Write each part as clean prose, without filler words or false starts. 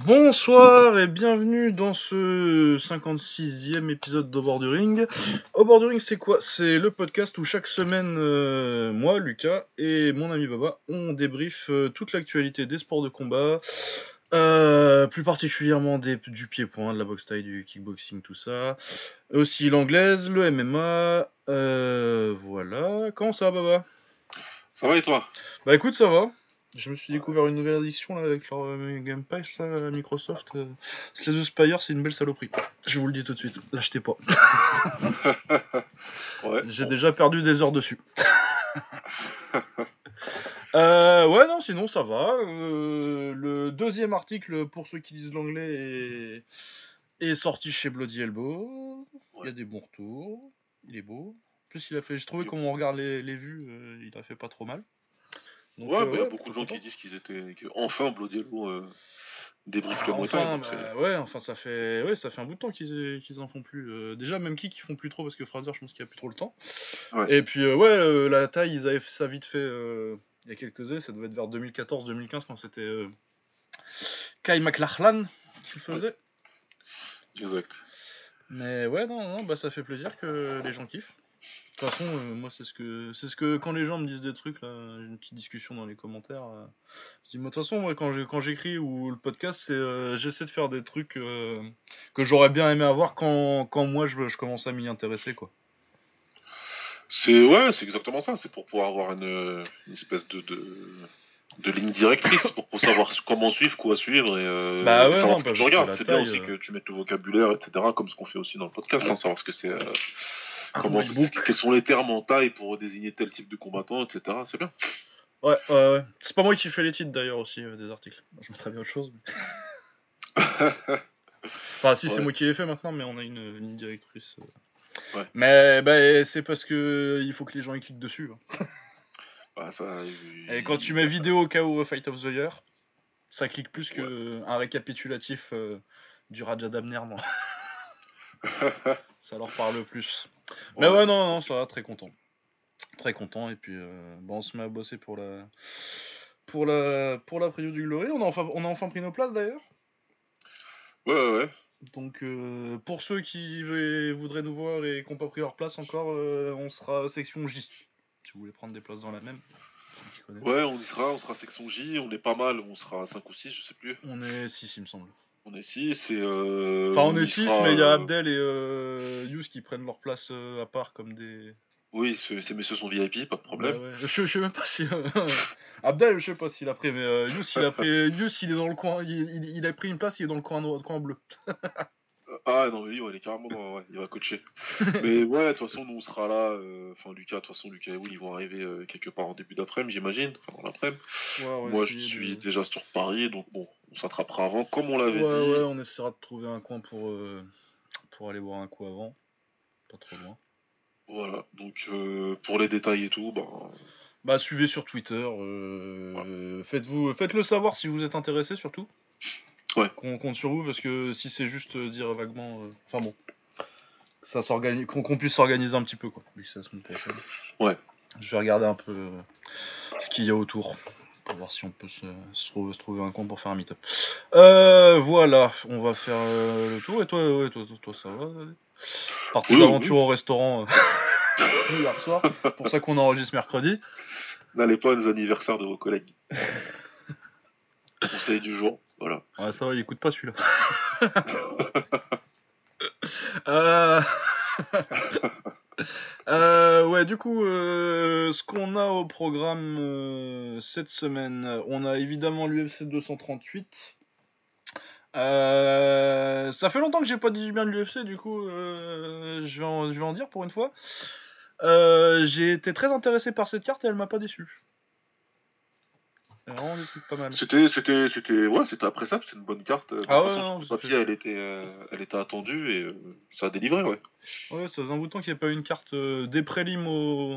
Bonsoir et bienvenue dans ce 56e épisode d'Au bord du ring. Au bord du ring, c'est quoi? C'est le podcast où chaque semaine, moi, Lucas et mon ami Baba, on débrief toute l'actualité des sports de combat, plus particulièrement du pied-point, de la boxe taille, du kickboxing, tout ça. Aussi l'anglaise, le MMA, voilà. Comment ça va, Baba? Ça va et toi? Bah écoute, ça va. Je me suis découvert une nouvelle addiction là, avec leur Game Pass, là, Microsoft. Slay the Spire, c'est une belle saloperie. Je vous le dis tout de suite, l'achetez pas. Ouais, J'ai bon. déjà perdu des heures dessus. Ouais, non, sinon ça va. Le deuxième article, pour ceux qui lisent l'anglais, est sorti chez Bloody Elbow. Il y a des bons retours. Il est beau. En plus, j'ai trouvé comment on regarde les vues, il a fait pas trop mal. Donc, Ouais, bah y a ouais, beaucoup de plutôt gens qui content. disent que enfin Bloody Halo débriefe le Muay Thai, Enfin, donc c'est. enfin ça fait un bout de temps qu'ils en font plus. Déjà même qui font plus trop parce que Fraser, je pense qu'il a plus trop le temps. Ouais. Et puis ouais, la taille, ils avaient fait ça vite fait il y a quelques années, ça devait être vers 2014-2015 quand c'était Kai McLachlan qui le Ouais, faisait. exact. Mais ouais, non, bah ça fait plaisir que les gens kiffent. De toute façon, moi c'est ce que quand les gens me disent des trucs là, j'ai une petite discussion dans les commentaires. Je dis moi de toute façon moi quand j'écris ou le podcast c'est j'essaie de faire des trucs que j'aurais bien aimé avoir quand moi je commence à m'y intéresser quoi. C'est exactement ça, c'est pour pouvoir avoir une espèce de ligne directrice, pour savoir comment suivre, quoi suivre Bah et ouais savoir non ce que bah tu parce que regardes. la C'est bien taille aussi que tu mettes le vocabulaire, etc., comme ce qu'on fait aussi dans le podcast, hein, savoir ce que c'est, un comment whitebook. quels sont les termes en taille pour désigner tel type de combattant, etc. C'est bien. Ouais. C'est pas moi qui fais les titres d'ailleurs aussi des articles. Je mettrais bien autre chose. Enfin si c'est Ouais, moi qui les fais maintenant mais on a une ligne directrice. ouais. Mais bah, c'est parce que il faut que les gens y cliquent dessus. Hein. Bah, ça, Et quand tu mets vidéo KO Fight of the Year, ça clique plus ouais. qu'un récapitulatif du Raja Damner, non. Ça leur parle plus. Mais Ouais, ouais, c'est non, ça compréhensible. va, très content. Très content, et puis bon, on se met à bosser pour la preview du Glory. On a enfin pris nos places d'ailleurs. Ouais. Donc pour ceux qui voudraient nous voir et qui n'ont pas pris leur place encore, on sera section J. Si vous voulez prendre des places dans la même, ceux qui connaissent. Ouais, on sera section J, on est pas mal, on sera 5 ou 6, je sais plus. On est 6 il me semble. On est 6 et Enfin, on on est y 6 sera. mais il y a Abdel et Yous qui prennent leur place à part comme des. Oui, ces messieurs sont VIP, pas de Bah problème. ouais, je sais même pas si. Abdel, je sais pas s'il a pris, mais Yous, il a pris. Yous, il est dans le coin. Il a pris une place, il est dans le coin bleu. Ah non, mais lui, ouais, il est carrément dans. Ouais, il va coacher. Mais ouais, de toute façon, nous on sera là. Enfin, Lucas, de toute façon, Lucas et Will, ils vont arriver quelque part en début d'après-midi, j'imagine. Enfin, dans l'après-midi. Ouais, on va Moi, je essayer suis de. déjà sur Paris, donc bon, on s'attrapera avant, comme on Ouais, l'avait dit. on essaiera de trouver un coin pour aller boire un coup avant. Pas trop loin. Voilà, donc pour les détails et tout, ben. Bah, suivez sur Twitter. Voilà. Faites-le savoir si vous êtes intéressé, surtout. Ouais. Qu'on compte sur vous, parce que si c'est juste dire vaguement. Enfin bon. Ça s'organise, qu'on puisse s'organiser un petit peu, quoi. Vu que c'est la semaine prochaine. Ouais. Je vais regarder un peu ce qu'il y a autour. Pour voir si on peut se trouver un coin pour faire un meet-up. Voilà, on va faire le tour. Et toi, ça va? Partie Oui. d'aventure au restaurant hier soir. Pour ça qu'on enregistre mercredi. N'allez pas aux anniversaires de vos collègues. Conseil du jour, voilà. Ouais, ça va, il écoute pas celui-là. Euh... ouais, du coup, ce qu'on a au programme cette semaine, on a évidemment l'UFC 238. Ça fait longtemps que j'ai pas dit du bien de l'UFC, du coup, je vais en dire pour une fois. J'ai été très intéressé par cette carte et elle m'a pas déçu. Il y a vraiment des trucs pas mal. C'était après ça, c'était une bonne carte. Enfin, de Ah toute ouais, façon, sur non, le papier, elle était attendue et ça a délivré, ouais. ouais, ça faisait un bout de temps qu'il n'y a pas eu une carte des prélims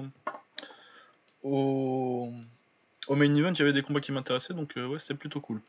au, au main event. Il y avait des combats qui m'intéressaient, donc ouais, c'était plutôt cool.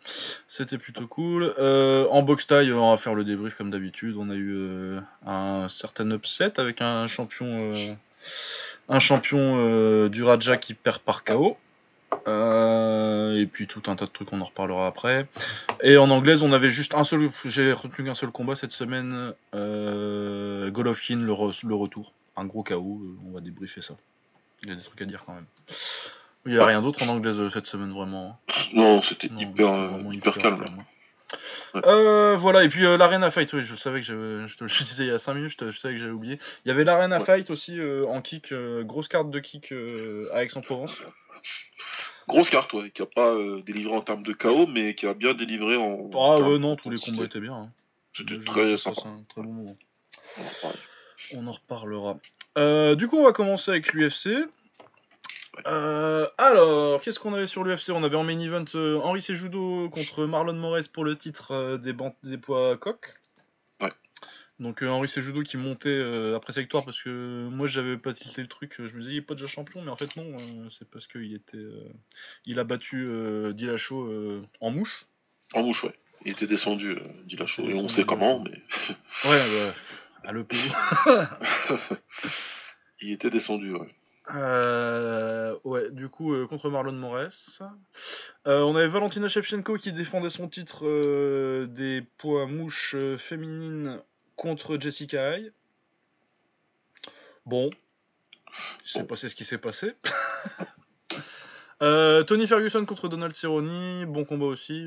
En box taille, on va faire le débrief comme d'habitude. On a eu un certain upset avec un champion du Raja qui perd par KO. Et puis tout un tas de trucs, on en reparlera après. Et en anglaise, on avait juste j'ai retenu qu'un seul combat cette semaine, Golovkin, le retour. Un gros KO, on va débriefer ça. Il y a des trucs à dire quand même. Il n'y a rien d'autre en anglaise cette semaine, vraiment. Non, c'était hyper calme. Voilà, et puis l'Arena Fight, oui, je savais que je te le disais il y a 5 minutes, je savais que j'avais oublié. Il y avait l'Arena Fight aussi en kick, grosse carte de kick à Aix-en-Provence. Grosse carte, ouais, qui a pas délivré en termes de KO, mais qui a bien délivré en. Ah ouais, non, tous les combats étaient bien. Hein. C'était très sympa. Un très bon moment. On en reparlera. Du coup, on va commencer avec l'UFC. Alors, qu'est-ce qu'on avait sur l'UFC? On avait en main event Henry Cejudo contre Marlon Moraes pour le titre des poids coq. Ouais. Donc Henry Cejudo qui montait après sa victoire parce que moi j'avais pas tilté le truc, je me disais il est pas déjà champion, mais en fait non, c'est parce qu'il était, il a battu Dillashaw en mouche. En mouche, ouais. Il était descendu Dillashaw et on sait comment, mais. Ouais, à l'EPO. Il était descendu, ouais. Ouais, du coup, contre Marlon Moraes. On avait Valentina Shevchenko qui défendait son titre des poids mouches féminines contre Jessica Eye. Bon, c'est passé ce qui s'est passé. Tony Ferguson contre Donald Cerrone, bon combat aussi.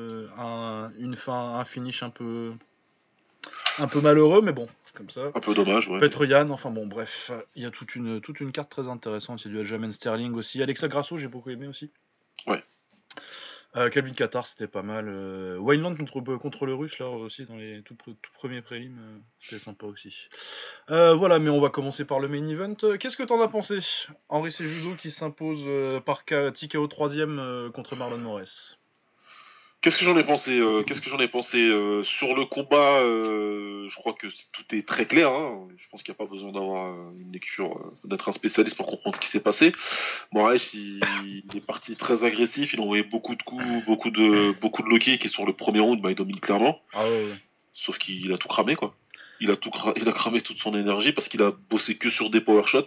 Un finish un peu malheureux, mais bon, c'est comme ça. Un peu dommage, ouais. Petroyan, enfin bon, bref, il y a toute une carte très intéressante. Il y a du Aljamain Sterling aussi. Alexa Grasso, j'ai beaucoup aimé aussi. Ouais. Calvin Kattar, c'était pas mal. Wineland contre le Russe, là aussi, dans les tout premiers prélims, c'était sympa aussi. Voilà, mais on va commencer par le main event. Qu'est-ce que t'en as pensé? Henry Cejudo qui s'impose par TKO 3ème contre Marlon Moraes. Qu'est-ce que j'en ai pensé sur le combat? Je crois que tout est très clair. Hein. Je pense qu'il n'y a pas besoin d'avoir une lecture, d'être un spécialiste pour comprendre ce qui s'est passé. Moraes, il est parti très agressif. Il a envoyé beaucoup de coups, beaucoup de low kick, et sur le premier round, il domine clairement. Ah ouais. Sauf qu'il a tout cramé, quoi. Il a cramé toute son énergie parce qu'il a bossé que sur des power shots.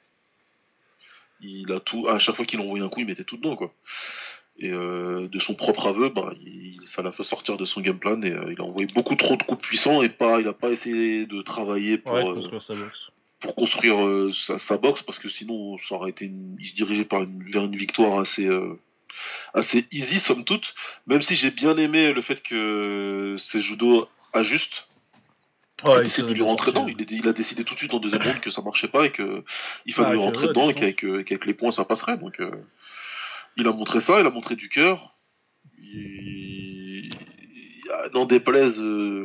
À chaque fois qu'il envoyait un coup, il mettait tout dedans, quoi. Et de son propre aveu, ça l'a fait sortir de son game plan et il a envoyé beaucoup trop de coups puissants et il a pas essayé de travailler pour construire sa boxe. Pour construire sa boxe, parce que sinon ça aurait été il se dirigeait vers une victoire assez easy somme toute. Même si j'ai bien aimé le fait que Cejudo ajuste. Ouais, il essaie de lui rentrer dedans. Il a décidé tout de suite en deuxième round que ça marchait pas et qu'il fallait lui rentrer dedans et qu'avec les points ça passerait. Donc il a montré ça, il a montré du cœur. N'en déplaise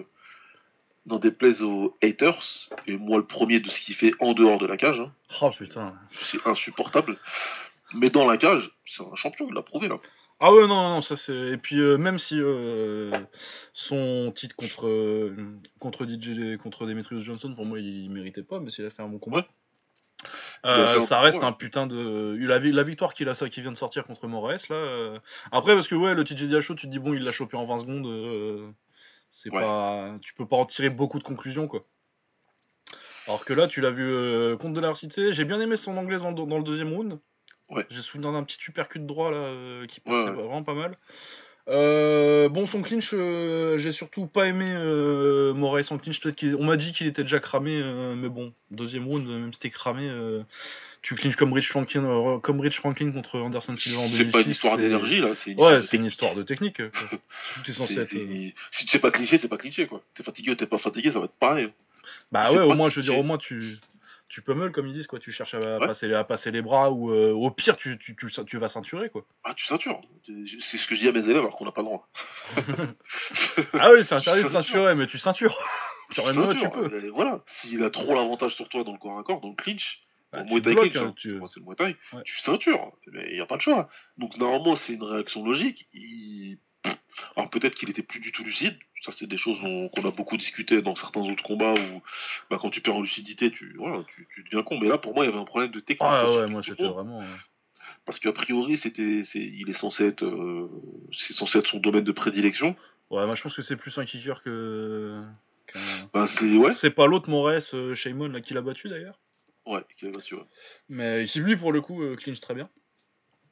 aux haters, et moi le premier de ce qu'il fait en dehors de la cage. Hein. Oh putain. C'est insupportable. Mais dans la cage, c'est un champion, il l'a prouvé là. Ah ouais, non, ça c'est. Et puis même si son titre contre Demetrius Johnson, pour moi il méritait pas, mais s'il a fait un bon combat. Ça reste un putain de. La victoire qu'il vient de sortir contre Moraes là. Après, parce que ouais, le TJ Dillashaw, tu te dis bon, il l'a chopé en 20 secondes. Pas. Tu peux pas en tirer beaucoup de conclusions, quoi. Alors que là, tu l'as vu contre de la Cité. J'ai bien aimé son anglaise dans le deuxième round. Ouais. J'ai souvenir d'un petit uppercut droit là qui passait vraiment pas mal. Bon, son clinch, j'ai surtout pas aimé Moraes en clinch. Peut-être on m'a dit qu'il était déjà cramé, mais bon, deuxième round, même si t'es cramé, tu clinches comme Rich Franklin contre Anderson Silva en 2006. C'est pas une histoire d'énergie là. C'est une histoire de technique. T'es censé être. Si tu sais pas clincher, t'es pas clinché, quoi. T'es fatigué ou t'es pas fatigué, ça va être pareil. Bah ouais, au moins, je veux dire, au moins tu pummel, comme ils disent, quoi. Tu cherches à passer les bras, ou au pire tu vas ceinturer, quoi. Ah, tu ceintures. C'est ce que je dis à mes élèves alors qu'on n'a pas le droit. Ah oui, c'est interdit de ceinturer, mais tu ceintures. Tu peux. Voilà, s'il a trop l'avantage sur toi dans le corps à corps, dans le clinch, Muay Thai clinch, moi c'est le Muay Thai, tu ceintures, mais il n'y a pas de choix. Donc normalement c'est une réaction logique. Alors peut-être qu'il était plus du tout lucide. Ça, c'est des choses qu'on a beaucoup discuté dans certains autres combats où quand tu perds en lucidité, tu deviens con. Mais là, pour moi, il y avait un problème de technique. Ah ouais, moi c'était vraiment. Parce qu'a priori, il est censé être, c'est censé être son domaine de prédilection. Ouais, moi je pense que c'est plus un kicker que. C'est pas l'autre Moraes, Shaymon, là, qui l'a battu d'ailleurs. Ouais, qui l'a battu, ouais. Mais ici, lui, pour le coup, clinch très bien.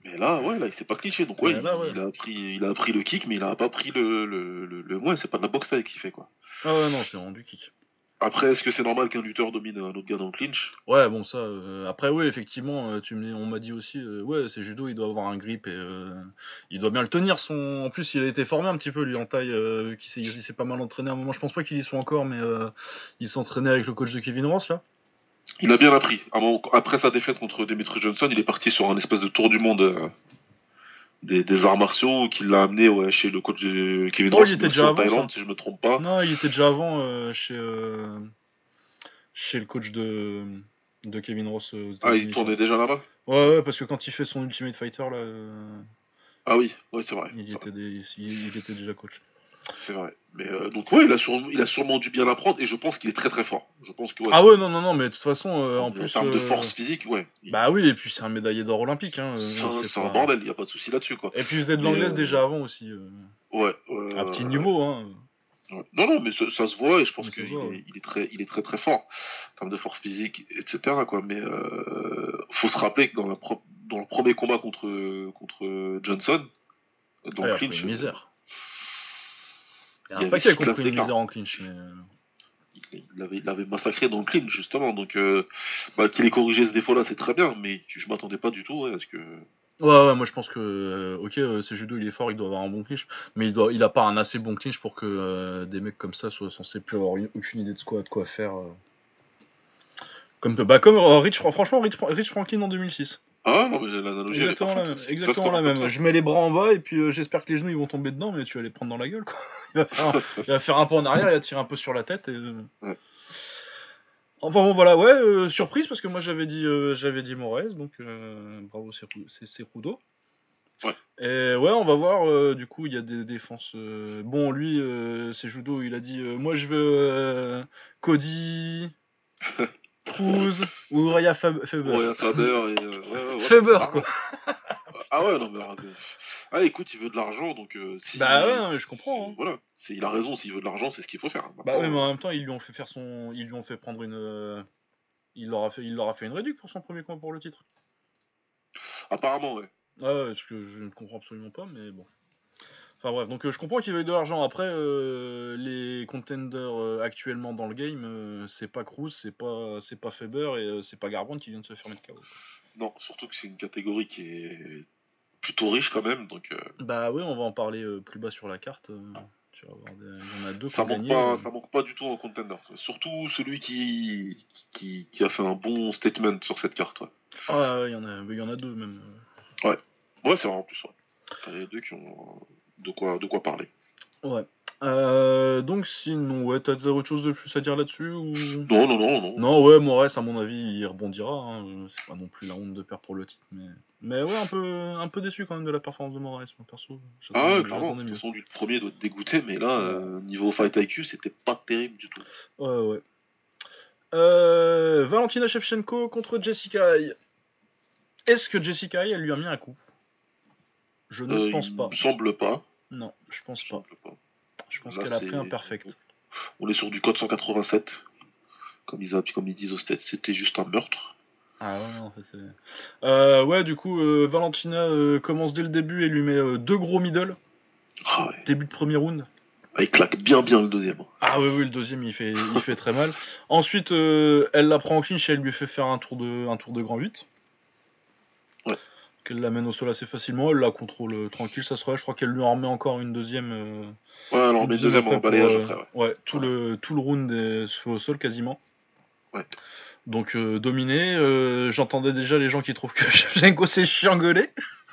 Mais là, ouais, là, il s'est pas cliché. Donc, ouais, Là, ouais. il a appris le kick, mais il a pas pris ouais, c'est pas de la boxe taille qu'il fait, quoi. Ah ouais, non, c'est vraiment du kick. Après, est-ce que c'est normal qu'un lutteur domine un autre gars dans le clinch? Ouais, bon, ça. Après, oui, effectivement, on m'a dit aussi, ouais, c'est judo, il doit avoir un grip et il doit bien le tenir. En plus, il a été formé un petit peu, lui, en taille, vu il s'est pas mal entraîné à un moment. Je pense pas qu'il y soit encore, mais il s'entraînait avec le coach de Kevin Ross, là. Il a bien appris. Après sa défaite contre Demetri Johnson, il est parti sur un espèce de tour du monde des arts martiaux qui l'a amené chez le coach de Kevin Oh, Ross, il mais était aussi déjà en avant, ça. Thaïlande, si je me trompe pas. Non, il était déjà avant chez le coach de Kevin Ross aux Ah, il États-Unis, ça. tournait déjà là-bas? Ouais, parce que quand il fait son Ultimate Fighter, là, Ah oui, ouais, c'est vrai. il était déjà coach. C'est vrai. Mais donc ouais, il a sûrement dû bien apprendre et je pense qu'il est très très fort. Je pense que ouais. Ah ouais, non, mais de toute façon, en En plus. termes de force physique, ouais. Bah oui, et puis c'est un médaillé d'or olympique, hein. C'est un bordel, il y a pas de souci là-dessus, quoi. Et puis vous êtes de Mais l'anglaise déjà avant aussi. ouais. À petit niveau, hein. Ouais. Non, mais ça se voit et je pense Mais ça se qu'il voit, est, ouais. il est très très fort en termes de force physique, etc. Quoi. Mais faut se rappeler que dans le premier combat contre Johnson, dans Ah, le il a pris clinch, une misère. Il y a il y un avait paquet 6 qui ont classes pris une misère d'écart. en clinch, mais. Il avait massacré dans le clinch, justement. Donc, qu'il ait corrigé ce défaut-là, c'est très bien, mais je m'attendais pas du tout à ce que. Ouais, moi je pense que, ok, c'est judo, il est fort, il doit avoir un bon clinch, mais il a pas un assez bon clinch pour que des mecs comme ça soient censés plus avoir aucune idée de quoi faire. Comme Rich Franklin en 2006 Ah non, mais l'analogie, elle est Exactement la parfaite. même, C'est exactement exactement la comme même. ça. Je mets les bras en bas et puis j'espère que les genoux ils vont tomber dedans, mais tu vas les prendre dans la gueule, quoi. Il va faire un pas en arrière, il va tirer un peu sur la tête et. Ouais. Enfin bon voilà, ouais, surprise parce que moi j'avais dit Moraes, donc bravo c'est Cejudo. Ouais. Et ouais, on va voir, du coup il y a des défenses. Bon lui, c'est Judo, il a dit moi je veux Cody, Cruz ou Uriah Faber. Ouais, Faber et ouais, Faber quoi. clairement. Ah ouais, non, mais ah, écoute, il veut de l'argent, donc Bah ouais, non, mais je comprends. Hein. voilà, il a raison, s'il veut de l'argent, c'est ce qu'il faut faire. Bah ouais, Maintenant, mais en même temps ils lui ont fait ils lui ont fait prendre une, il leur a fait une réduc pour son premier combat pour le titre. apparemment, ouais. Ouais, ce que je ne comprends absolument pas, mais bon. Enfin bref, donc je comprends qu'il veuille de l'argent. Après, les contenders actuellement dans le game, c'est pas Cruz, c'est pas Faber et c'est pas Garbrandt qui vient de se faire mettre KO. Non, surtout que c'est une catégorie qui est plutôt riche quand même, donc Bah oui, on va en parler plus bas sur la carte. Tu vas voir, il y en a deux qui ça ont manque gagné. pas, ça manque pas du tout en contender. Surtout celui qui a fait un bon statement sur cette carte. Ouais, Ah ouais, il y en a deux même. ouais, c'est vrai en plus. Ouais. Il y a les deux qui ont de quoi parler. Ouais. Donc sinon, ouais, t'as autre chose de plus à dire là-dessus ou... Non. Non, ouais, Moraes, à mon avis, il rebondira. Hein. C'est pas non plus la honte de perdre pour le titre, mais ouais, un peu déçu quand même de la performance de Moraes, moi perso. Ah ouais, clairement. De J'attendais toute mieux. façon, lui le premier doit te dégoûter, mais là, Ouais. niveau fight IQ, c'était pas terrible du tout. Ouais. Valentina Shevchenko contre Jessica Eye. Est-ce que Jessica Eye, elle lui a mis un coup? Je ne pense Il pas. me semble pas. Non, je pense Il me pas. semble pas. Je pense Là, qu'elle a pris un perfect. On est sur du code 187. Comme ils disent au States, c'était juste un meurtre. Ah ouais, non, ça c'est. Ouais, du coup, Valentina commence dès le début et lui met deux gros middle. Ah ouais. Début de premier round. Ah, il claque bien le deuxième. Ah oui, le deuxième il fait très mal. Ensuite, elle la prend en clinch et elle lui fait faire un tour de grand 8. Ouais. Qu'elle l'amène au sol assez facilement, elle la contrôle tranquille, ça se relâche. Je crois qu'elle lui en remet encore une deuxième. Ouais, alors mais deuxième en balayage après. Ouais, tout le round se fait au sol quasiment. Ouais. Donc dominé, j'entendais déjà les gens qui trouvent que Shevchenko s'est chiangolé.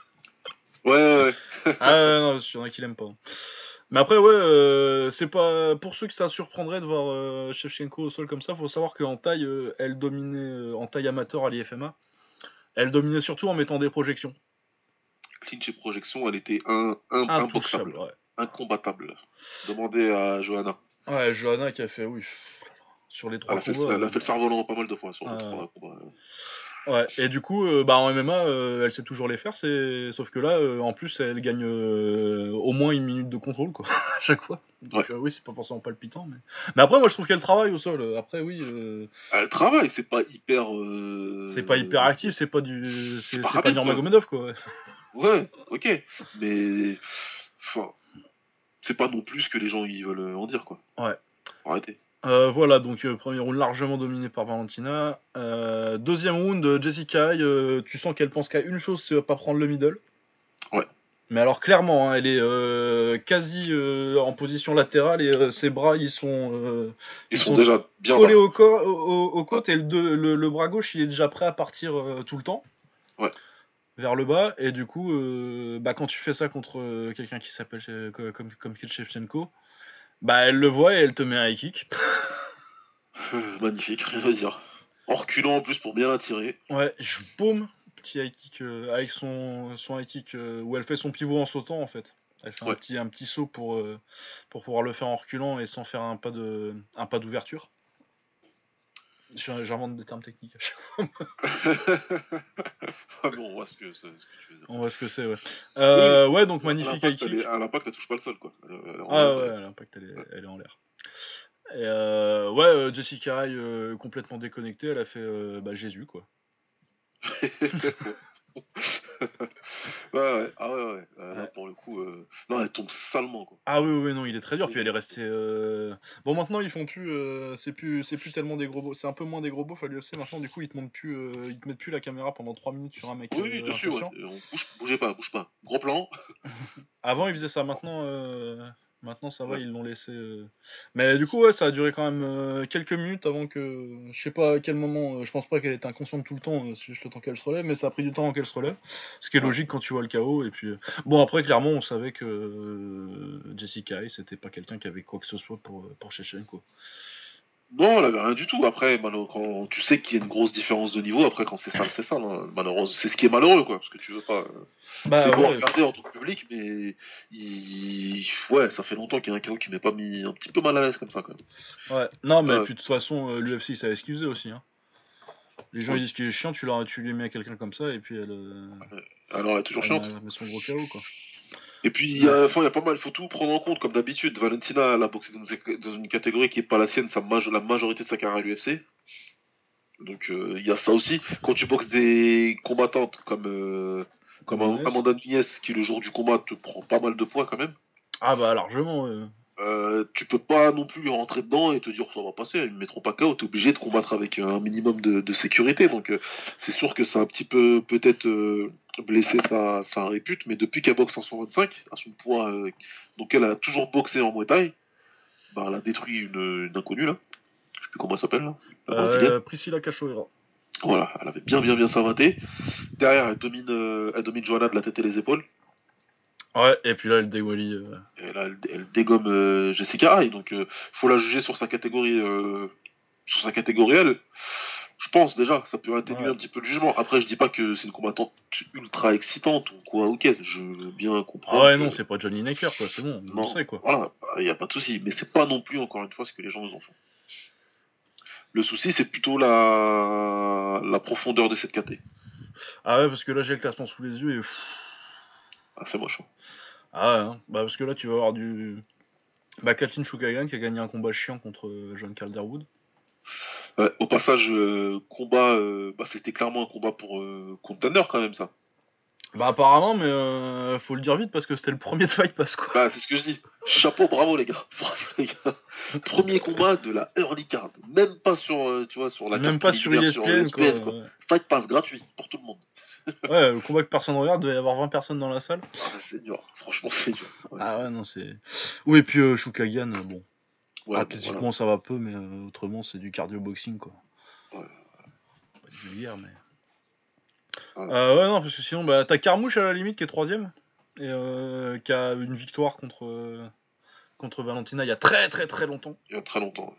Ouais. Ah non, il y en a qui l'aiment pas. Mais après, ouais, c'est pas. Pour ceux que ça surprendrait de voir Shevchenko au sol comme ça, faut savoir qu'en taille, elle dominait, en taille amateur à l'IFMA, elle dominait surtout en mettant des projections. Clinch et projection, elle était Intouchable, ouais. incombattable. Demandez à Johanna. Ouais, Johanna qui a fait, oui, sur les 3 combats. Elle a fait le cerf-volant pas mal de fois sur les 3 combats. Ouais, et du coup, en MMA, elle sait toujours les faire, sauf que là, en plus, elle gagne au moins une minute de contrôle, quoi, à chaque fois. Donc oui, c'est pas forcément palpitant, mais après, moi, je trouve qu'elle travaille au sol. Après, oui. Elle travaille, c'est pas hyper. C'est pas hyper actif, c'est pas Nurmagomedov, quoi. Ouais. Ouais, ok. Mais. Enfin, c'est pas non plus ce que les gens ils veulent en dire, quoi. Ouais. Arrêtez. Voilà, donc premier round largement dominé par Valentina. Deuxième round, Jessica, tu sens qu'elle pense qu'à une chose, c'est pas prendre le middle. Ouais. Mais alors clairement, hein, elle est quasi en position latérale et ses bras Ils ils sont sont déjà bien collés bas. aux Ouais. côtes et le bras gauche il est déjà prêt à partir tout le temps Ouais. vers le bas et du coup bah, quand tu fais ça contre quelqu'un qui s'appelle comme Shevchenko, bah elle le voit et elle te met un high kick. Magnifique, rien à dire. En reculant en plus pour bien la tirer. Ouais, je boum, petit high kick avec son high kick où elle fait son pivot en sautant en fait. Elle fait Ouais. un petit saut pour pouvoir le faire en reculant et sans faire un pas d'ouverture. J'invente des termes techniques à chaque fois. Ah, mais on voit ce que tu veux dire. On voit ce que c'est, ouais. Oui, Ouais, donc à magnifique high l'impact, kick. à l'impact, elle touche pas le sol, quoi. Elle est en Ah l'air. ouais, l'impact Ouais. elle est en l'air. Et ouais, Jessica Rai complètement déconnectée, elle a fait bah, Jésus quoi. Ouais, ouais, ah ouais, ouais. Là, Ouais. pour le coup, non, elle tombe salement, quoi. Ah oui, oui, oui, non, il est très dur. Puis elle est Et- restée. Bon, maintenant ils font plus. C'est plus tellement des gros beaufs. C'est un peu moins des gros beaufs à l'UFC maintenant. Du coup, ils te mettent plus la caméra pendant 3 minutes sur un mec Oui, oui, dessus, ouais. inconscient. Bougez pas, bouge pas. Gros plan. Avant, ils Et- faisaient ça. Maintenant, ça va, Ouais. ils l'ont laissé. Mais du coup, ouais, ça a duré quand même quelques minutes avant que. Je sais pas à quel moment. Je pense pas qu'elle était inconsciente tout le temps. C'est juste le temps qu'elle se relève. Mais ça a pris du temps avant qu'elle se relève. Ce qui est Ouais. logique quand tu vois le chaos. Et puis. Bon, après, clairement, on savait que Jessica Hayes, c'était pas quelqu'un qui avait quoi que ce soit pour Shevchenko. Non, elle avait rien du tout. Après, quand tu sais qu'il y a une grosse différence de niveau, après, quand c'est sale, c'est sale. Hein. Malheureuse, c'est ce qui est malheureux, quoi. Parce que tu veux pas. C'est Bah beau à ouais. regarder en tant que public, mais ouais, ça fait longtemps qu'il y a un KO qui m'est pas mis un petit peu mal à l'aise comme ça, quand même. Ouais. Non, mais Ouais, puis de toute façon, l'UFC, il savait ce qu'il faisait aussi. Hein. Les gens, ils ouais. disent qu'il est chiant, tu lui mets à quelqu'un comme ça. Et puis Alors, elle est toujours chiante. elle met son gros KO, quoi. Et puis, Bref. enfin, il y a pas mal, il faut tout prendre en compte, comme d'habitude. Valentina, elle a boxé dans une catégorie qui est pas la sienne, la majorité de sa carrière à l'UFC. Donc, il y a ça aussi. Quand tu boxes des combattantes comme Comme Nunes. Amanda Nunes, qui le jour du combat te prend pas mal de poids quand même, Ah bah largement, ouais. tu peux pas non plus rentrer dedans et te dire ça va passer, ils me mettront pas KO. T'es obligé de combattre avec un minimum de sécurité. Donc, c'est sûr que c'est un petit peu peut-être blessé sa répute, mais depuis qu'elle boxe en 125, à son poids, donc elle a toujours boxé en Muay Thai, bah, elle a détruit une inconnue là. Je sais plus comment elle s'appelle là, la brésilienne. Priscilla Cachoeira. Voilà, elle avait bien savaté. Derrière, elle domine Johanna de la tête et les épaules. Ouais, et puis là, elle dégolie. Et là, elle dégomme Jessica Eye. Donc, faut la juger sur sa catégorie elle. Je pense déjà, ça peut atténuer Ouais. un petit peu le jugement. Après, je dis pas que c'est une combattante ultra excitante ou quoi, ok. Je veux bien Ah comprendre ouais, que non, c'est pas Johnny Necker, quoi, c'est bon, on le non, sait, quoi. voilà, il n'y a pas de souci. Mais c'est pas non plus, encore une fois, ce que les gens nous en font. Le souci, c'est plutôt la profondeur de cette caté. Ah ouais, parce que là, j'ai le classement sous les yeux et. Ah, c'est moche. Hein. Ah ouais, hein. Bah parce que là, tu vas avoir du. Bah, Kathleen Chookagian qui a gagné un combat chiant contre John Calderwood. Ouais, au passage, combat, bah, c'était clairement un combat pour Contender quand même, ça. Bah, apparemment, mais faut le dire vite parce que c'était le premier de Fight Pass, quoi. Bah, c'est ce que je dis. Chapeau, bravo les gars. Bravo les gars. Premier combat de la early card. Même pas sur, tu vois, sur la carte Même pas sur préliminaire sur ESPN, quoi. ESPN, quoi. Fight pass gratuit pour tout le monde. Ouais, le combat que personne regarde, il devait y avoir 20 personnes dans la salle. Ah, c'est dur. Franchement, c'est dur. Ouais, Ah ouais, non, c'est. Oui, et puis Chookagian, bon. ouais bon, voilà. Athlétiquement, ça va peu, mais autrement, c'est du cardio boxing, quoi. Ouais, Pas être vulgaire, mais. ouais, Ouais, non, parce que sinon, bah, t'as Carmouche à la limite qui est troisième. Et qui a une victoire contre Valentina il y a très très très longtemps. il y a très longtemps.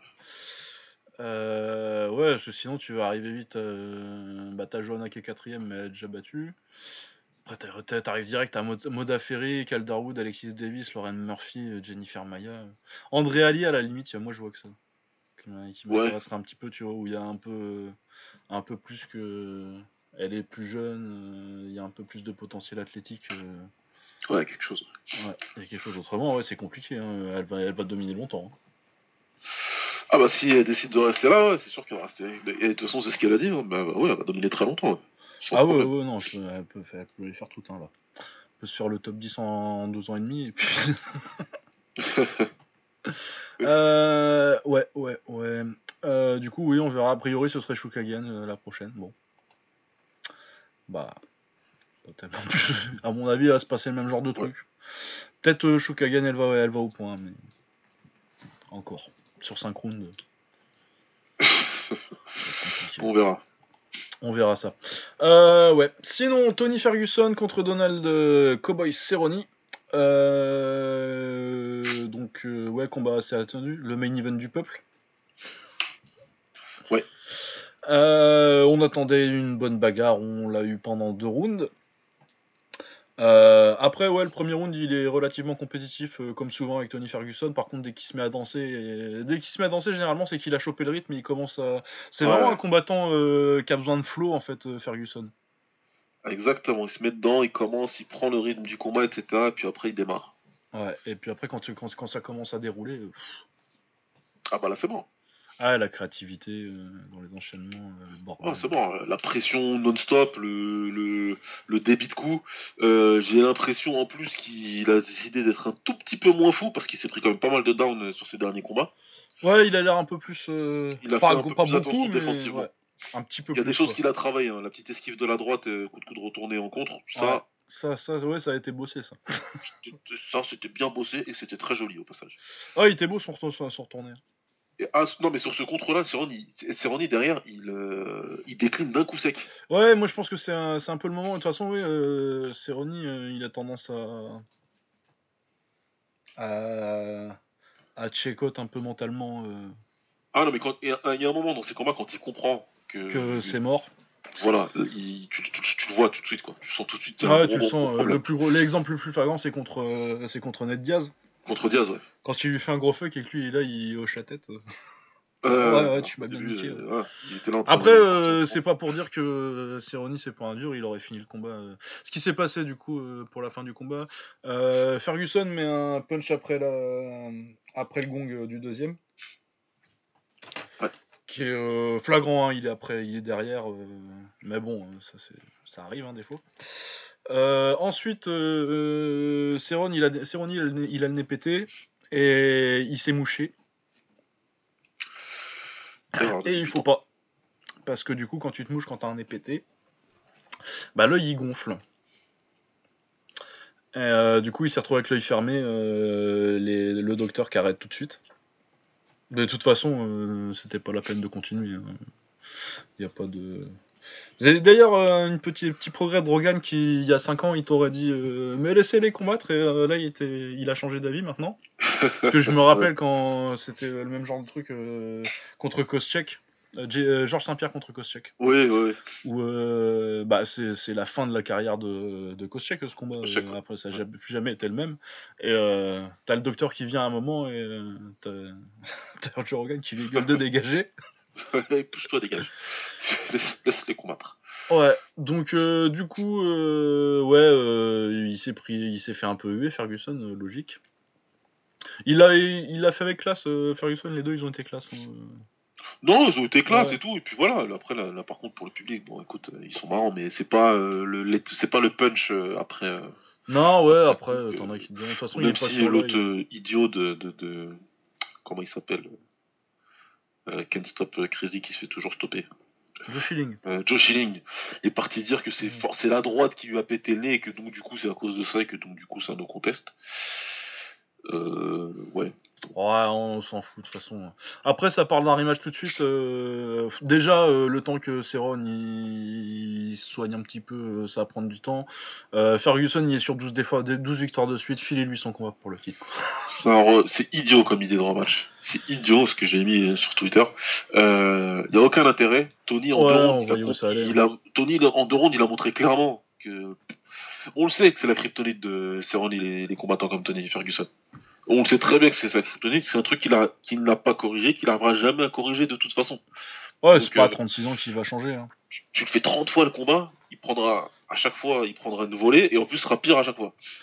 Ouais, parce que sinon tu vas arriver vite. Bah, t'as Johanna qui est quatrième, mais elle est déjà battue. Après, t'arrives direct à Moda Ferry, Calderwood, Alexis Davis, Lauren Murphy, Jennifer Maya. André Ali, à la limite, moi je vois que ça. Qui Ouais, m'intéresserait un petit peu, tu vois, où il y a un peu plus que. Elle est plus jeune, il y a un peu plus de potentiel athlétique. ouais, quelque chose. Ouais, il y a quelque chose autrement, ouais, c'est compliqué. Hein. Elle va dominer longtemps. Hein. Ah bah si elle décide de rester là, ouais, c'est sûr qu'elle va rester. Et de toute façon, c'est ce qu'elle a dit. Hein. Bah, ouais, elle va dominer très longtemps. Ouais. sans Ah ouais, problème. ouais, non, elle peut les faire tout, hein, là. Elle peut se faire le top 10 en 2 ans et demi, et puis... ouais. Du coup, oui, on verra. A priori, ce serait Shukagen la prochaine. Bon. Bah, pas tellement plus. À mon avis, il va se passer le même genre de Ouais. truc. Peut-être Shukagen, elle va au point, mais... Encore. Sur 5 rounds, ça va être compliqué. On verra. On verra ça. Ouais. Sinon, Tony Ferguson contre Donald Cowboy Cerrone. Donc, ouais, combat assez attendu. Le main event du peuple. Ouais. On attendait une bonne bagarre. On l'a eu pendant 2 rounds. Après, ouais, le premier round, il est relativement compétitif, comme souvent avec Tony Ferguson. Par contre, dès qu'il se met à danser, généralement, c'est qu'il a chopé le rythme et il commence à... C'est vraiment un Ouais. combattant qui a besoin de flow, en fait, Ferguson. Exactement. Il se met dedans, il commence, il prend le rythme du combat, etc. Et puis après, il démarre. Ouais, et puis après, quand ça commence à dérouler, Ah bah là, c'est bon. la créativité dans les enchaînements, le Ah, bordel. c'est bon. La pression non-stop, le débit de coups. J'ai l'impression en plus qu'il a décidé d'être un tout petit peu moins fou parce qu'il s'est pris quand même pas mal de down sur ses derniers combats. Ouais, il a l'air un peu plus... Il a fait un peu pas plus beaucoup, attention mais ouais, défensivement. un petit peu Il y a des plus, choses quoi. qu'il a travaillé, hein. La petite esquive de la droite, coup de coude retourné en contre, Ouais, ouais, ça a été bossé, ça. c'était bien bossé et c'était très joli au passage. Ah, il était beau son retourné. Et, non, mais sur ce contre-là, Cerrone, derrière, il décline d'un coup sec. Ouais, moi je pense que c'est un peu le moment. De toute façon, oui, Cerrone, il a tendance à, à check-out un peu mentalement Ah non, mais il y a un moment dans ces combats quand il comprend que que c'est mort. voilà, tu le vois tout de suite, quoi. Tu sens tout de suite qu'il y a un Ouais, gros, tu le gros, gros sens. problème. L'exemple le plus flagrant, c'est contre Ned Diaz. Contre Diaz, ouais. Quand il lui fait un gros fuck et que lui, il est là, il hoche la tête. Ouais, tu Au m'as bien début, niqué. Ouais. ouais, il était là en train Après, de sortir le c'est front. pas pour dire que Cerrone c'est pas un dur, il aurait fini le combat. Ce qui s'est passé du coup pour la fin du combat, Ferguson met un punch après le gong du deuxième, Ouais. qui est flagrant. Hein, il est derrière, mais bon, ça arrive des fois. Ensuite, Cerrone, il a le nez pété et il s'est mouché. Erreur de Et il faut débutant. pas, parce que du coup, quand tu te mouches quand t'as un nez pété, bah l'œil il gonfle. Du coup, il s'est retrouvé avec l'œil fermé, le docteur qui arrête tout de suite. De toute façon, c'était pas la peine de continuer. Hein. Y a pas de. Vous avez d'ailleurs un petit progrès de Rogan qui, il y a 5 ans, il t'aurait dit mais laissez-les combattre, et là, il a changé d'avis maintenant. Parce que je me Ouais. rappelle quand c'était le même genre de truc contre Koscheck. Georges Saint-Pierre contre Koscheck. Oui, oui, oui. Où c'est la fin de la carrière de Koscheck, ce combat. Je sais quoi. Après, ça n'a Ouais. plus jamais été le même. Et t'as le docteur qui vient à un moment et t'as t'as Joe Rogan qui lui gueule de dégager. Pousse-toi, dégage. Laisse-les combattre. Ouais, donc du coup, il s'est fait un peu huer, Ferguson, logique. Il l'a fait avec classe, Ferguson, les deux ils ont été classe. Hein. Non, ils ont été classe Ouais. et tout, et puis voilà. Après, là, par contre, pour le public, bon, écoute, ils sont marrants, mais c'est pas c'est pas le punch après, Non, ouais, après le après, coup. t'en as qui te diront. De toute façon, il est Même pas si sur l'autre l'œil. idiot comment il s'appelle, Can't Stop Crazy qui se fait toujours stopper. Joe Schilling. Joe Schilling est parti dire que Mhm. c'est la droite qui lui a pété le nez et que donc du coup c'est à cause de ça et que donc du coup ça nous conteste. Ouais. Ouais, on s'en fout de toute façon. Après, ça parle d'un rematch tout de suite. Déjà, le temps que Cerrone il se soigne un petit peu, ça va prendre du temps. Ferguson, il est sur 12 victoires de suite. Filez-lui son combat pour le titre. Quoi. C'est idiot comme idée de rematch. C'est idiot ce que j'ai mis sur Twitter. Il n'y a aucun intérêt. Tony en deux Ouais, rounds, on voyait où ça allait. Tony en 2 rounds, il a montré clairement que on le sait que c'est la kryptonite de Cerrone les combattants comme Tony Ferguson. On le sait très bien que c'est sa kryptonite, c'est un truc qu'il n'a pas corrigé, qu'il n'arrivera jamais à corriger de toute façon. Ouais, c'est Donc pas à 36 ans qu'il va changer. Hein. tu le fais 30 fois le combat, à chaque fois, il prendra une volée et en plus ce sera pire à chaque fois.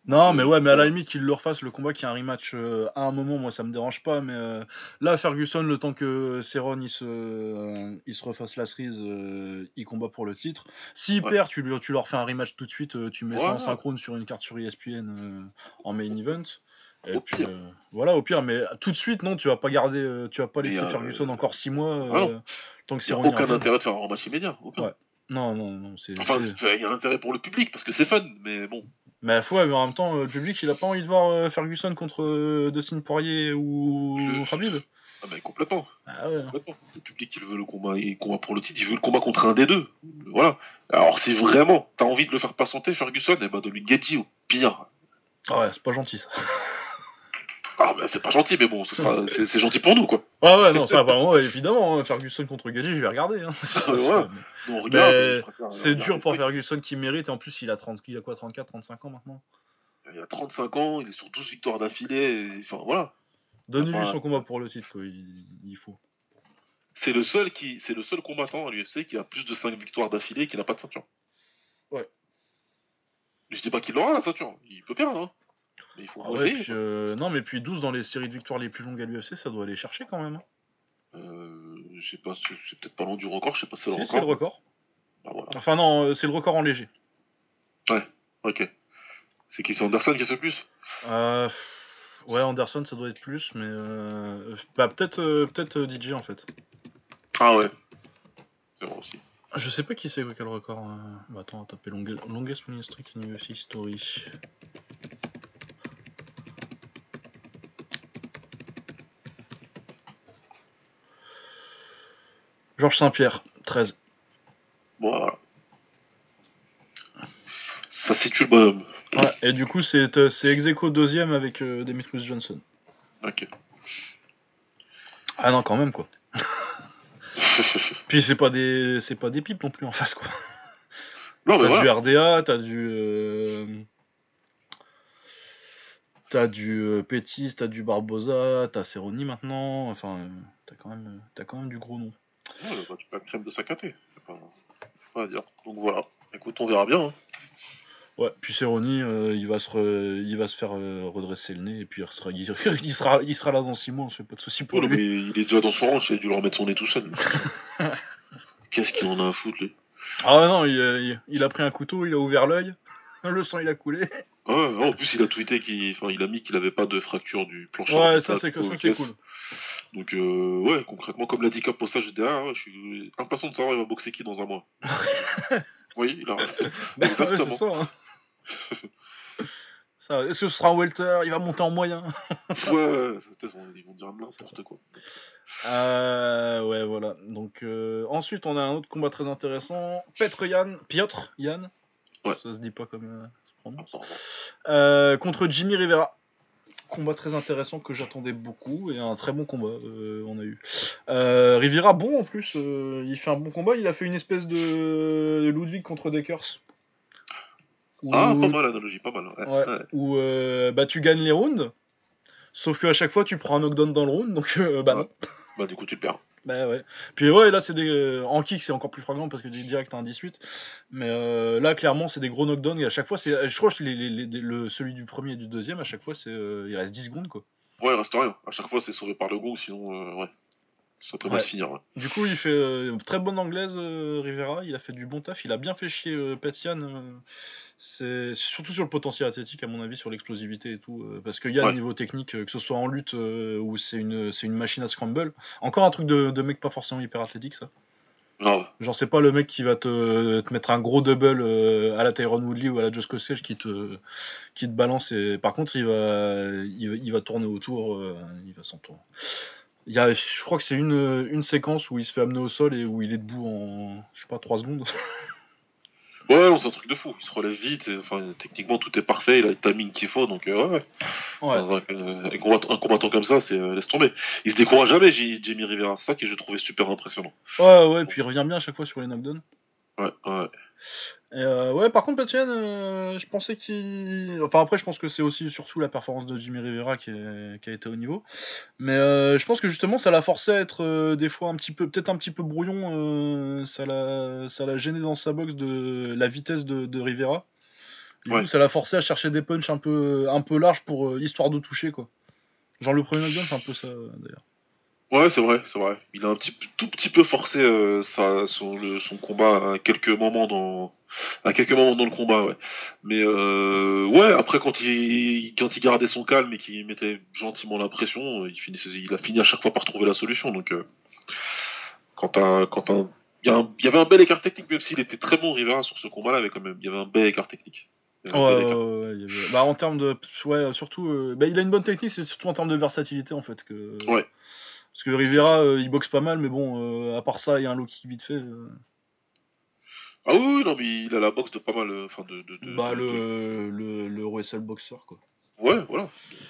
Non, mais ouais, mais à la Voilà. limite qu'il le refasse le combat, qu'il y ait un rematch à un moment, moi ça me dérange pas, mais là Ferguson, le temps que Cerrone il se refasse la cerise, il combat pour le titre. S'il Ouais. perd, tu leur fais un rematch tout de suite, tu mets ça en Voilà. synchrone sur une carte sur ESPN en main event. Et Au puis pire. voilà, au pire, mais tout de suite, non, tu vas pas Mais laisser Ferguson encore 6 mois ah non, tant que il n'y a Cerrone y aucun revienne. intérêt de faire un rematch immédiat. Aucun. Ouais. Non, non, non, c'est. Enfin, il y a intérêt pour le public parce que c'est fun, mais bon. Mais faut, mais en même temps, le public, il a pas envie de voir Ferguson contre Dustin Poirier ou Khabib. Ah, mais complètement. Ah ouais. Complètement. Le public, il veut le combat, il combat pour le titre, il veut le combat contre un des deux. Voilà. Alors, si vraiment t'as envie de le faire patienter, Ferguson, eh ben, donne-lui Gedji au pire. Ah ouais, c'est pas gentil ça. Ah, ben, c'est pas gentil, mais bon, c'est gentil pour nous, quoi. Ah ouais, non, ça, vraiment, ouais, évidemment, Ferguson contre Gaethje, je vais regarder, hein, si ça se Voilà. fait. Nous, on regarde, je Mais préfère c'est regarder dur le pour truc. Ferguson qui mérite, et en plus, il a quoi, 34, 35 ans maintenant. Il a 35 ans, il est sur 12 victoires d'affilée, enfin, voilà. Il y a Donne-lui pas... son combat pour le titre, quoi, il faut. C'est le seul combattant à l'UFC qui a plus de 5 victoires d'affilée et qui n'a pas de ceinture. Ouais. Je dis pas qu'il aura la ceinture, il peut perdre, hein. Mais il faut Ah au moins ouais, essayer, puis quoi. non, mais puis 12 dans les séries de victoires les plus longues à l'UFC, ça doit aller chercher quand même, hein. Je sais pas, c'est peut-être pas loin du record, je sais pas si c'est le Si, c'est le record. record. Bah voilà. Enfin non, c'est le record en léger. Ouais, ok. C'est qui, c'est Anderson qui a fait plus? Euh, ouais, Anderson, ça doit être plus, mais bah peut-être DJ en fait. Ah ouais, c'est vrai aussi. Je sais pas qui c'est quel record. Bah attends, on va taper longest winning streak in UFC history. Georges Saint-Pierre, 13. Bon, voilà. Ça situe le bonhomme. Ouais, et du coup c'est ex aequo deuxième avec Demetrius Johnson. Ok. Ah non, quand même quoi. Puis c'est pas des pipes non plus en face quoi. Non, mais T'as du voilà. RDA, t'as du Pétis, t'as du Barbosa, t'as Cerrone maintenant, enfin t'as quand même du gros nom. Ouais, bah, tu peux la crème de sacaté. Pas à dire. Donc voilà. Écoute, on verra bien. Hein. Ouais, puis Cerrone, il va se faire redresser le nez et puis il sera là dans 6 mois, on se fait pas de soucis Ouais, pour non, mais lui. il est déjà dans son rang, j'ai dû leur mettre son nez tout seul. Qu'est-ce qu'il en a à foutre, lui? Ah ouais, non, il a pris un couteau, il a ouvert l'œil, le sang il a coulé. Ouais, en plus, il a tweeté il a mis qu'il avait pas de fracture du plancher Ouais, orbital ça aux c'est caisses. cool. Donc, ouais, concrètement, comme l'a dit Cap au stage derrière, ouais, je suis impatient de savoir il va boxer qui dans un mois. Oui, il a. Bah ouais, c'est Exactement. ça. Hein. Est-ce que ce sera un welter? Il va monter en moyen. Ouais, ils vont dire n'importe quoi. Ouais, voilà. Donc ensuite, on a un autre combat très intéressant. Piotr Yann. Ouais. Ça se dit pas comme ça se prononce. Apparemment. Contre Jimmy Rivera. Combat très intéressant que j'attendais beaucoup et un très bon combat on a eu. Rivera bon en plus, il fait un bon combat, il a fait une espèce de Ludwig contre Dekers. Ah, pas Où, mal l'analogie, pas mal. Ouais. ouais, Ouais. où bah, tu gagnes les rounds, sauf qu'à chaque fois tu prends un knockdown dans le round, donc bah Ouais. non. Bah, du coup, tu perds. Bah ouais. Puis ouais, là c'est en kick c'est encore plus flagrant parce que direct t'as un 18. Mais là clairement c'est des gros knockdowns et à chaque fois je crois que celui du premier et du deuxième à chaque fois il reste 10 secondes quoi. Ouais, il reste rien. À chaque fois, c'est sauvé par le go, sinon, ouais. Ça peut mal Ouais. se finir. Ouais. Du coup, il fait très bonne anglaise, Rivera. Il a fait du bon taf. Il a bien fait chier Petian. C'est surtout sur le potentiel athlétique, à mon avis, sur l'explosivité et tout. Parce qu'il y a le Ouais. niveau technique, que ce soit en lutte ou c'est une machine à scramble. Encore un truc de mec pas forcément hyper athlétique, ça. Grave. Genre, c'est pas le mec qui va te mettre un gros double à la Tyron Woodley ou à la Josh Koscheck qui te balance. Et par contre, il va tourner autour. Il va s'entourner. Je crois que c'est une séquence où il se fait amener au sol et où il est debout en, je sais pas, 3 secondes. Ouais, non, c'est un truc de fou. Il se relève vite. Enfin, techniquement, tout est parfait. Il a le timing qu'il faut. Donc, ouais. Ouais. Dans un combattant comme ça, c'est laisse tomber. Il se décourage jamais, Jamie Rivera. C'est ça que j'ai trouvé super impressionnant. Ouais, puis il revient bien à chaque fois sur les knockdowns. Ouais. Et ouais, par contre, Petienne, je pensais qu'il. Enfin, après, je pense que c'est aussi surtout la performance de Jimmy Rivera qui a été au niveau. Mais je pense que justement, ça l'a forcé à être des fois peut-être un petit peu brouillon. Ça l'a gêné dans sa boxe de la vitesse de Rivera. Du coup, ça l'a forcé à chercher des punchs un peu larges pour histoire de toucher, quoi. Genre le premier knockdown, c'est un peu ça, d'ailleurs. Ouais, c'est vrai. Il a tout petit peu forcé son combat à quelques moments dans le combat, ouais. Mais ouais, après quand il gardait son calme et qu'il mettait gentiment la pression, il a fini à chaque fois par trouver la solution. Donc il y avait un bel écart technique, même s'il était très bon Rivera sur ce combat-là, mais quand même, il y avait un bel écart technique. Ouais, bah en termes de, ouais, surtout, bah il a une bonne technique, c'est surtout en termes de versatilité en fait que. Ouais. Parce que Rivera, il boxe pas mal, mais bon, à part ça, il y a un low kick vite fait. Ah oui, non, mais il a la boxe de pas mal, Bah le wrestle boxer quoi. Ouais, voilà.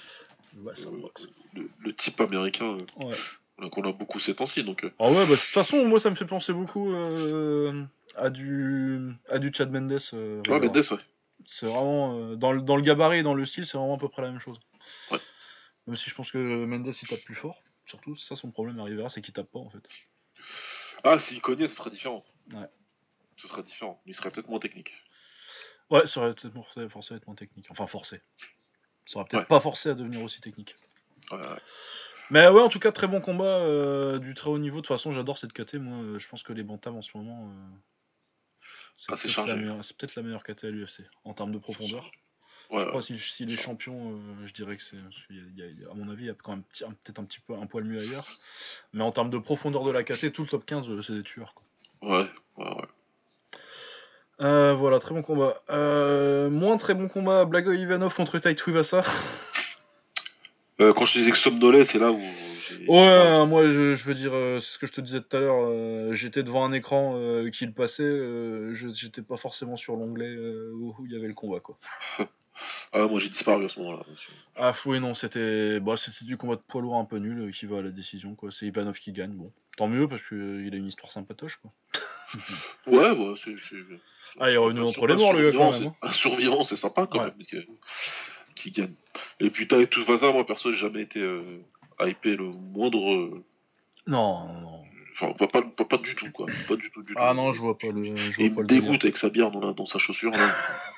Le le type américain ouais. qu'on a beaucoup ces temps-ci, donc. Ah ouais, bah de toute façon, moi ça me fait penser beaucoup à du Chad Mendes. Ouais, Rivera. Mendes, ouais. C'est vraiment dans le gabarit et dans le style, c'est vraiment à peu près la même chose. Ouais. Même si je pense que Mendes il tape plus fort. Surtout, ça son problème à Rivera, c'est qu'il tape pas en fait. Ah, s'il cognait, ce serait différent. Ouais. Ce serait différent. Mais il serait peut-être moins technique. Ouais, ça aurait peut-être forcé à être moins technique. Enfin, forcé. Ça aurait peut-être pas forcé à devenir aussi technique. Ouais. Mais ouais, en tout cas, très bon combat du très haut niveau. De toute façon, j'adore cette KT. Moi, je pense que les bantams en ce moment, c'est peut-être la meilleure KT à l'UFC en termes de profondeur. Ouais, je crois que si les champions, je dirais que c'est. À mon avis, il y a quand même peut-être un petit peu un poil mieux ailleurs. Mais en termes de profondeur de la KT, tout le top 15, c'est des tueurs. Quoi. Ouais. Voilà, très bon combat. Moins très bon combat, Blago Ivanov contre Tai Tuivasa. Quand je disais que somnolais, c'est là où Ouais, moi je veux dire, c'est ce que je te disais tout à l'heure, j'étais devant un écran qui le passait, j'étais pas forcément sur l'onglet où il y avait le combat quoi. Ah, moi j'ai disparu à ce moment-là. Ah oui, non, c'était du combat de poids lourd un peu nul qui va à la décision quoi. C'est Ivanov qui gagne, bon. Tant mieux parce qu'il a une histoire sympatoche quoi. Ouais, bah c'est. Ah, il est revenu entre les morts le gars quand même. Un survivant, c'est sympa quand ouais. même qui gagne. Et puis Tai Tuivasa, moi perso, j'ai jamais été hypé le moindre. Non. Enfin, pas du tout, quoi. Pas du tout. Ah non, je vois pas le. Il me dégoûte avec sa bière dans sa chaussure, là.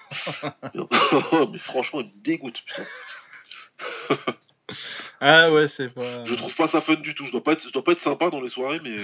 Mais franchement, il me dégoûte, putain. Ah ouais, c'est pas. Je trouve pas ça fun du tout. Je dois pas être sympa dans les soirées, mais.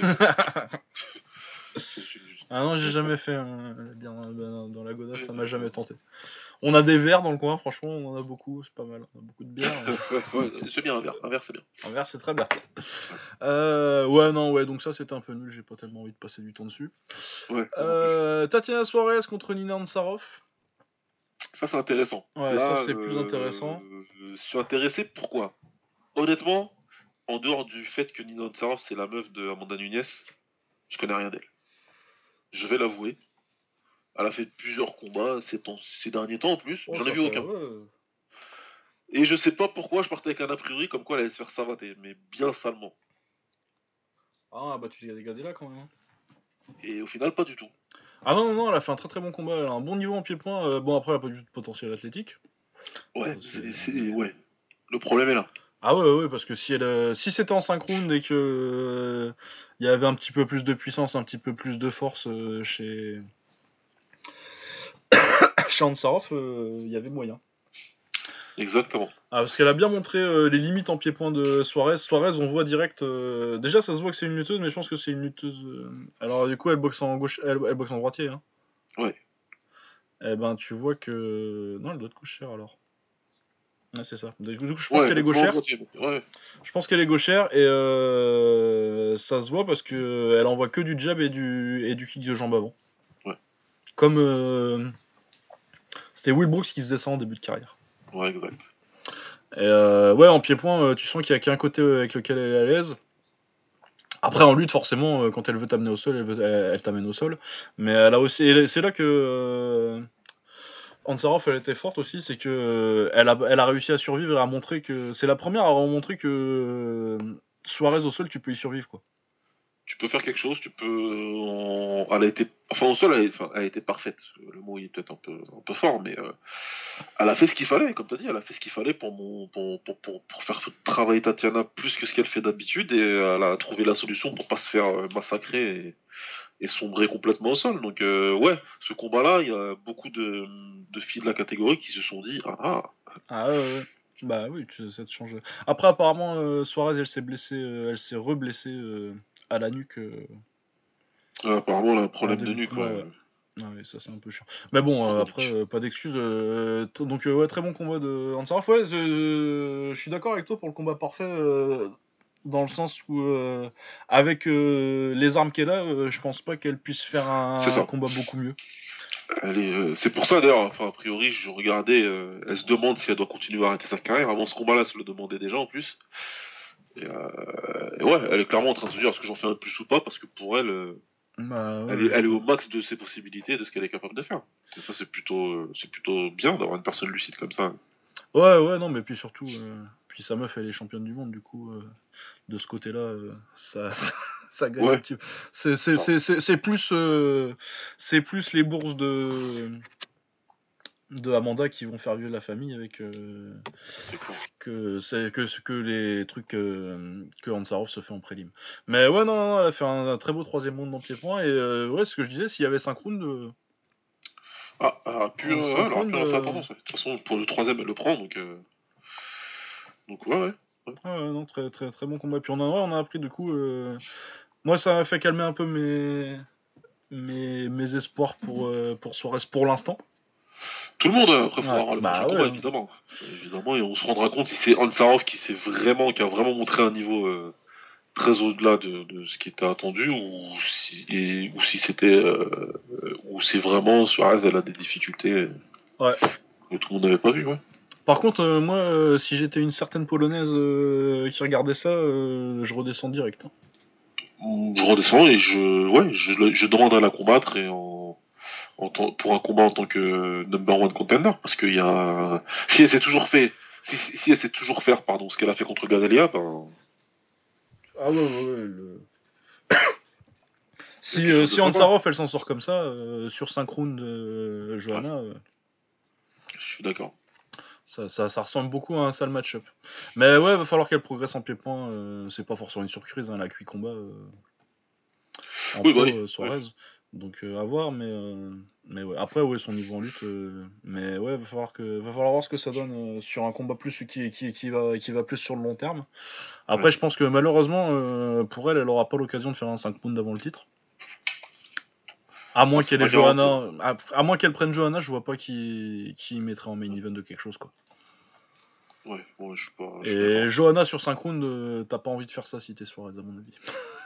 Ah non, j'ai jamais fait la bière dans la godasse, ça m'a jamais tenté. On a des verres dans le coin, franchement, on en a beaucoup, c'est pas mal. On a beaucoup de bière. Ouais, c'est bien un verre. Un verre, c'est bien. Un verre, c'est très bien. Ouais, donc ça c'était un peu nul, j'ai pas tellement envie de passer du temps dessus. Ouais. Tatiana Suarez contre Nina Ansarov. Ça, c'est intéressant. Ouais, là, ça c'est plus intéressant. Je suis intéressé, pourquoi? Honnêtement, en dehors du fait que Nina Ansarov c'est la meuf de Amanda Nunes, je connais rien d'elle. Je vais l'avouer. Elle a fait plusieurs combats ces derniers temps en plus. J'en ai vu aucun. Ouais. Et je sais pas pourquoi je partais avec un a priori comme quoi elle allait se faire savater, mais bien salement. Ah bah tu l'as dégagé là quand même. Hein. Et au final, pas du tout. Ah non, elle a fait un très très bon combat, elle a un bon niveau en pied-point. Bon, après, elle a pas du tout de potentiel athlétique. Ouais, ouais. Le problème est là. Ah ouais, parce que si c'était en 5 rounds et que il y avait un petit peu plus de puissance, un petit peu plus de force chez Ansarov, il y avait moyen. Exactement. Ah, parce qu'elle a bien montré les limites en pied-point de Suarez. Suarez, on voit direct. Déjà, ça se voit que c'est une lutteuse, mais je pense que c'est une lutteuse. Alors, du coup, elle boxe en gauche, elle boxe en droitier. Hein. Ouais. Eh ben, tu vois que. Non, elle doit être gauchère alors. Ouais, c'est ça. Du coup, je pense qu'elle est gauchère. Ouais. Je pense qu'elle est gauchère et ça se voit parce que elle envoie que du jab et du kick de jambe avant. Ouais. Comme c'était Will Brooks qui faisait ça en début de carrière. Ouais, exact. Et ouais, en pied-point, tu sens qu'il y a qu'un côté avec lequel elle est à l'aise. Après, en lutte, forcément, quand elle veut t'amener au sol, elle t'amène au sol. Mais elle a aussi, c'est là que Ansarov, elle était forte aussi, c'est que elle a réussi à survivre et à montrer que c'est la première à avoir montré que Suarez au sol, tu peux y survivre quoi. Tu peux faire quelque chose, tu peux. Elle a été. Enfin, au sol, elle a été parfaite. Le mot est peut-être un peu fort, mais elle a fait ce qu'il fallait, comme tu as dit, elle a fait ce qu'il fallait pour faire travailler Tatiana plus que ce qu'elle fait d'habitude, et elle a trouvé la solution pour pas se faire massacrer et sombrer complètement au sol. Donc ouais, ce combat-là, il y a beaucoup de filles de la catégorie qui se sont dit Ah ouais. Bah oui, ça te change. Après, apparemment, Suarez, elle s'est blessée, elle s'est reblessée à la nuque apparemment elle a un en problème de début de nuque. combat, Ouais. ouais. Ah oui, ça c'est un peu chiant. Mais bon, après, Chronique. pas d'excuses. Donc, ouais, très bon combat de Ansarov. Ouais, je suis d'accord avec toi pour le combat parfait, dans le sens où, avec les armes qu'elle a, je pense pas qu'elle puisse faire C'est un ça. combat beaucoup mieux. C'est pour ça d'ailleurs, enfin a priori je regardais, elle se demande si elle doit continuer à arrêter sa carrière. Avant ce combat-là, elle se le demandait déjà en plus. Et ouais, elle est clairement en train de se dire est-ce que j'en fais un de plus ou pas, parce que pour elle, Bah elle est, ouais, elle est au max de ses possibilités, de ce qu'elle est capable de faire. Et ça c'est plutôt bien d'avoir une personne lucide comme ça. ouais, non, mais puis surtout, puis sa meuf, elle est championne du monde, du coup, de ce côté-là, ça, ça gagne un Ouais, petit peu. C'est plus les bourses de Amanda qui vont faire vivre la famille avec c'est clair. que les trucs que Hansarov se fait en prélim. Mais ouais, non, elle a fait un très beau troisième round dans pied-point et ouais, ce que je disais, s'il y avait 5 rounds, Ah, en ouais, 5 elle aurait rounds, pu lancer la tendance. Ouais. De toute façon, pour le troisième, elle le prend, donc ouais, ouais. Ouais. ouais, non, très, très, très bon combat. Puis on a appris du coup, moi ça m'a fait calmer un peu mes espoirs pour Suarez pour l'instant. Tout le monde, après, faudra Ouais, voir le prochain bah ouais, combat, hein. évidemment. Évidemment, et on se rendra compte si c'est Ansarov qui a vraiment montré un niveau très au-delà de ce qui était attendu, ou si c'était, ou si vraiment Suarez, elle a des difficultés Ouais. que tout le monde n'avait pas vu, ouais. Par contre, moi, si j'étais une certaine polonaise qui regardait ça, je redescends direct, hein. Je redescends et je demande à la combattre pour un combat en tant que number one contender, parce qu'il y a, si elle sait toujours fait, si elle sait toujours faire, pardon, ce qu'elle a fait contre Gadalia, ben, Ah ouais, il y a quelque chose de Si sympa. Ansarov elle s'en sort comme ça, sur 5 rounds de Ouais, Johanna, je suis d'accord. ça ressemble beaucoup à un sale match-up. Mais ouais, va falloir qu'elle progresse en pied-point. C'est pas forcément une surprise, hein, elle a 8 combats en Oui, bah pro, allez. Ouais. Suarez. Donc à voir, mais ouais. Après, ouais, son niveau en lutte. Mais ouais, va falloir voir ce que ça donne sur un combat plus qui va plus sur le long terme. Ouais. Après, je pense que malheureusement, pour elle, elle aura pas l'occasion de faire un 5 rounds avant le titre. À Ah, moins c'est qu'elle ait pas garanti, hein. Johanna. À moins qu'elle prenne Johanna, je vois pas qui mettrait en main event de quelque chose, quoi. Ouais, bon, je suis Et d'accord. Johanna sur 5 rounds, t'as pas envie de faire ça si t'es Suarez, à mon avis.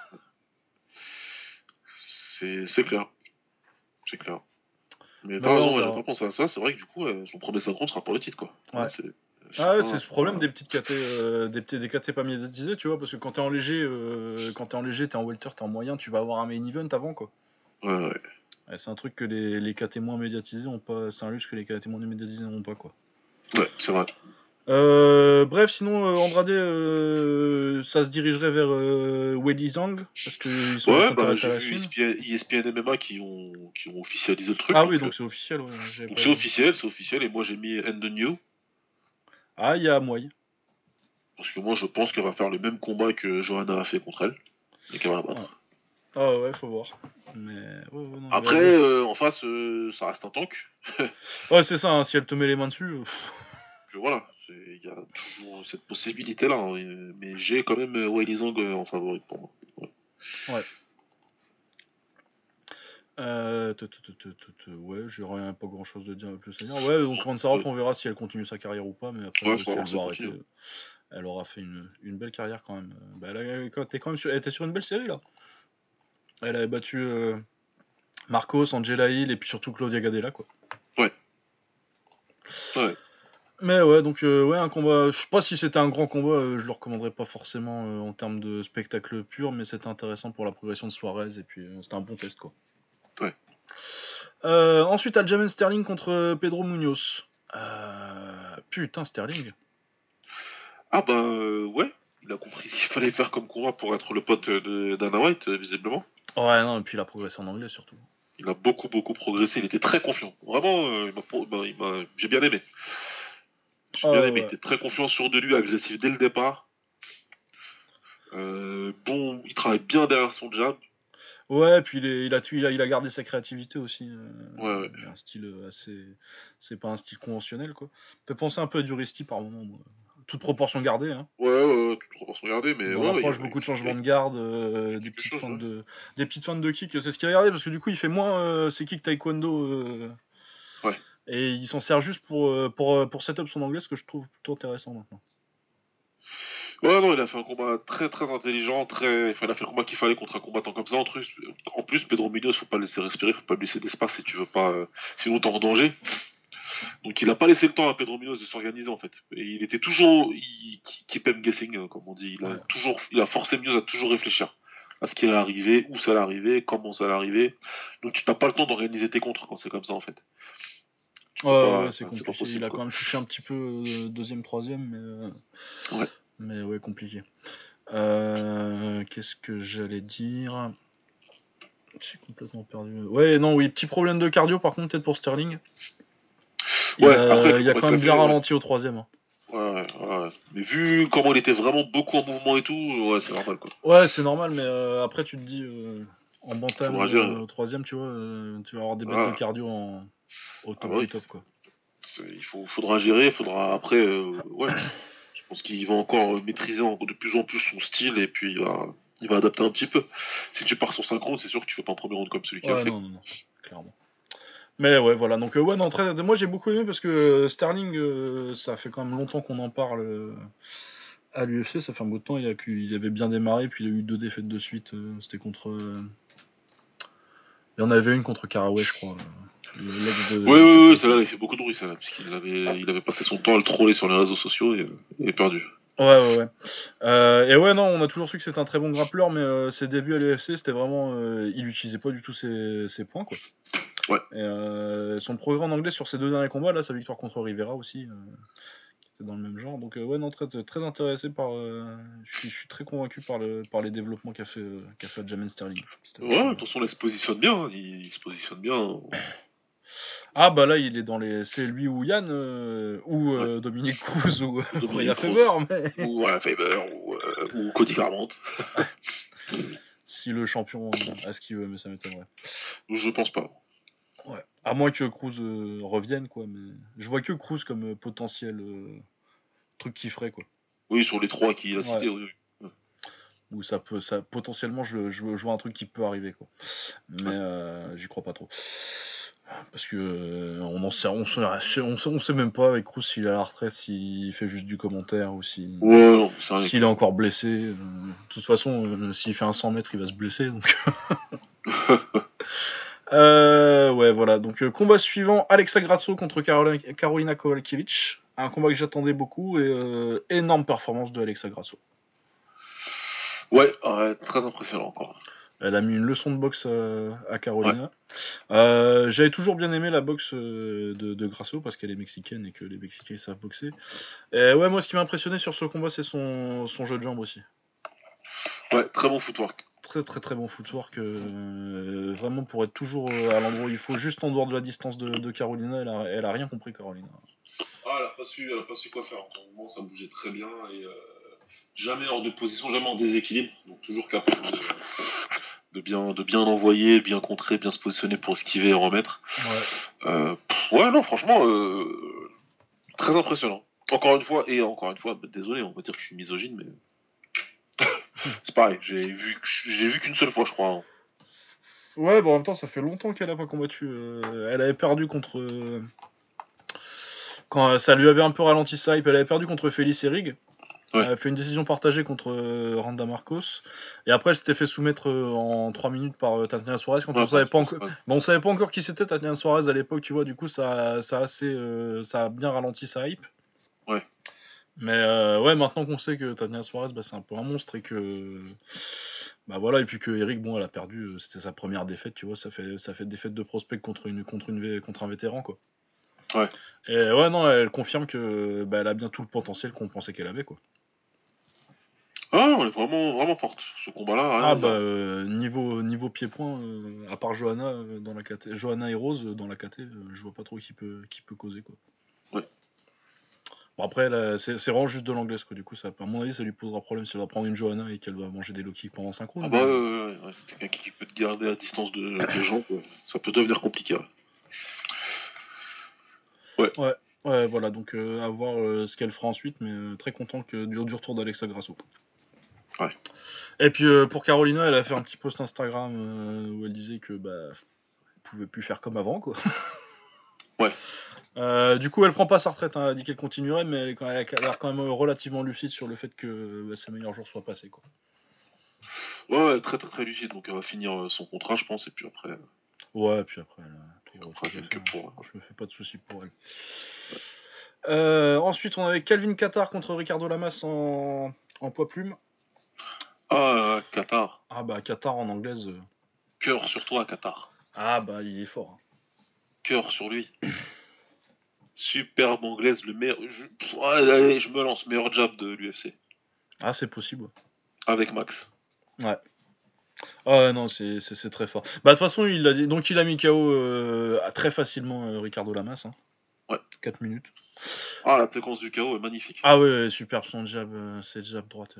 C'est clair, c'est clair. Mais Mais t'as ouais, raison, on ouais, j'avais verra. pas pensé à ça. C'est vrai que du coup, son premier synchro sera pour le titre, quoi. Ouais, Ouais. c'est Ah ouais, c'est pas, ce c'est problème pas- des petites KT, des KT pas médiatisés, tu vois, parce que quand t'es en léger, t'es en welter, t'es en moyen, tu vas avoir un main event avant, quoi. Ouais, ouais. Ouais, c'est un truc que les KT moins médiatisés ont pas, c'est un luxe que les KT moins médiatisés n'ont pas, quoi. Ouais, c'est vrai. Bref, sinon, Andrade, ça se dirigerait vers Weili Zhang, parce qu'ils Ouais, bah s'intéressent j'ai à la vu Chine. ESPN MMA qui ont officialisé le truc, Ah oui, donc c'est officiel, ouais, j'avais donc pas vu. c'est officiel, et moi j'ai mis End the New, Ah, il y a Moy. parce que moi je pense qu'elle va faire le même combat que Johanna a fait contre elle, et qu'elle va la Ouais. battre. Ah ouais, faut voir. Mais non, Après, en face, ça reste un tank, ouais, c'est ça, hein, si elle te met les mains dessus. que voilà, il y a toujours cette possibilité-là, hein, mais j'ai quand même Weili Zhang en favori pour moi. Ouais. Ouais. Ouais, j'ai rien, pas grand chose de dire plus à dire. Ouais, donc Ransarov, Ouais, on verra si elle continue sa carrière ou pas, mais après, ouais, faut si elle voir si veut ça arrêter, continue. elle aura fait une belle carrière quand même. Bah, t'es quand même elle était sur une belle série là. Elle avait battu Marcos, Angela Hill et puis surtout Claudia Gadella, quoi. Ouais, ouais. Mais ouais, donc ouais, un combat. Je sais pas si c'était un grand combat, je le recommanderais pas forcément en termes de spectacle pur, mais c'était intéressant pour la progression de Suarez et puis c'était un bon test, quoi. Ouais. Ensuite, Aljamain Sterling contre Pedro Munoz. Putain, Sterling. Ah ben ouais, il a compris ce qu'il fallait faire comme combat pour être le pote de Dana White, visiblement. Ouais, non, et puis la progression en anglais surtout. Il a beaucoup progressé, il était très confiant. Vraiment, j'ai bien aimé. J'ai bien Ah aimé, il ouais. était très confiant sur de lui, agressif dès le départ. Bon, il travaille bien derrière son jab. Ouais, puis il a gardé sa créativité aussi. Ouais. Il a un style assez. C'est pas un style conventionnel, quoi. Peut penser un peu à du Risty par moment, moi. Toute proportion gardée, hein. Tout trop se regarder, mais Dans l'approche, beaucoup de changements de garde, des quelque petites chose, feintes ouais. des petites feintes de kick, c'est ce qu'il a gardé parce que du coup il fait moins ses kicks taekwondo Ouais. et il s'en sert juste pour setup son anglais, ce que je trouve plutôt intéressant maintenant. Ouais, non, il a fait un combat très très intelligent, enfin, il a fait le combat qu'il fallait contre un combattant comme ça. En plus, Pedro Munoz, faut pas le laisser respirer, faut pas lui laisser d'espace si tu veux pas, sinon t'es en danger. Donc il a pas laissé le temps à Pedro Munoz de s'organiser en fait. Et il était toujours, keep him guessing, comme on dit. Ouais. Il a forcé Munoz à toujours réfléchir à ce qui allait arriver, où ça allait arriver, comment ça allait arriver. Donc tu n'as pas le temps d'organiser tes contres quand c'est comme ça en fait. Ouais, c'est C'est pas compliqué. Il possible a quoi. quand même touché un petit peu deuxième, troisième, Ouais. mais ouais, compliqué. Qu'est-ce que j'allais dire? J'ai complètement perdu. Ouais, non, oui, petit problème de cardio par contre, peut-être pour Sterling. Ouais, après avec le Il a combat quand qu'il a même bien fait, ouais. ralenti au troisième, hein. Ouais. Mais vu comment il était vraiment beaucoup en mouvement et tout, ouais, c'est normal quoi. Ouais, c'est normal, mais après tu te dis, en bantam Faudra gérer. au troisième, tu vois, tu vas avoir des bêtes de Ah, cardio au ah top bah du oui. top, quoi. Faudra gérer, faudra après, ouais. Je pense qu'il va encore maîtriser de plus en plus son style et puis il va adapter un petit peu. Si tu pars sur 5 rounds, c'est sûr que tu fais pas un premier round comme celui qu'il a Ouais, fait. non, clairement. Mais ouais, voilà, donc ouais, non, moi j'ai beaucoup aimé parce que Sterling, ça fait quand même longtemps qu'on en parle à l'UFC, ça fait un bout de temps, il avait bien démarré, puis il a eu 2 défaites de suite, c'était contre... il y en avait une contre Caraway, je crois, l'ex de Oui, Shakur. celle-là, il fait beaucoup de bruit, celle-là, parce qu'il avait passé son temps à le troller sur les réseaux sociaux et il est perdu. Ouais. Et ouais, non, on a toujours su que c'était un très bon grappleur, mais ses débuts à l'UFC, c'était vraiment. Il utilisait pas du tout ses points, quoi. Ouais. Et son progrès en anglais sur ses 2 derniers combats, là, sa victoire contre Rivera aussi, qui était dans le même genre. Donc, ouais, non, très intéressé par. Je suis très convaincu par les développements qu'a fait Aljamain Sterling. C'était Ouais, de vachement toute bien. façon, là, il se positionne bien, hein, il se positionne bien, hein. Ah, bah là, il est dans les. C'est lui ou Yann, ou Ouais. Dominique Cruz, ou Ou Uriah Dominique Faber, Rose, mais. ou Faber, ou Cody Garbrandt. Si le champion a ce qu'il veut, mais ça m'étonnerait. Je pense pas. Ouais. À moins que Cruz revienne, quoi. Mais je vois que Cruz comme potentiel truc qui ferait, quoi. Oui, sur les 3 qu'il a Ouais. cités, oui. Ou potentiellement, je vois un truc qui peut arriver, quoi. Mais Ouais. j'y crois pas trop. Parce que on sait même pas avec Cruz s'il est à la retraite, s'il fait juste du commentaire ou Ouais, non, c'est rien. s'il est encore blessé. De toute façon, s'il fait un 100 mètres, il va se blesser. Donc. Ouais, voilà. Donc, combat suivant, Alexa Grasso contre Karolina Kowalkiewicz. Un combat que j'attendais beaucoup et énorme performance de Alexa Grasso. Ouais, très impressionnant encore. Elle a mis une leçon de boxe à Ouais. Carolina. J'avais toujours bien aimé la boxe de Grasso parce qu'elle est mexicaine et que les Mexicains ils savent boxer. Et ouais, moi ce qui m'a impressionné sur ce combat, c'est son jeu de jambes aussi. Ouais, très bon footwork. Très bon footwork. Vraiment pour être toujours à l'endroit où il faut, juste en dehors de la distance de Carolina, elle a rien compris, Carolina. Ah, elle a pas su quoi faire. En tout moment, ça bougeait très bien et jamais hors de position, jamais en déséquilibre. Donc toujours capable de bien envoyer, bien contrer, bien se positionner pour esquiver et remettre. Ouais. Ouais, non, franchement, très impressionnant. Encore une fois, bah, désolé, on va dire que je suis misogyne, mais c'est pareil. J'ai vu qu'une seule fois, je crois, hein. Ouais, bon, en même temps, ça fait longtemps qu'elle a pas combattu. Elle avait perdu contre. Quand ça lui avait un peu ralenti sa hype, elle avait perdu contre Félix Herrig. Elle Ouais. a fait une décision partagée contre Randa Marcos. Et après, elle s'était fait soumettre en 3 minutes par Tatiana Suarez quand on Ouais, savait pas encore. ouais. Bon, on savait pas encore qui c'était Tatiana Suarez à l'époque, tu vois. Du coup, ça a bien ralenti sa hype. Ouais. Mais ouais, maintenant qu'on sait que Tatiana Suarez, bah, c'est un peu un monstre et que. Bah voilà, et puis que Eric, bon, elle a perdu, c'était sa première défaite, tu vois. Ça fait défaite de prospect contre un vétéran, quoi. Ouais. Et ouais, non, elle confirme que bah, elle a bien tout le potentiel qu'on pensait qu'elle avait, quoi. Ah, on est vraiment, vraiment forte. Ce combat-là, rien Ah à bah dire. niveau pied-point, à part Johanna dans la KT, Johanna et Rose dans la KT, je vois pas trop qui peut causer, quoi. Ouais. Bon, après, là, c'est vraiment juste de l'anglaise, quoi. Du coup, à mon avis, ça lui posera problème si elle doit prendre une Johanna et qu'elle doit manger des low kicks pendant 5 Ah rounds. bah ouais, c'est quelqu'un qui peut te garder à distance de gens, quoi. Ça peut devenir compliqué. Ouais. Ouais, voilà, donc à voir ce qu'elle fera ensuite, mais très content du retour d'Alexa Grasso. Ouais. Et puis pour Carolina, elle a fait un petit post Instagram où elle disait que elle pouvait plus faire comme avant, quoi. Ouais. Du coup, elle prend pas sa retraite, hein. Elle a dit qu'elle continuerait, mais elle a l'air quand même relativement lucide sur le fait que ses meilleurs jours soient passés, quoi. Ouais, très très très lucide, donc elle va finir son contrat, je pense, et puis après. Ouais, puis après, elle a tout Après, autre chose à que faire, pour. hein. Je me fais pas de soucis pour elle. Ensuite, on avait Calvin Kattar contre Ricardo Lamas en poids plume. Ah, Qatar. Ah bah, Kattar en anglaise. Cœur sur toi, Qatar. Ah bah, il est fort, hein. Cœur sur lui. Superbe anglaise, le meilleur. Allez, je me lance, meilleur jab de l'UFC. Ah, c'est possible. Avec Max. Ouais. Ah ouais, non, c'est très fort. Bah, de toute façon, il a mis KO très facilement Ricardo Lamas, hein. Ouais. 4 minutes. Ah, la séquence du KO est magnifique. Ah ouais, superbe son jab, c'est jab droite.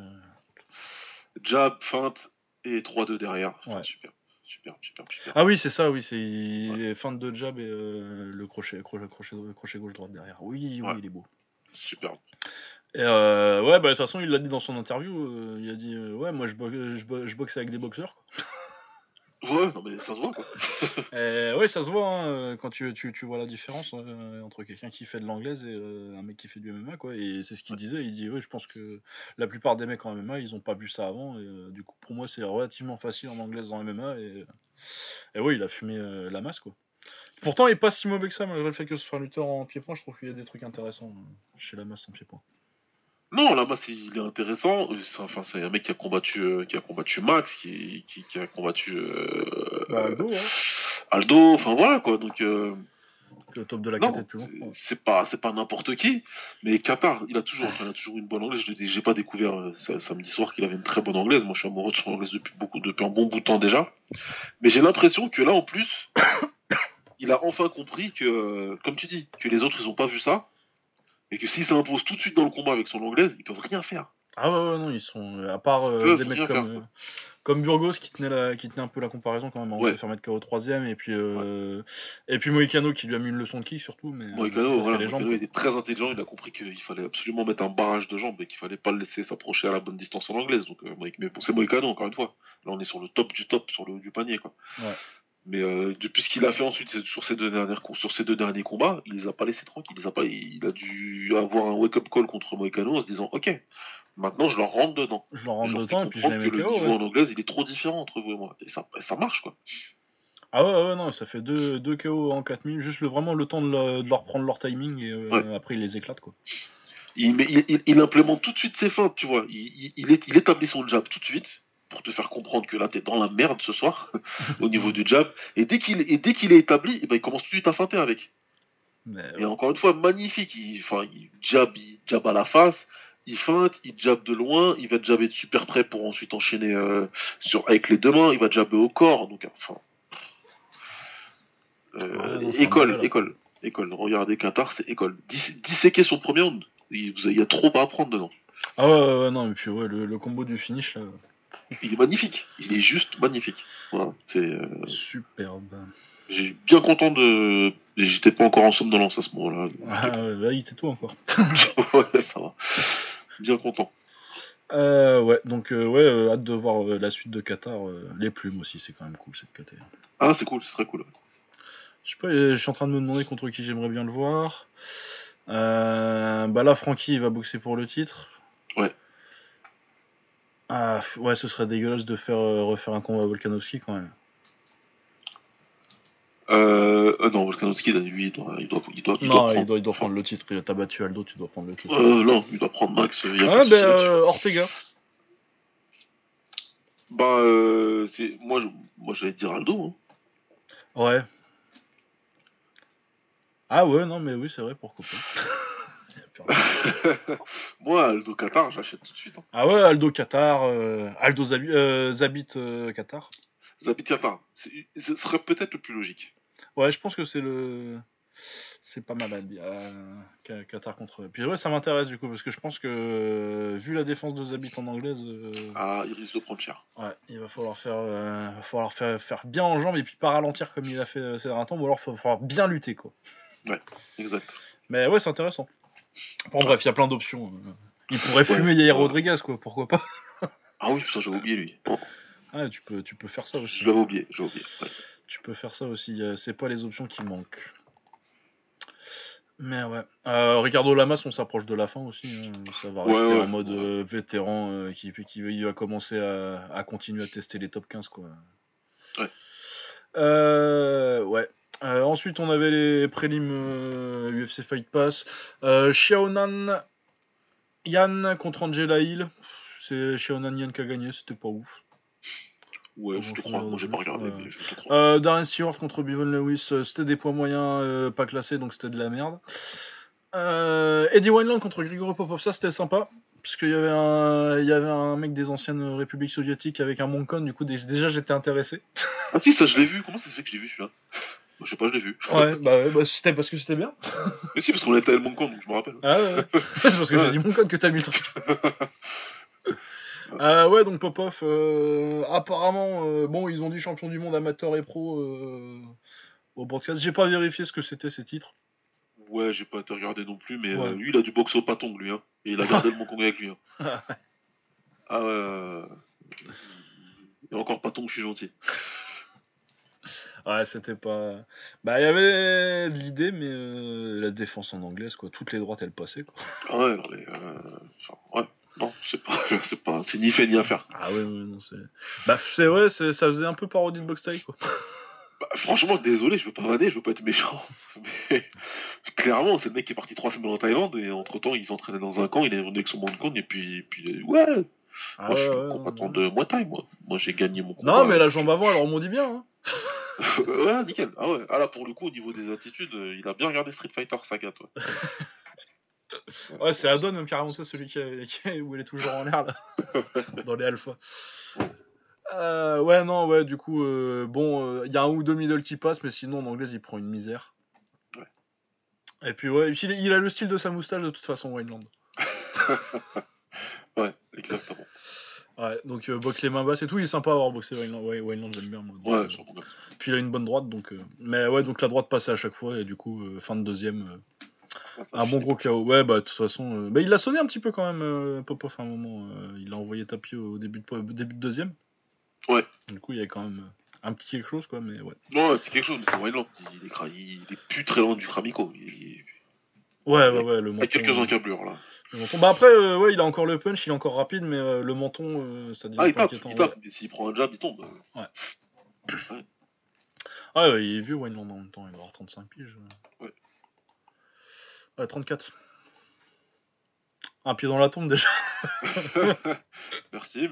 Jab, feinte et 3-2 derrière. Enfin, Ouais. super. Ah oui, c'est ça, oui, c'est feinte de jab et le crochet gauche droite derrière. Oui, Ouais. il est beau. Superbe. Et ouais, bah de toute façon, il l'a dit dans son interview, il a dit ouais, moi je boxe avec des boxeurs, quoi. Ouais, non mais ça se voit quoi. Ouais, ça se voit, hein, quand tu vois la différence entre quelqu'un qui fait de l'anglaise et un mec qui fait du MMA, quoi. Et c'est ce qu'il disait. Il dit, ouais, je pense que la plupart des mecs en MMA, ils ont pas vu ça avant. Et du coup, pour moi, c'est relativement facile en anglaise en MMA. Et ouais, il a fumé la masse, quoi. Pourtant, il est pas si mauvais que ça, malgré le fait que ce soit un lutteur en pied-point. Je trouve qu'il y a des trucs intéressants chez la masse en pied-point. Non, là-bas, il est intéressant. C'est un mec qui a combattu Max, qui a combattu Aldo, ouais. Aldo. Enfin voilà quoi. Donc Qui est au top de la non, catégorie plus longtemps. c'est pas n'importe qui. Mais Qatar, il a toujours une bonne anglaise. J'ai pas découvert samedi soir qu'il avait une très bonne anglaise. Moi, je suis amoureux de son anglaise depuis un bon bout de temps déjà. Mais j'ai l'impression que là, en plus, il a enfin compris que, comme tu dis, que les autres ils ont pas vu ça. Et que s'il s'impose tout de suite dans le combat avec son anglaise, ils peuvent rien faire. Ah ouais, non, ils sont. À part Ils peuvent des mecs rien faire, quoi. comme Burgos qui tenait un peu la comparaison quand même avant de se Ouais, faire mettre KO au troisième, ouais. et puis Moïcano qui lui a mis une leçon de kick surtout, mais c'est Moïcano, parce qu'il voilà, y a les jambes, Moïcano, quoi. il est très intelligent, il a compris qu'il fallait absolument mettre un barrage de jambes et qu'il fallait pas le laisser s'approcher à la bonne distance en anglaise. Donc, mais bon, c'est Moïcano, encore une fois. Là, on est sur le top du top, sur le haut du panier, quoi. Ouais. Mais depuis ce qu'il a fait ensuite sur sur ces deux derniers combats, il les a pas laissés tranquilles. Il a dû avoir un wake-up call contre Moïcano en se disant, ok, maintenant je leur rentre dedans. Je leur Et je rentre leur fais dedans et puis je les comprendre que mets le KO, niveau ouais. en anglaise, il est trop différent entre vous et moi. Et ça marche, quoi. Ah ouais, non, ça fait deux KO en 4 minutes, juste vraiment le temps de leur prendre leur timing, et Ouais. après il les éclate, quoi. Il implémente tout de suite ses feintes, tu vois. Il établit son jab tout de suite pour te faire comprendre que là, t'es dans la merde ce soir au niveau du jab. Et dès qu'il est établi, eh ben, il commence tout de suite à feinter avec. Mais Et ouais. encore une fois, magnifique. Il jab à la face, il feinte, il jab de loin, il va jabber de super près pour ensuite enchaîner avec les deux mains, il va jabber au corps. Donc, enfin, Ouais, non, c'est un malade, après. école. Regardez Qatar, c'est école. Disséquer son premier round. Il y a trop à apprendre dedans. Ah ouais, non, mais puis ouais, le combo du finish, là, Il est magnifique. Il est juste magnifique. Voilà. superbe. J'ai bien content de. J'étais pas encore en somnolence à ce moment-là. Ah ouais, là, il était tout encore. Ouais, ça va. Bien content. Ouais, donc hâte de voir la suite de Qatar. Les plumes aussi, c'est quand même cool cette KT. Ah, c'est cool, c'est très cool. Je sais pas, je suis en train de me demander contre qui j'aimerais bien le voir. Bah là, Francky, il va boxer pour le titre. Ouais. Ah, ouais, ce serait dégueulasse de refaire un combat à Volkanovski quand même. Non, Volkanovski, lui, il doit Non, il prendre. doit prendre le titre. T'as battu Aldo, tu dois prendre le titre. Non, il doit prendre Max, il y a pas Ah, de souci là-dessus. Ortega. Bah, moi j'allais dire Aldo. Hein. Ouais. Ah ouais, non, mais oui, c'est vrai, pourquoi pas. Moi, Aldo Qatar, j'achète tout de suite. Hein. Ah ouais, Aldo Qatar, Zabit Qatar. Zabit Qatar, ce serait peut-être le plus logique. Ouais, je pense que c'est le. C'est pas mal Qatar contre. Puis ouais, ça m'intéresse du coup parce que je pense que vu la défense de Zabit en anglaise, Ah, il risque de prendre cher. ouais, il va falloir faire bien en jambes et puis pas ralentir comme il a fait ces derniers temps, ou alors il va falloir bien lutter quoi. Ouais, exact. Mais ouais, c'est intéressant. Enfin bref, il y a plein d'options. Il pourrait Ouais, fumer Yair ouais. Rodriguez quoi, pourquoi pas. Ah oui, putain, j'avais oublié lui. Oh, Ah, tu peux faire ça aussi. je l'avais oublié, Ouais. Tu peux faire ça aussi. C'est pas les options qui manquent. Mais ouais. Ricardo Lamas, on s'approche de la fin aussi. Hein. Ça va rester en mode vétéran qui va commencer à continuer à tester les top 15 quoi. Ouais. Ouais. Ensuite, on avait les prélims UFC Fight Pass. Xiaonan Yan contre Angela Hill. C'est Xiaonan Yan qui a gagné, c'était pas ouf. Ouais, je te crois. Moi, j'ai pas regardé, mais je te crois. Darren Stewart contre Bivon Lewis, c'était des poids moyens pas classés, donc c'était de la merde. Eddie Wineland contre Grigory Popov, ça c'était sympa. Parce qu'il y avait un mec des anciennes républiques soviétiques avec un Moncon, du coup déjà j'étais intéressé. Ah si, ça je l'ai vu. Comment ça se fait que je l'ai vu celui-là? Je sais pas, je l'ai vu. Ouais, c'était parce que c'était bien. Mais si, parce qu'on était à El Moncon, donc je me rappelle. Ah ouais. C'est parce que j'ai dit Moncon que t'as mis le truc. Ouais, donc Popov, apparemment, bon, ils ont dit champion du monde amateur et pro au broadcast. J'ai pas vérifié ce que c'était ces titres. Ouais, j'ai pas été regardé non plus, mais Ouais. lui, il a du boxe au patong, lui, hein. Et il a gardé le Moncon avec lui, hein. Ah ouais. Et encore patong, je suis gentil. Ouais, c'était pas. Bah, il y avait l'idée, mais la défense en anglaise, quoi. Toutes les droites, elles passaient, quoi. Ah ouais, non, mais. Ouais, non, c'est ni fait ni à faire. Ah ouais, non, c'est. Bah, ça faisait un peu parodie de boxe taille, quoi. Bah, franchement, désolé, je veux pas vanner, je veux pas être méchant. Mais clairement, c'est le mec qui est parti 3 semaines en Thaïlande et entre temps, il s'entraînait dans un camp, il est revenu avec son Moncon et puis ouais. Ah Moi, je suis ouais, combattant de Muay Thai, moi. Moi, j'ai gagné mon combat. Non, mais la jambe avant, elle rebondit bien, hein. Ouais, nickel. Ah ouais. Ah là, pour le coup, au niveau des attitudes, il a bien regardé Street Fighter Saga, toi. Ouais, c'est Adon, même carrément, c'est celui où elle est toujours en l'air, là. Dans les alphas. Ouais, non, ouais, du coup, bon, il y a un ou deux middle qui passent, mais sinon, en anglaise, il prend une misère. Ouais. Et puis, ouais, il a le style de sa moustache, de toute façon, Wineland. Ouais, exactement. Ouais, donc boxe les mains basses et tout, il est sympa à avoir boxé Wineland. Ouais, Wineland, j'aime bien, moi. Donc, Ouais, sûrement. puis il a une bonne droite, donc. Mais ouais, donc la droite passait à chaque fois, et du coup, fin de deuxième. Un bon gros KO. Ouais, bah, de toute façon. Bah, il l'a sonné un petit peu quand même, Popov, à un moment. Il a envoyé tapis au début de deuxième. Ouais. Du coup, il y avait quand même un petit quelque chose, quoi, mais ouais. Non, c'est quelque chose, mais c'est Wineland. Il est plus très loin du Kramiko. Ouais, le menton. Il y a quelques encablures, là. Le menton. Bah, après, ouais, il a encore le punch, il est encore rapide, mais le menton, ça devient pas inquiétant. Il tape, mais s'il prend un jab, il tombe. Ouais. Ah, ouais, il est vieux, Wineland en même temps, il va avoir 35 piges. Ouais. 34. Un pied dans la tombe déjà. Merci.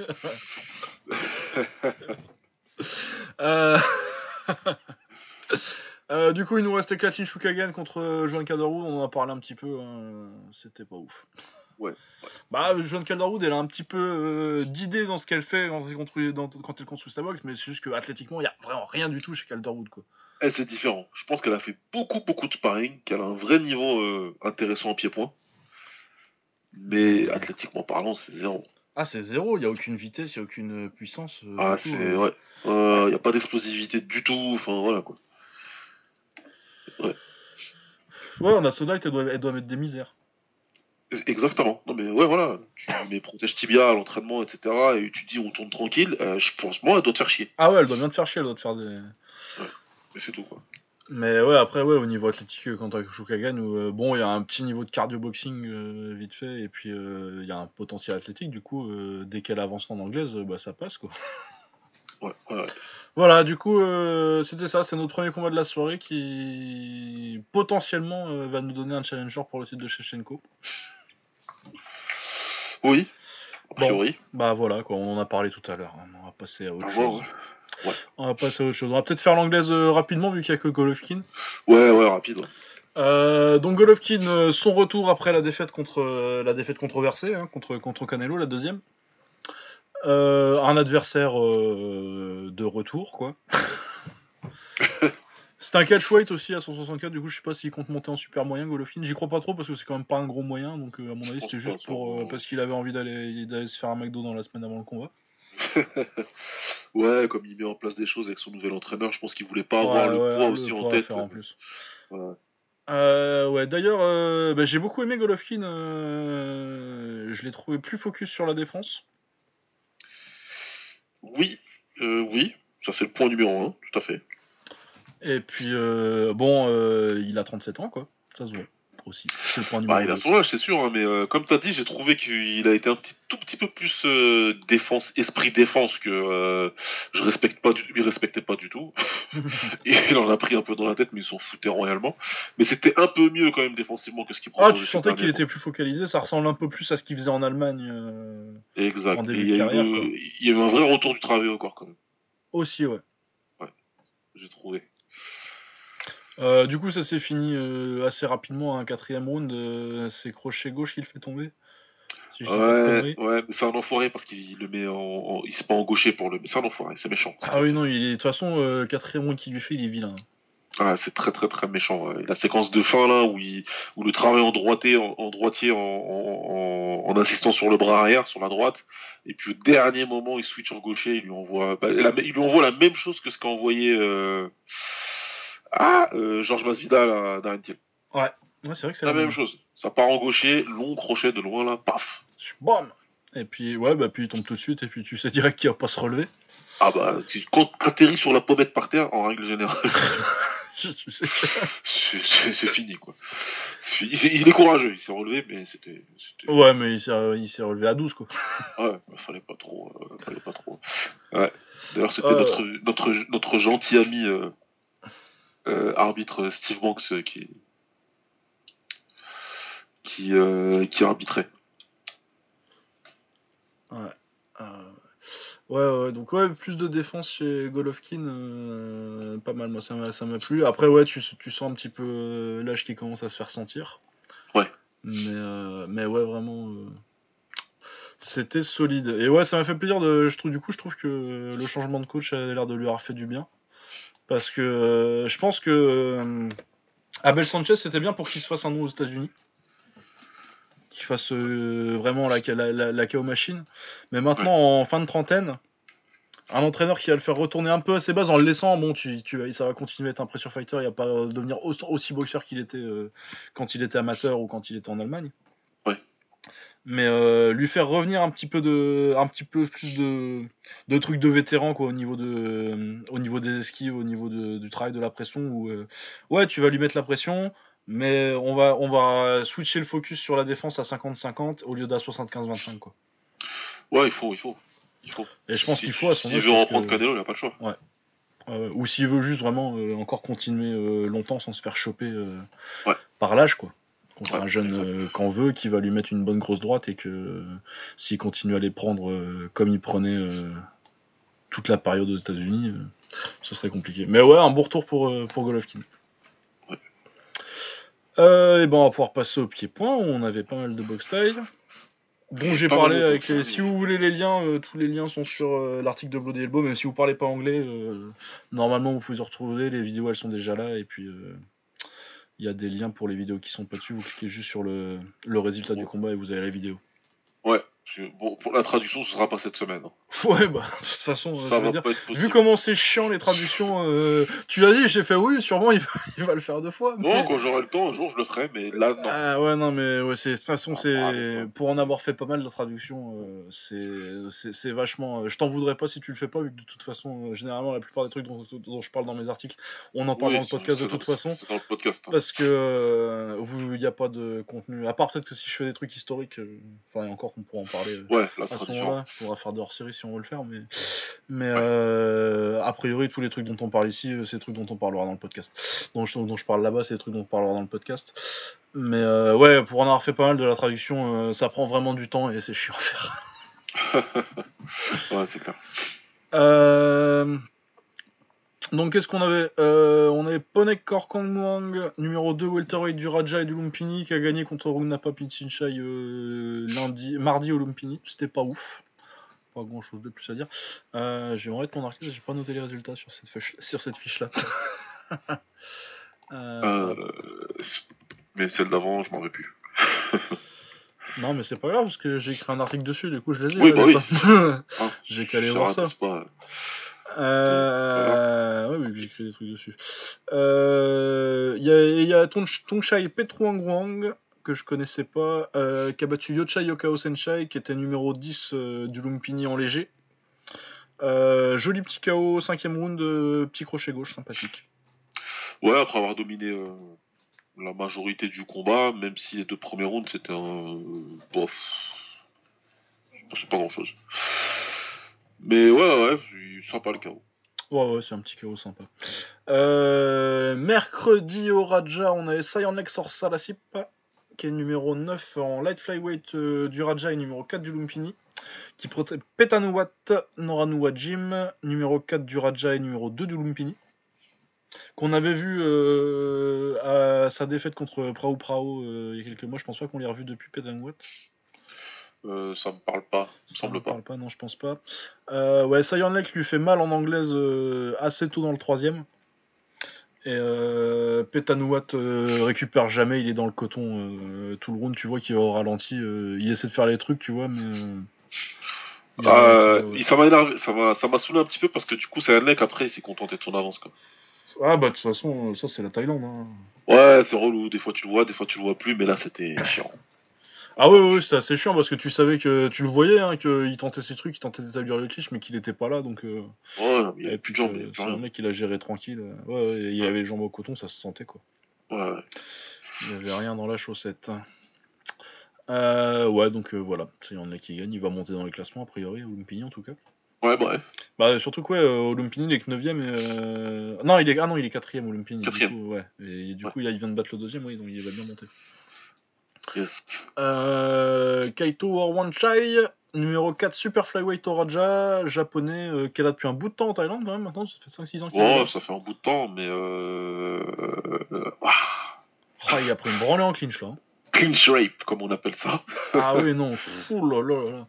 Du coup, il nous restait Katlyn Chookagian contre Joan Calderwood. On en a parlé un petit peu. C'était pas ouf. Ouais. Bah, Joan Calderwood, elle a un petit peu d'idées dans ce qu'elle fait quand elle construit sa boxe, mais c'est juste qu'athlétiquement, il n'y a vraiment rien du tout chez Calderwood, quoi. C'est différent. Je pense qu'elle a fait beaucoup de sparring, qu'elle a un vrai niveau intéressant en pied-point. Mais athlétiquement parlant, c'est zéro. Ah, c'est zéro, il n'y a aucune vitesse, il n'y a aucune puissance. Ouais. Il n'y a pas d'explosivité du tout, enfin voilà quoi. Ouais, en Assault elle doit mettre des misères. Exactement. Non mais ouais, voilà. Tu mets protège tibia à l'entraînement, etc. Et tu dis on tourne tranquille. Je pense, moi, elle doit te faire chier. Ah ouais, elle doit bien te faire chier, elle doit te faire des. Ouais. Mais c'est tout quoi. Mais ouais, après, ouais, au niveau athlétique, quand t'as Chookagian, bon, il y a un petit niveau de cardio-boxing vite fait, et puis il y a un potentiel athlétique, du coup, dès qu'elle avance en anglaise, bah ça passe, quoi. Ouais. Voilà, du coup, c'était ça, c'est notre premier combat de la soirée qui, potentiellement, va nous donner un challenger pour le titre de Shevchenko. Oui, a priori. Bon, bah voilà, quoi, on en a parlé tout à l'heure, hein, on va passer à autre chose. Ouais. On va passer à autre chose. On va peut-être faire l'anglaise rapidement, vu qu'il n'y a que Golovkin. Ouais, rapide. Donc Golovkin, son retour après la défaite controversée, hein, contre Canelo, la deuxième. Un adversaire de retour, quoi. C'était un catchweight aussi à 164, du coup je sais pas s'il compte monter en super moyen Golovkin. J'y crois pas trop parce que c'est quand même pas un gros moyen, donc à mon avis c'était juste pour parce qu'il avait envie d'aller se faire un McDo dans la semaine avant le combat. Ouais, comme il met en place des choses avec son nouvel entraîneur, je pense qu'il voulait pas avoir le poids aussi en tête. En plus. Ouais. Ouais, d'ailleurs, j'ai beaucoup aimé Golovkin. Je l'ai trouvé plus focus sur la défense. Oui, ça c'est le point numéro 1, tout à fait. Et puis, il a 37 ans, quoi. Ça se voit aussi. C'est le point numéro 2. Il a son âge, c'est sûr, hein, mais comme t'as dit, j'ai trouvé qu'il a été tout petit peu plus esprit défense que il respectait pas du tout. Il en a pris un peu dans la tête, mais il s'en foutait royalement. Mais c'était un peu mieux quand même défensivement que ce qu'il proposait. Tu sentais qu'il était plus focalisé, ça ressemble un peu plus à ce qu'il faisait en Allemagne exact. En début de carrière. Il y a eu un vrai retour du travail au corps quand même. Aussi, ouais. Ouais, j'ai trouvé. Du coup, ça s'est fini assez rapidement, un 4ème round. C'est crochet gauche qui le fait tomber. Si ouais, mais c'est un enfoiré parce qu'il le met il se pas engauché pour le. C'est un enfoiré, c'est méchant. Ah oui, non, de toute façon, 4ème round qu'il lui fait, il est vilain. Ah, c'est très très très méchant. La séquence de fin là où le travail en droitier en insistant sur le bras arrière, sur la droite, et puis au dernier moment il switch en gaucher, il lui envoie la même chose que ce qu'a envoyé Georges Masvidal à Darren Till. Ouais, c'est vrai que c'est la même chose. Ça part en gaucher, long crochet de loin là, paf. Bam. Et puis puis il tombe tout de suite et puis tu sais direct qu'il va pas se relever. Ah bah quand t'atterris sur la pommette par terre, en règle générale. c'est fini quoi. Il est courageux, il s'est relevé, mais c'était. Ouais, mais il s'est relevé à 12 quoi. Ouais, fallait pas trop. Ouais. D'ailleurs, c'était notre gentil ami arbitre Steve Banks qui arbitrait. Ouais, donc plus de défense chez Golovkin, pas mal, moi ça m'a plu. Après tu sens un petit peu l'âge qui commence à se faire sentir. Ouais. Mais ouais, vraiment, c'était solide. Et ouais, ça m'a fait plaisir je trouve que le changement de coach a l'air de lui avoir fait du bien. Parce que je pense que Abel Sanchez c'était bien pour qu'il se fasse un nom aux États-Unis. Qu'il fasse vraiment la KO machine. Mais maintenant, en fin de trentaine, un entraîneur qui va le faire retourner un peu à ses bases en le laissant, ça va continuer à être un pressure fighter, il va pas devenir aussi boxeur qu'il était quand il était amateur ou quand il était en Allemagne. Ouais. Mais lui faire revenir un petit peu plus de trucs de vétéran quoi, au niveau des esquives, au niveau du travail de la pression, où tu vas lui mettre la pression, mais on va switcher le focus sur la défense à 50-50 au lieu d'à 75-25 quoi. Ouais, il faut. Et je pense qu'il faut à son âge. S'il veut reprendre Canelo, il n'a pas le choix. Ouais. Ou s'il veut juste vraiment encore continuer longtemps sans se faire choper par l'âge quoi. Contre un jeune qu'en veut, qui va lui mettre une bonne grosse droite, et que s'il continue à les prendre comme il prenait toute la période aux États-Unis, ce serait compliqué. Mais ouais, un bon retour pour Golovkin. Ouais. Et on va pouvoir passer au pied-point. On avait pas mal de box style. Dont j'ai parlé avec les. Si vous voulez les liens, tous les liens sont sur l'article de Bloody Elbow. Même si vous parlez pas anglais, normalement vous pouvez retrouver. Les vidéos elles sont déjà là. Et puis il y a des liens pour les vidéos qui sont pas dessus. Vous cliquez juste sur le résultat du combat et vous avez la vidéo. Ouais. Bon, pour la traduction, ce sera pas cette semaine. Ouais, de toute façon, vu comment c'est chiant les traductions, tu l'as dit, j'ai fait oui, sûrement il va le faire 2 fois. Mais... Non, quand j'aurai le temps, un jour je le ferai, mais là, non. Ah ouais, non, mais ouais, de toute façon, pour en avoir fait pas mal de traductions, c'est vachement. Je t'en voudrais pas si tu le fais pas, vu que de toute façon, généralement, la plupart des trucs dont je parle dans mes articles, on en parle dans le podcast de toute façon. C'est dans le podcast. Hein. Parce que il n'y a pas de contenu. À part peut-être que si je fais des trucs historiques, enfin, encore qu'on pourra en parler là, à ce moment-là. On pourra faire de hors-série si on veut le faire, mais a priori, tous les trucs dont on parle ici, c'est des trucs dont on parlera dans le podcast. Dont je parle là-bas, c'est des trucs dont on parlera dans le podcast. Mais pour en avoir fait pas mal de la traduction, ça prend vraiment du temps et c'est chiant à faire. Ouais, c'est clair. Donc qu'est-ce qu'on avait on avait Ponek Korkongmuang, numéro 2 welterweight du Raja et du Lumpini, qui a gagné contre Rugnapa Pinchinchai mardi au Lumpini. C'était pas ouf. Pas grand chose de plus à dire. Je vais me remettre mon arcade, j'ai pas noté les résultats sur cette fiche là. Euh, Mais celle d'avant, je m'en rappelle plus. Non, mais c'est pas grave, parce que j'ai écrit un article dessus, du coup je les ai. Oui, Là, bah y a oui. pas- Hein, J'ai qu'à aller voir ça. c'est pas. Ouais, oui, j'ai écrit des trucs dessus. Y a Tongshai Petruangwang, que je connaissais pas, qui a battu Yochai Yokao Senshai, qui était numéro 10 du Lumpini en léger. Joli petit KO, 5ème round, petit crochet gauche, sympathique. Ouais, après avoir dominé la majorité du combat, même si les 2 premiers rounds c'était un. Bof. C'est pas grand chose. Mais ouais, sympa le KO. Ouais, c'est un petit KO sympa. Mercredi au Raja, on avait Sayan Lexor Salasip, qui est numéro 9 en light flyweight du Raja et numéro 4 du Lumpini, qui protège Petanuwat Noranuwa Jim, numéro 4 du Raja et numéro 2 du Lumpini, qu'on avait vu à sa défaite contre Prao Prao il y a quelques mois. Je pense pas qu'on l'ait revu depuis Petanuwat. Ça me parle pas, Ça semble me pas. parle pas, non, je pense pas. Ouais, Sayan Lex lui fait mal en anglaise assez tôt dans le 3ème. Et Petanouat récupère jamais, il est dans le coton tout le round, tu vois qu'il va au ralenti, il essaie de faire les trucs, tu vois, mais il y a rien qui va. Ouais. Ça m'a énervé, ça m'a saoulé un petit peu parce que du coup, c'est un mec après, il s'est contenté de son avance quoi. Ah bah de toute façon, ça c'est la Thaïlande. Hein. Ouais, c'est relou, des fois tu le vois, des fois tu le vois plus, mais là c'était chiant. Ah ouais, c'était assez chiant parce que tu savais que tu le voyais, hein, qu'il tentait ses trucs, il tentait d'établir le cliché, mais qu'il était pas là, donc. Ouais, il y avait Et plus puis de jambes, il y avait plus c'est un rien. mec qui l'a géré tranquille. Ouais, il y Ouais, avait les jambes au coton, ça se sentait quoi. ouais. Il y avait rien dans la chaussette. Ouais, donc voilà, il y en a qui gagne, il va monter dans les classements a priori, au Lumpini en tout cas. Ouais, bref. Bah surtout que ouais, au Lumpini il est que 9ème Non, il est 4ème au Lumpini, du 4ème. coup, ouais. Et du Ouais. coup, il vient de battre le 2ème, oui, donc il va bien monter. Yes. Kaito Orwanchai, numéro 4 Super Flyweight au Raja, japonais, qui est là depuis un bout de temps en Thaïlande quand même, maintenant, ça fait 5-6 ans qu'il est Bon, là. ça fait un bout de temps, mais Ah, il a pris une branlée en clinch là. Hein. clinch rape, comme on appelle ça. Ah oui, non, fou là là là.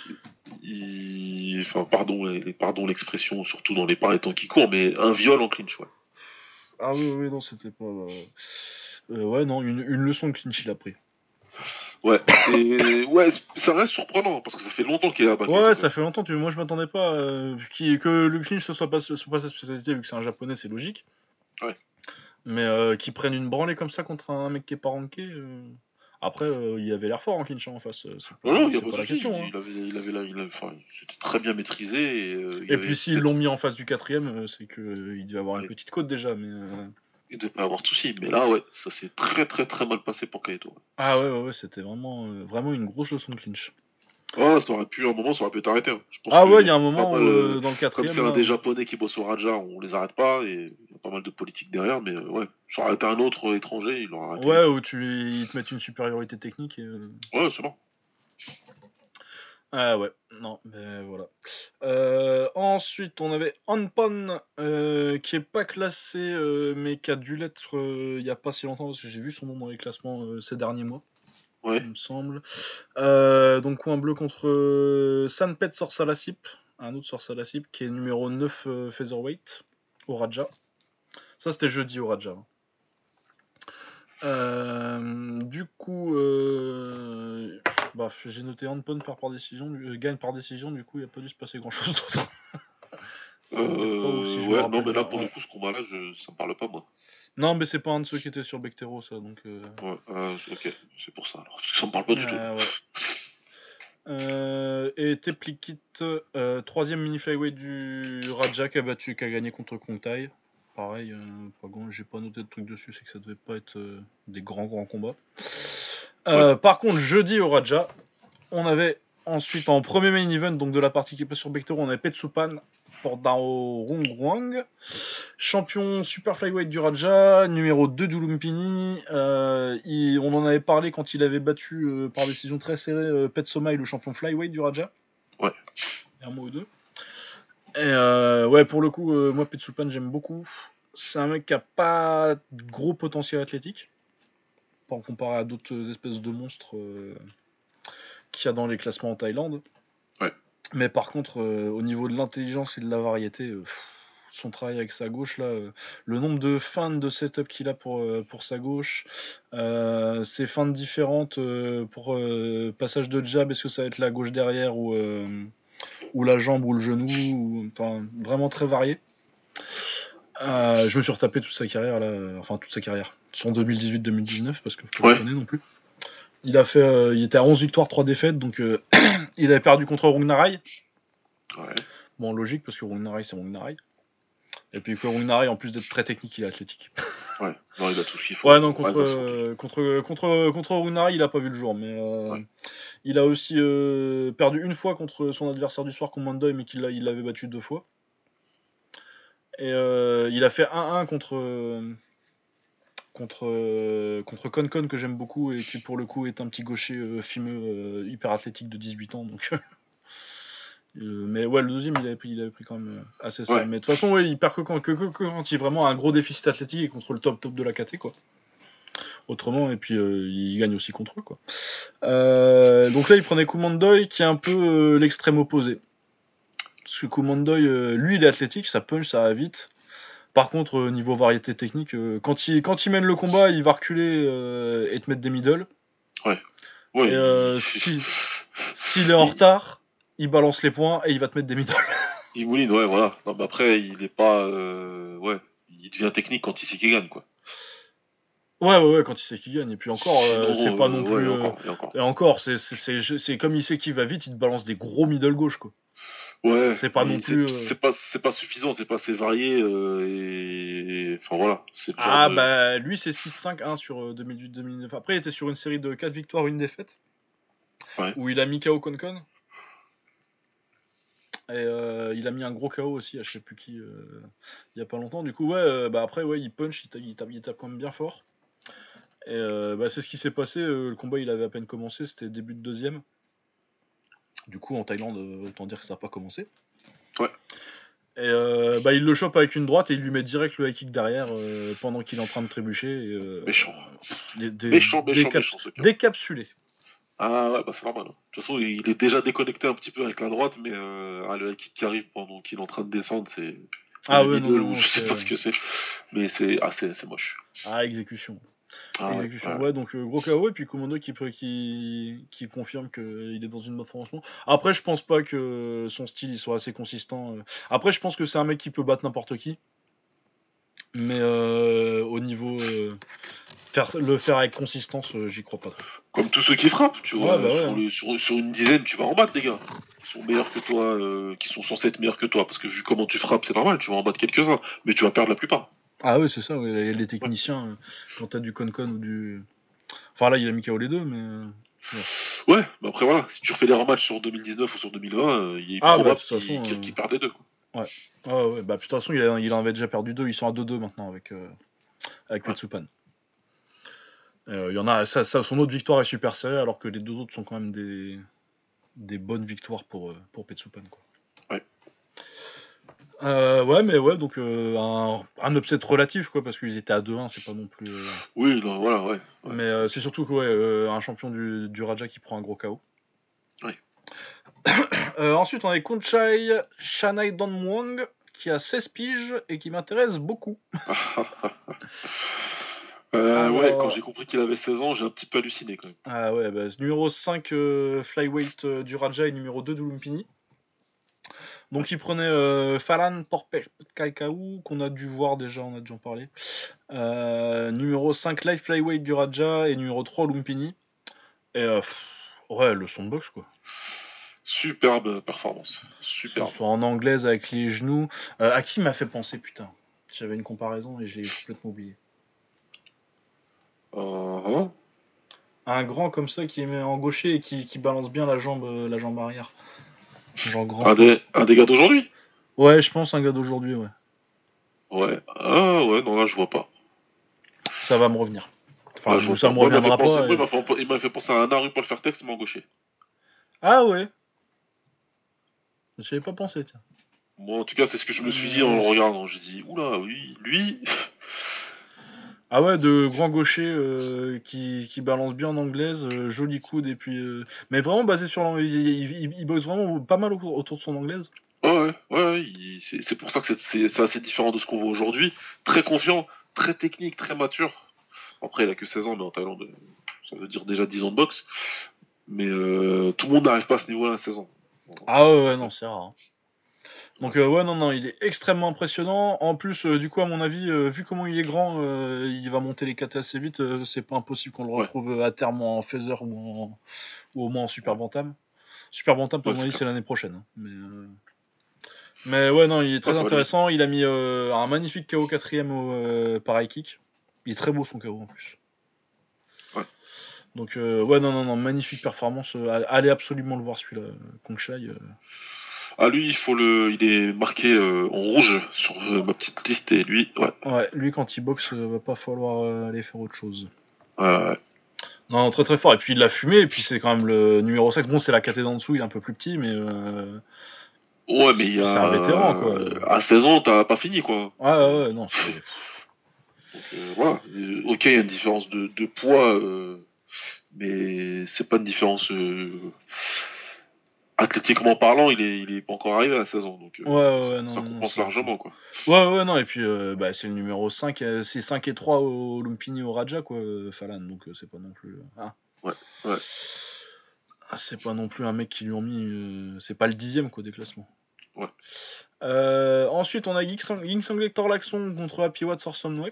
Enfin, pardon l'expression, surtout dans les temps qui courent, mais un viol en clinch, ouais. Ah oui, non, c'était pas. Ouais, non, une leçon de clinch il a pris. Ouais, et ouais, ça reste surprenant parce que ça fait longtemps qu'il est là-bas. Ouais, ça fait longtemps, moi je m'attendais pas que le clinch ce soit pas sa spécialité, vu que c'est un japonais, c'est logique. Ouais. Mais qu'ils prennent une branlée comme ça contre un mec qui est pas ranké. Après, il avait l'air fort en clinch en face, Non, il n'y a c'est pas de pas la souci. question. Hein. Enfin, c'était très bien maîtrisé. Et puis s'ils l'ont mis en face du 4ème, c'est qu'il devait avoir une petite côte déjà. Mais il devait pas avoir de soucis. Mais là, ouais, ça s'est très très très mal passé pour Kaito. ah ouais, c'était vraiment une grosse leçon de clinch. Ah, ça aurait pu, à un moment, ça aurait pu être arrêté. Hein. Je pense Ah qu'il ouais, il y y a a un pas moment mal, où, dans le comme 4ème, c'est un là. des Japonais qui bosse au Raja, on les arrête pas et il y a pas mal de politique derrière. Mais ouais, ça aurait été un autre étranger, il l'aurait arrêté. Ouais, où ils te mettent une supériorité technique. Ouais, c'est bon. Ah ouais, non, mais voilà. Ensuite, on avait Hanpon, qui est pas classé, mais qui a dû l'être il y a pas si longtemps, parce que j'ai vu son nom dans les classements ces derniers mois, Ouais. il me semble. Donc, coin bleu contre Sanpet Sorsalasip, un autre Sorsalasip, qui est numéro 9 Featherweight, au Raja. Ça, c'était jeudi au Raja. Du coup, j'ai noté Hanpon par décision, gagne par décision, du coup il a pas dû se passer grand chose d'autre. C'est peut-être pas ouf si je me Ouais, non, rappelle mais là, bien. pour le Ouais. coup, ce combat-là, ça me parle pas, moi. Non, mais c'est pas un de ceux qui étaient sur Bectero, ça, donc. Ouais, ok, c'est pour ça. Alors, ça me parle pas du tout. Ouais. Et Teplikit, 3ème mini flyweight du Raja qui a gagné contre Kongtai. Pareil, j'ai pas noté de truc dessus, c'est que ça devait pas être des grands combats. Ouais. Par contre, jeudi au Raja, on avait ensuite en premier main event, donc de la partie qui est pas sur Bectero, on avait Petsupan pour Dao Rongwang, champion super flyweight du Raja, numéro 2 du Lumpini. On en avait parlé quand il avait battu par décision très serrée Petsomai, le champion flyweight du Raja. Ouais. Un mot ou deux. Et ouais, pour le coup, moi Petsupan j'aime beaucoup. C'est un mec qui a pas de gros potentiel athlétique, pas en comparé à d'autres espèces de monstres qu'il y a dans les classements en Thaïlande. Ouais. Mais par contre, au niveau de l'intelligence et de la variété, son travail avec sa gauche là, le nombre de feintes de setup qu'il a pour sa gauche, ses feintes différentes pour passage de jab, est-ce que ça va être la gauche derrière ou la jambe ou le genou, enfin vraiment très varié. Je me suis retapé toute sa carrière là, enfin toute sa carrière, son 2018-2019 parce que faut pas déconner non plus. Il était à 11 victoires, 3 défaites, donc il avait perdu contre Rungnarai. Ouais. Bon, logique, parce que Rungnarai, c'est Rungnarai. Et puis que Rungnarai, en plus d'être très technique, il est athlétique. Ouais, non, il a tout ce qu'il faut. Ouais, non, contre Rungnarai, il a pas vu le jour, mais il a aussi perdu une fois contre son adversaire du soir, Komandoy, mais il l'avait battu 2 fois. Et il a fait 1-1 contre Concon, que j'aime beaucoup et qui pour le coup est un petit gaucher fimeux hyper athlétique de 18 ans, donc mais ouais, le deuxième il avait pris quand même assez ça. Mais de toute façon, ouais, il perd que quand il est vraiment un gros déficit athlétique et contre le top de la KT, quoi. Autrement, et puis il gagne aussi contre eux, quoi. Donc là, il prenait Kumandoy, qui est un peu l'extrême opposé. Parce que Kumandoy, lui, il est athlétique, ça punch, ça va vite. Par contre, niveau variété technique, quand il mène le combat, il va reculer et te mettre des middle. Ouais. Et s'il est en retard, il balance les points et il va te mettre des middle. Il mouline, ouais, voilà. Non, mais après, il est pas. Ouais. Il devient technique quand il sait qu'il gagne, quoi. Ouais, quand il sait qu'il gagne. Et puis encore, Sinon, c'est pas non plus. Et encore. C'est comme il sait qu'il va vite, il te balance des gros middle gauche, quoi. Ouais. C'est pas non plus. C'est pas suffisant, c'est pas assez varié. Et. Enfin voilà. Bah lui, c'est 6-5-1 sur 2008-2009. Après, il était sur une série de 4 victoires, 1 défaite. Ouais. Où il a mis KO Concon. Et il a mis un gros KO aussi à je sais plus qui il y a pas longtemps. Du coup, ouais, après, ouais, il punch, il tape quand même bien fort. Et c'est ce qui s'est passé. Le combat, il avait à peine commencé, c'était début de deuxième. Du coup, en Thaïlande, autant dire que ça n'a pas commencé. Ouais. Et il le chope avec une droite et il lui met direct le high kick derrière pendant qu'il est en train de trébucher. Et, méchant. Méchant, décapsulé. Ah ouais, bah c'est normal. De toute façon, il est déjà déconnecté un petit peu avec la droite, mais le high kick qui arrive pendant qu'il est en train de descendre, c'est. Non, je sais pas ce que c'est. Mais c'est moche. Exécution. Exécution, ouais, donc gros KO, et puis Commando qui confirme qu'il est dans une bonne formation. Après, je pense pas que son style il soit assez consistant. Après, je pense que c'est un mec qui peut battre n'importe qui. Mais au niveau. Le faire avec consistance, j'y crois pas trop. Comme tous ceux qui frappent, tu vois. Ouais, sur une dizaine, tu vas en battre, des gars. Qui sont meilleurs que toi, qui sont censés être meilleurs que toi. Parce que vu comment tu frappes, c'est normal, tu vas en battre quelques-uns. Mais tu vas perdre la plupart. Ah oui, c'est ça, ouais. Les techniciens, quand t'as du Concon ou du. Enfin là, il a mis KO les deux, mais. Ouais, mais après voilà, si tu refais les rematchs sur 2019 ou sur 2020, il est probable qu'il perd les deux. Quoi. Ouais, bah de toute façon, il en avait déjà perdu 2, ils sont à 2-2 maintenant avec Metsupan. Il y en a, son autre victoire est super serrée, alors que les deux autres sont quand même des bonnes victoires pour Petsupan, quoi. Ouais. Donc un upset relatif, quoi, parce qu'ils étaient à 2-1, c'est pas non plus. Oui, non, voilà, ouais. Mais c'est surtout que un champion du Raja qui prend un gros KO. Oui. Ensuite, on a Kunchai Shanai Donwong qui a 16 piges et qui m'intéresse beaucoup. Ouais, quand j'ai compris qu'il avait 16 ans, j'ai un petit peu halluciné quand même. Ah ouais, numéro 5 flyweight du Raja et numéro 2 du Lumpini. Donc il prenait Falan Porpekaikaou, qu'on a dû voir déjà, on a déjà en parlé. Numéro 5 light flyweight du Raja et numéro 3 Lumpini. Et ouais, le son de boxe, quoi. Superbe performance. Superbe. Que ce soit en anglaise avec les genoux. À qui m'a fait penser, putain? J'avais une comparaison et je l'ai complètement oublié. Un grand comme ça qui est en gaucher et qui balance bien la jambe arrière. Genre grand. Un des gars d'aujourd'hui? Ouais, je pense un gars d'aujourd'hui, ouais. Ouais. Ah ouais, non, là je vois pas. Ça va me revenir. Enfin, là, ça me reviendra pas. Il m'a fait penser à un Naru Paul Fairtex, mais en gaucher. Ah ouais. Je avais pas pensé, tiens. Moi, en tout cas, c'est ce que je me suis dit en le regardant. J'ai dit, oula, oui, lui. Ah ouais, de grands gauchers qui balance bien en anglaise, joli coude, et puis. Mais vraiment basé sur. Il boxe vraiment pas mal autour de son anglaise. C'est pour ça que c'est assez différent de ce qu'on voit aujourd'hui. Très confiant, très technique, très mature. Après, il a que 16 ans, mais en Thaïlande, ça veut dire déjà 10 ans de boxe. Mais tout le monde n'arrive pas à ce niveau-là à 16 ans. Ah ouais, non, c'est rare. Hein. Donc ouais, non, il est extrêmement impressionnant. En plus, du coup, à mon avis, vu comment il est grand, il va monter les KT assez vite. C'est pas impossible qu'on le Ouais, retrouve à terme en feather ou au moins en super bantam. Super bantam, à ouais, mon c'est avis, clair. c'est l'année prochaine. Hein. Mais ouais, non, il est Ouais, très ça va aller. intéressant. Il a mis un magnifique KO quatrième par high kick. Il est très beau son KO en plus. Ouais. Donc ouais, non, magnifique performance. Allez absolument le voir celui-là, Kongshai. Ah, lui, il est marqué en rouge sur ma petite liste et lui, ouais. Ouais, lui quand il boxe, va pas falloir aller faire autre chose. Ouais. Non, très très fort. Et puis il l'a fumé, et puis c'est quand même le numéro 7. Bon, c'est la KT d'en dessous, il est un peu plus petit, mais Ouais, mais puis c'est un vétéran, quoi. à 16 ans, t'as pas fini, quoi. Ouais, non, c'est. Donc, voilà. Ok, il y a une différence de poids, mais c'est pas une différence athlétiquement parlant, il est pas encore arrivé à 16 ans, donc Ouais, ça non, compense c'est vrai. largement, quoi. Ouais, non, et puis bah, c'est le numéro 5, c'est 5 et 3 au Lumpini au Raja, quoi, Falan, donc c'est pas non plus. Ah. Ouais, ouais, C'est pas non plus un mec qui lui ont mis. C'est pas le dixième, quoi, des classements. ouais. Ensuite, on a Gingsanglet Torlaxon contre Happy Watts Orsonwek.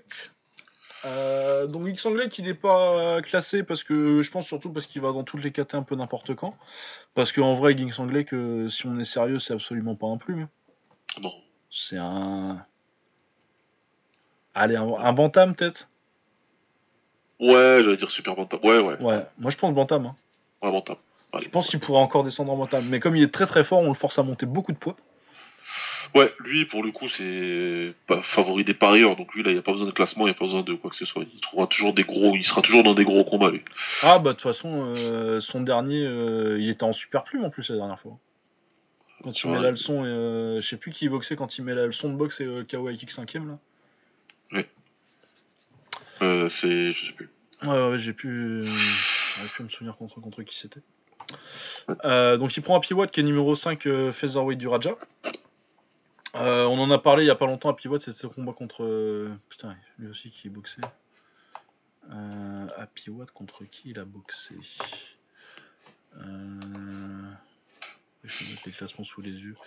Donc Gingsanglet, il est pas classé parce que je pense surtout parce qu'il va dans toutes les KT un peu n'importe quand. Parce qu'en vrai, Gingsanglet, que si on est sérieux, c'est absolument pas un plume. Non. C'est un. Allez, un bantam peut-être. Ouais, j'allais dire super bantam. Ouais. Ouais, moi je pense bantam. Hein. Ouais, bantam. Je Allez, pense ouais. qu'il pourrait encore descendre en bantam. Mais comme il est très très fort, on le force à monter beaucoup de poids. Ouais, lui, pour le coup, c'est pas favori des parieurs, donc lui, là, il n'y a pas besoin de classement, il n'y a pas besoin de quoi que ce soit. Il trouvera toujours il sera toujours dans des gros combats, lui. Ah bah de toute façon, son dernier, il était en super plume en plus la dernière fois. Quand il Tu met vois, la leçon, et je sais plus qui boxait quand il met la leçon de boxe et KO high kick 5ème là. ouais. Je sais plus. Ouais, j'aurais pu me souvenir contre qui c'était. Donc il prend Happy Watt qui est numéro 5 featherweight du Raja. On en a parlé il y a pas longtemps, Happy Watt, c'était ce combat contre. Putain, lui aussi qui boxait. Happy Watt contre qui il a boxé Je vais mettre les classements sous les yeux.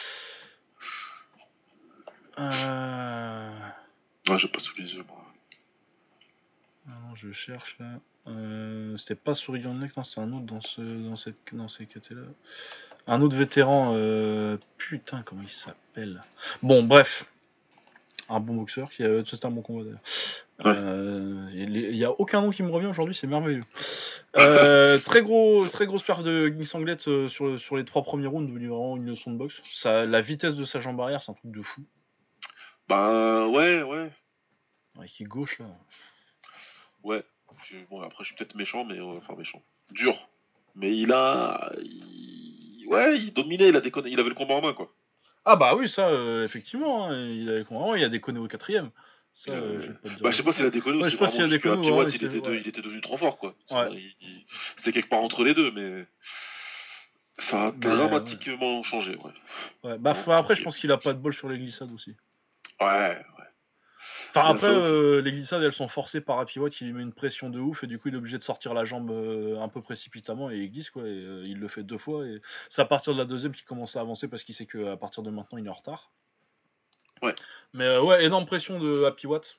Ouais, j'ai pas sous les yeux, moi. Ah non, je cherche là. C'était pas sur Next, non, c'est un autre dans ces catés là. Un autre vétéran. Putain, comment il s'appelle Bon, bref. Un bon boxeur qui a. C'est un bon combat d'ailleurs. Ouais. Il y a aucun nom qui me revient aujourd'hui, c'est merveilleux. Très grosse perf de Guy sur les 3 premiers rounds, devenu vraiment une leçon de boxe. La vitesse de sa jambe arrière, c'est un truc de fou. Bah, ouais. Avec qui gauche là. Ouais. Bon, après, je suis peut-être méchant, mais enfin méchant. Dur. Mais ouais, il dominait, il a déconné, il avait le combat en main, quoi. Ah bah oui, ça, effectivement, hein, il a déconné au quatrième. Ça, je vais pas te dire Bah, le je sais pas s'il contraire. a déconné ou Ouais, je c'est sais pas vraiment s'il a juste que déconné ou Happy vraiment Watt, ouais. il était devenu trop fort, quoi. Ouais. C'est quelque part entre les deux, mais ça a Mais ouais. dramatiquement changé, ouais. Ouais. Bah, après, je pense qu'il a pas de bol sur les glissades aussi. Ouais. Enfin, Il y a après, ça aussi. les glissades, elles sont forcées par Happy Watt, qui lui met une pression de ouf, et du coup, il est obligé de sortir la jambe un peu précipitamment, et il glisse, quoi. Et il le fait 2 fois, et c'est à partir de la deuxième qu'il commence à avancer, parce qu'il sait qu'à partir de maintenant, il est en retard. Ouais. Mais ouais, énorme pression de Happy Watt.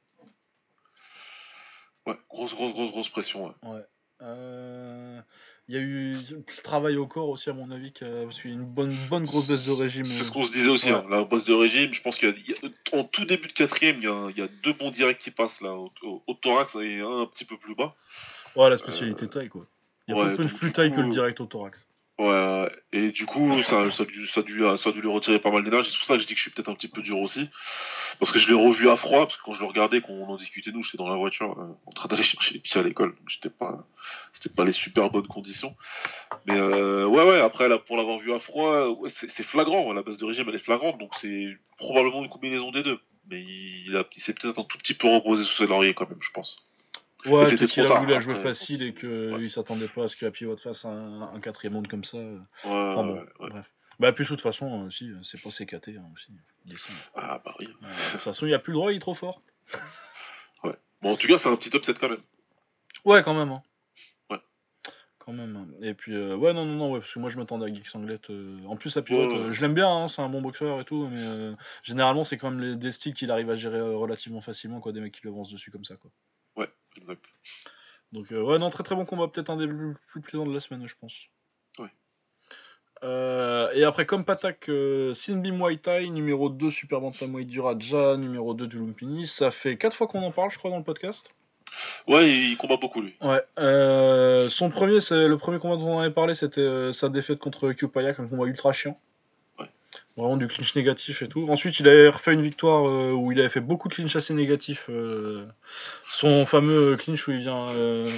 Ouais. Grosse pression, ouais. Ouais. Il y a eu le travail au corps aussi, à mon avis, parce qu'il y a une bonne grosse baisse de régime. C'est ce qu'on se disait aussi, Ouais. hein. La bosse de régime, je pense en tout début de quatrième, il y a 2 bons directs qui passent là, au thorax et un petit peu plus bas. Ouais, la spécialité Euh, taille, quoi. Il y a peu de ouais, punch donc plus du taille que le coup, direct au thorax. ouais, et du coup, ça a dû lui retirer pas mal d'énergie. C'est pour ça que je dis que je suis peut-être un petit peu dur aussi. Parce que je l'ai revu à froid, parce que quand je le regardais, quand on en discutait, nous, j'étais dans la voiture, en train d'aller chercher les petits à l'école. Donc c'était pas les super bonnes conditions. Mais ouais, après, là, pour l'avoir vu à froid, ouais, c'est flagrant. La base de régime, elle est flagrante. Donc c'est probablement une combinaison des deux. Mais il s'est peut-être un tout petit peu reposé sous ses lauriers quand même, je pense. Et Ouais, c'était peut-être trop qu'il a tard. voulu la jouer Après, facile et ouais, qu'il s'attendait pas à ce que Happy Watt fasse un quatrième round comme ça. ouais, Enfin bon, ouais. bref. Bah, puis de toute façon, si, c'est pas CKT aussi. Ah bah oui. De toute façon, il n'y a plus le droit, il est trop fort. Ouais. Bon, en tout cas, c'est un petit upset quand même. Ouais, quand même. Hein. Ouais. Quand même. Et puis, ouais, non, ouais, parce que moi je m'attendais à Geeks Anglet. En plus, sa pivote, Ouais. je l'aime bien, hein, c'est un bon boxeur et tout, mais généralement, c'est quand même des styles qu'il arrive à gérer relativement facilement, quoi, des mecs qui le avancent dessus comme ça, quoi. Ouais, exact. Donc, ouais, non, très très bon combat, peut-être un des plus plaisants de la semaine, je pense. Ouais. Et après, comme Patak, Sinbi Muay Thai, numéro 2, Super Bantamweight du Raja, numéro 2 du Lumpini. Ça fait 4 fois qu'on en parle, je crois, dans le podcast. Ouais, il combat beaucoup lui. Ouais. Son premier, c'est le premier combat dont on avait parlé, c'était sa défaite contre Kyupayak, un combat ultra chiant. Ouais. Vraiment du clinch négatif et tout. Ensuite, il avait refait une victoire où il avait fait beaucoup de clinch assez négatifs. Son fameux clinch où il vient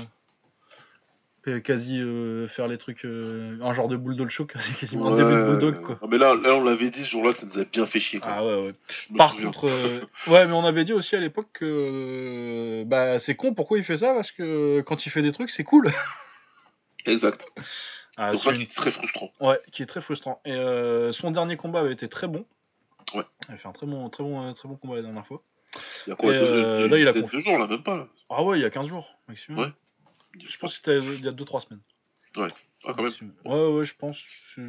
quasi faire les trucs, un genre de bulldog choke, c'est quasiment un début de bulldog, quoi. Non, mais là, on l'avait dit ce jour-là que ça nous avait bien fait chier. Quoi. Ah ouais. Je me Par souviens. contre, ouais, mais on avait dit aussi à l'époque que bah c'est con, pourquoi il fait ça, parce que quand il fait des trucs, c'est cool. Exact. Ah, c'est pour ça qu'il est très frustrant. Ouais, qui est très frustrant. Et son dernier combat avait été très bon. Ouais. Il a fait un très bon combat la dernière fois. Il y a quoi là, il a 2 jours là, même pas. Là. Ah ouais, il y a 15 jours maximum. Ouais. Je pense que c'était il y a 2-3 semaines. Ouais. Ah, quand même. Ouais, je pense.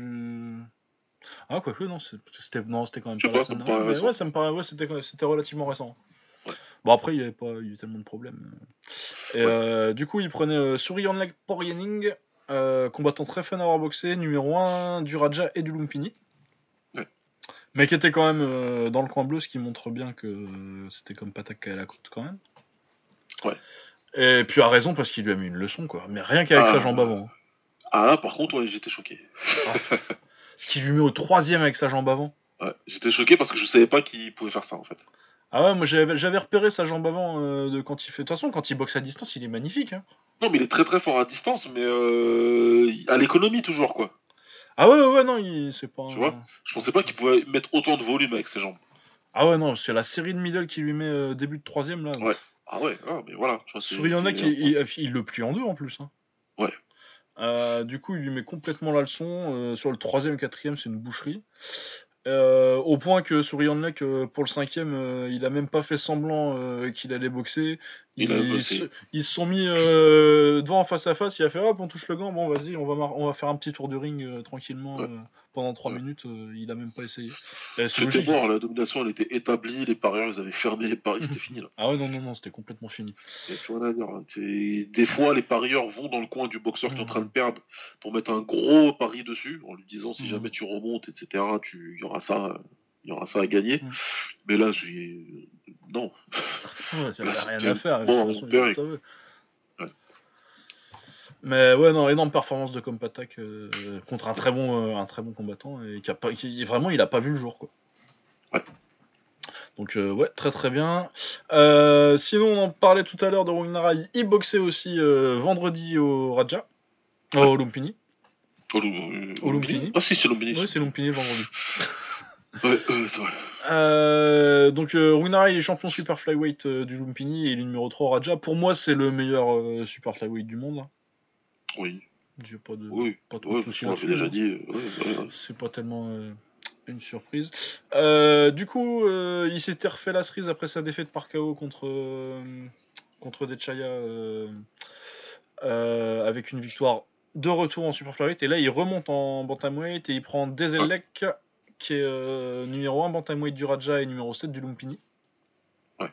Ah, quoique, non, c'était quand même pas la semaine dernière. Mais ouais, ça me paraît, ouais, c'était relativement récent. Ouais. Bon, après, il n'y avait pas eu tellement de problèmes. Et du coup, il prenait Suriyanlek Poryening, combattant très fun à avoir boxé, numéro 1 du Raja et du Lumpini. Ouais. Mais qui était quand même dans le coin bleu, ce qui montre bien que c'était comme Patak à la côte quand même. Ouais. Et puis à raison, parce qu'il lui a mis une leçon, quoi. Mais rien qu'avec sa jambe avant. Ah là, par contre, ouais, j'étais choqué. Ce qu'il lui met au 3ème avec sa jambe avant. Ouais, j'étais choqué parce que je savais pas qu'il pouvait faire ça en fait. Ah ouais, moi j'avais repéré sa jambe avant de quand il fait. De toute façon, quand il boxe à distance, il est magnifique. Hein. Non, mais il est très très fort à distance, mais à l'économie toujours quoi. Ah ouais, non, c'est pas. Tu vois, je pensais pas qu'il pouvait mettre autant de volume avec ses jambes. Ah ouais, non, c'est la série de middle qui lui met début de 3ème là. Ouais. Ah ouais, mais voilà. Sourianek, il le plie en deux en plus. Hein. Ouais. Du coup, il lui met complètement la leçon. Sur le 3ème, 4ème, c'est une boucherie. Au point que Sourianlek, pour le 5ème, il a même pas fait semblant qu'il allait boxer. Ils se sont mis devant en face à face. Il a fait hop, on touche le gant. Bon, vas-y, on va faire un petit tour de ring tranquillement pendant 3 minutes. Il a même pas essayé. C'était mort, la domination elle était établie. Les parieurs ils avaient fermé les paris, c'était fini là. Ah ouais, non, c'était complètement fini. Il y a plus rien à dire. Hein. Des fois, les parieurs vont dans le coin du boxeur qui est en train de perdre pour mettre un gros pari dessus en lui disant si jamais tu remontes, etc. Il y aura ça. Il y aura ça à gagner. Mais là, non. Il n'y a rien à faire. Bon, on perd. Ouais. Mais ouais, non, énorme performance de Kompatak contre un très bon combattant et vraiment, il a pas vu le jour, quoi. Ouais. Donc ouais, très très bien. Sinon, on en parlait tout à l'heure de Rungnara, il boxait aussi vendredi au Raja, au Lumpini. Au Lumpini. Ah si, c'est Lumpini. Oui, c'est Lumpini le vendredi. Ouais, c'est vrai. Donc Rungnara, il est champion super flyweight du Lumpini et il est numéro 3 au Raja. Pour moi, c'est le meilleur super flyweight du monde. Oui. J'ai pas trop de soucis là-dessus. Déjà dit. C'est pas tellement une surprise. Du coup, il s'était refait la cerise après sa défaite par KO contre Dechaya avec une victoire de retour en super flyweight. Et là, il remonte en bantamweight et il prend Dezelek, qui est numéro 1 bantamweight du Raja et numéro 7 du Lumpini. Ouais.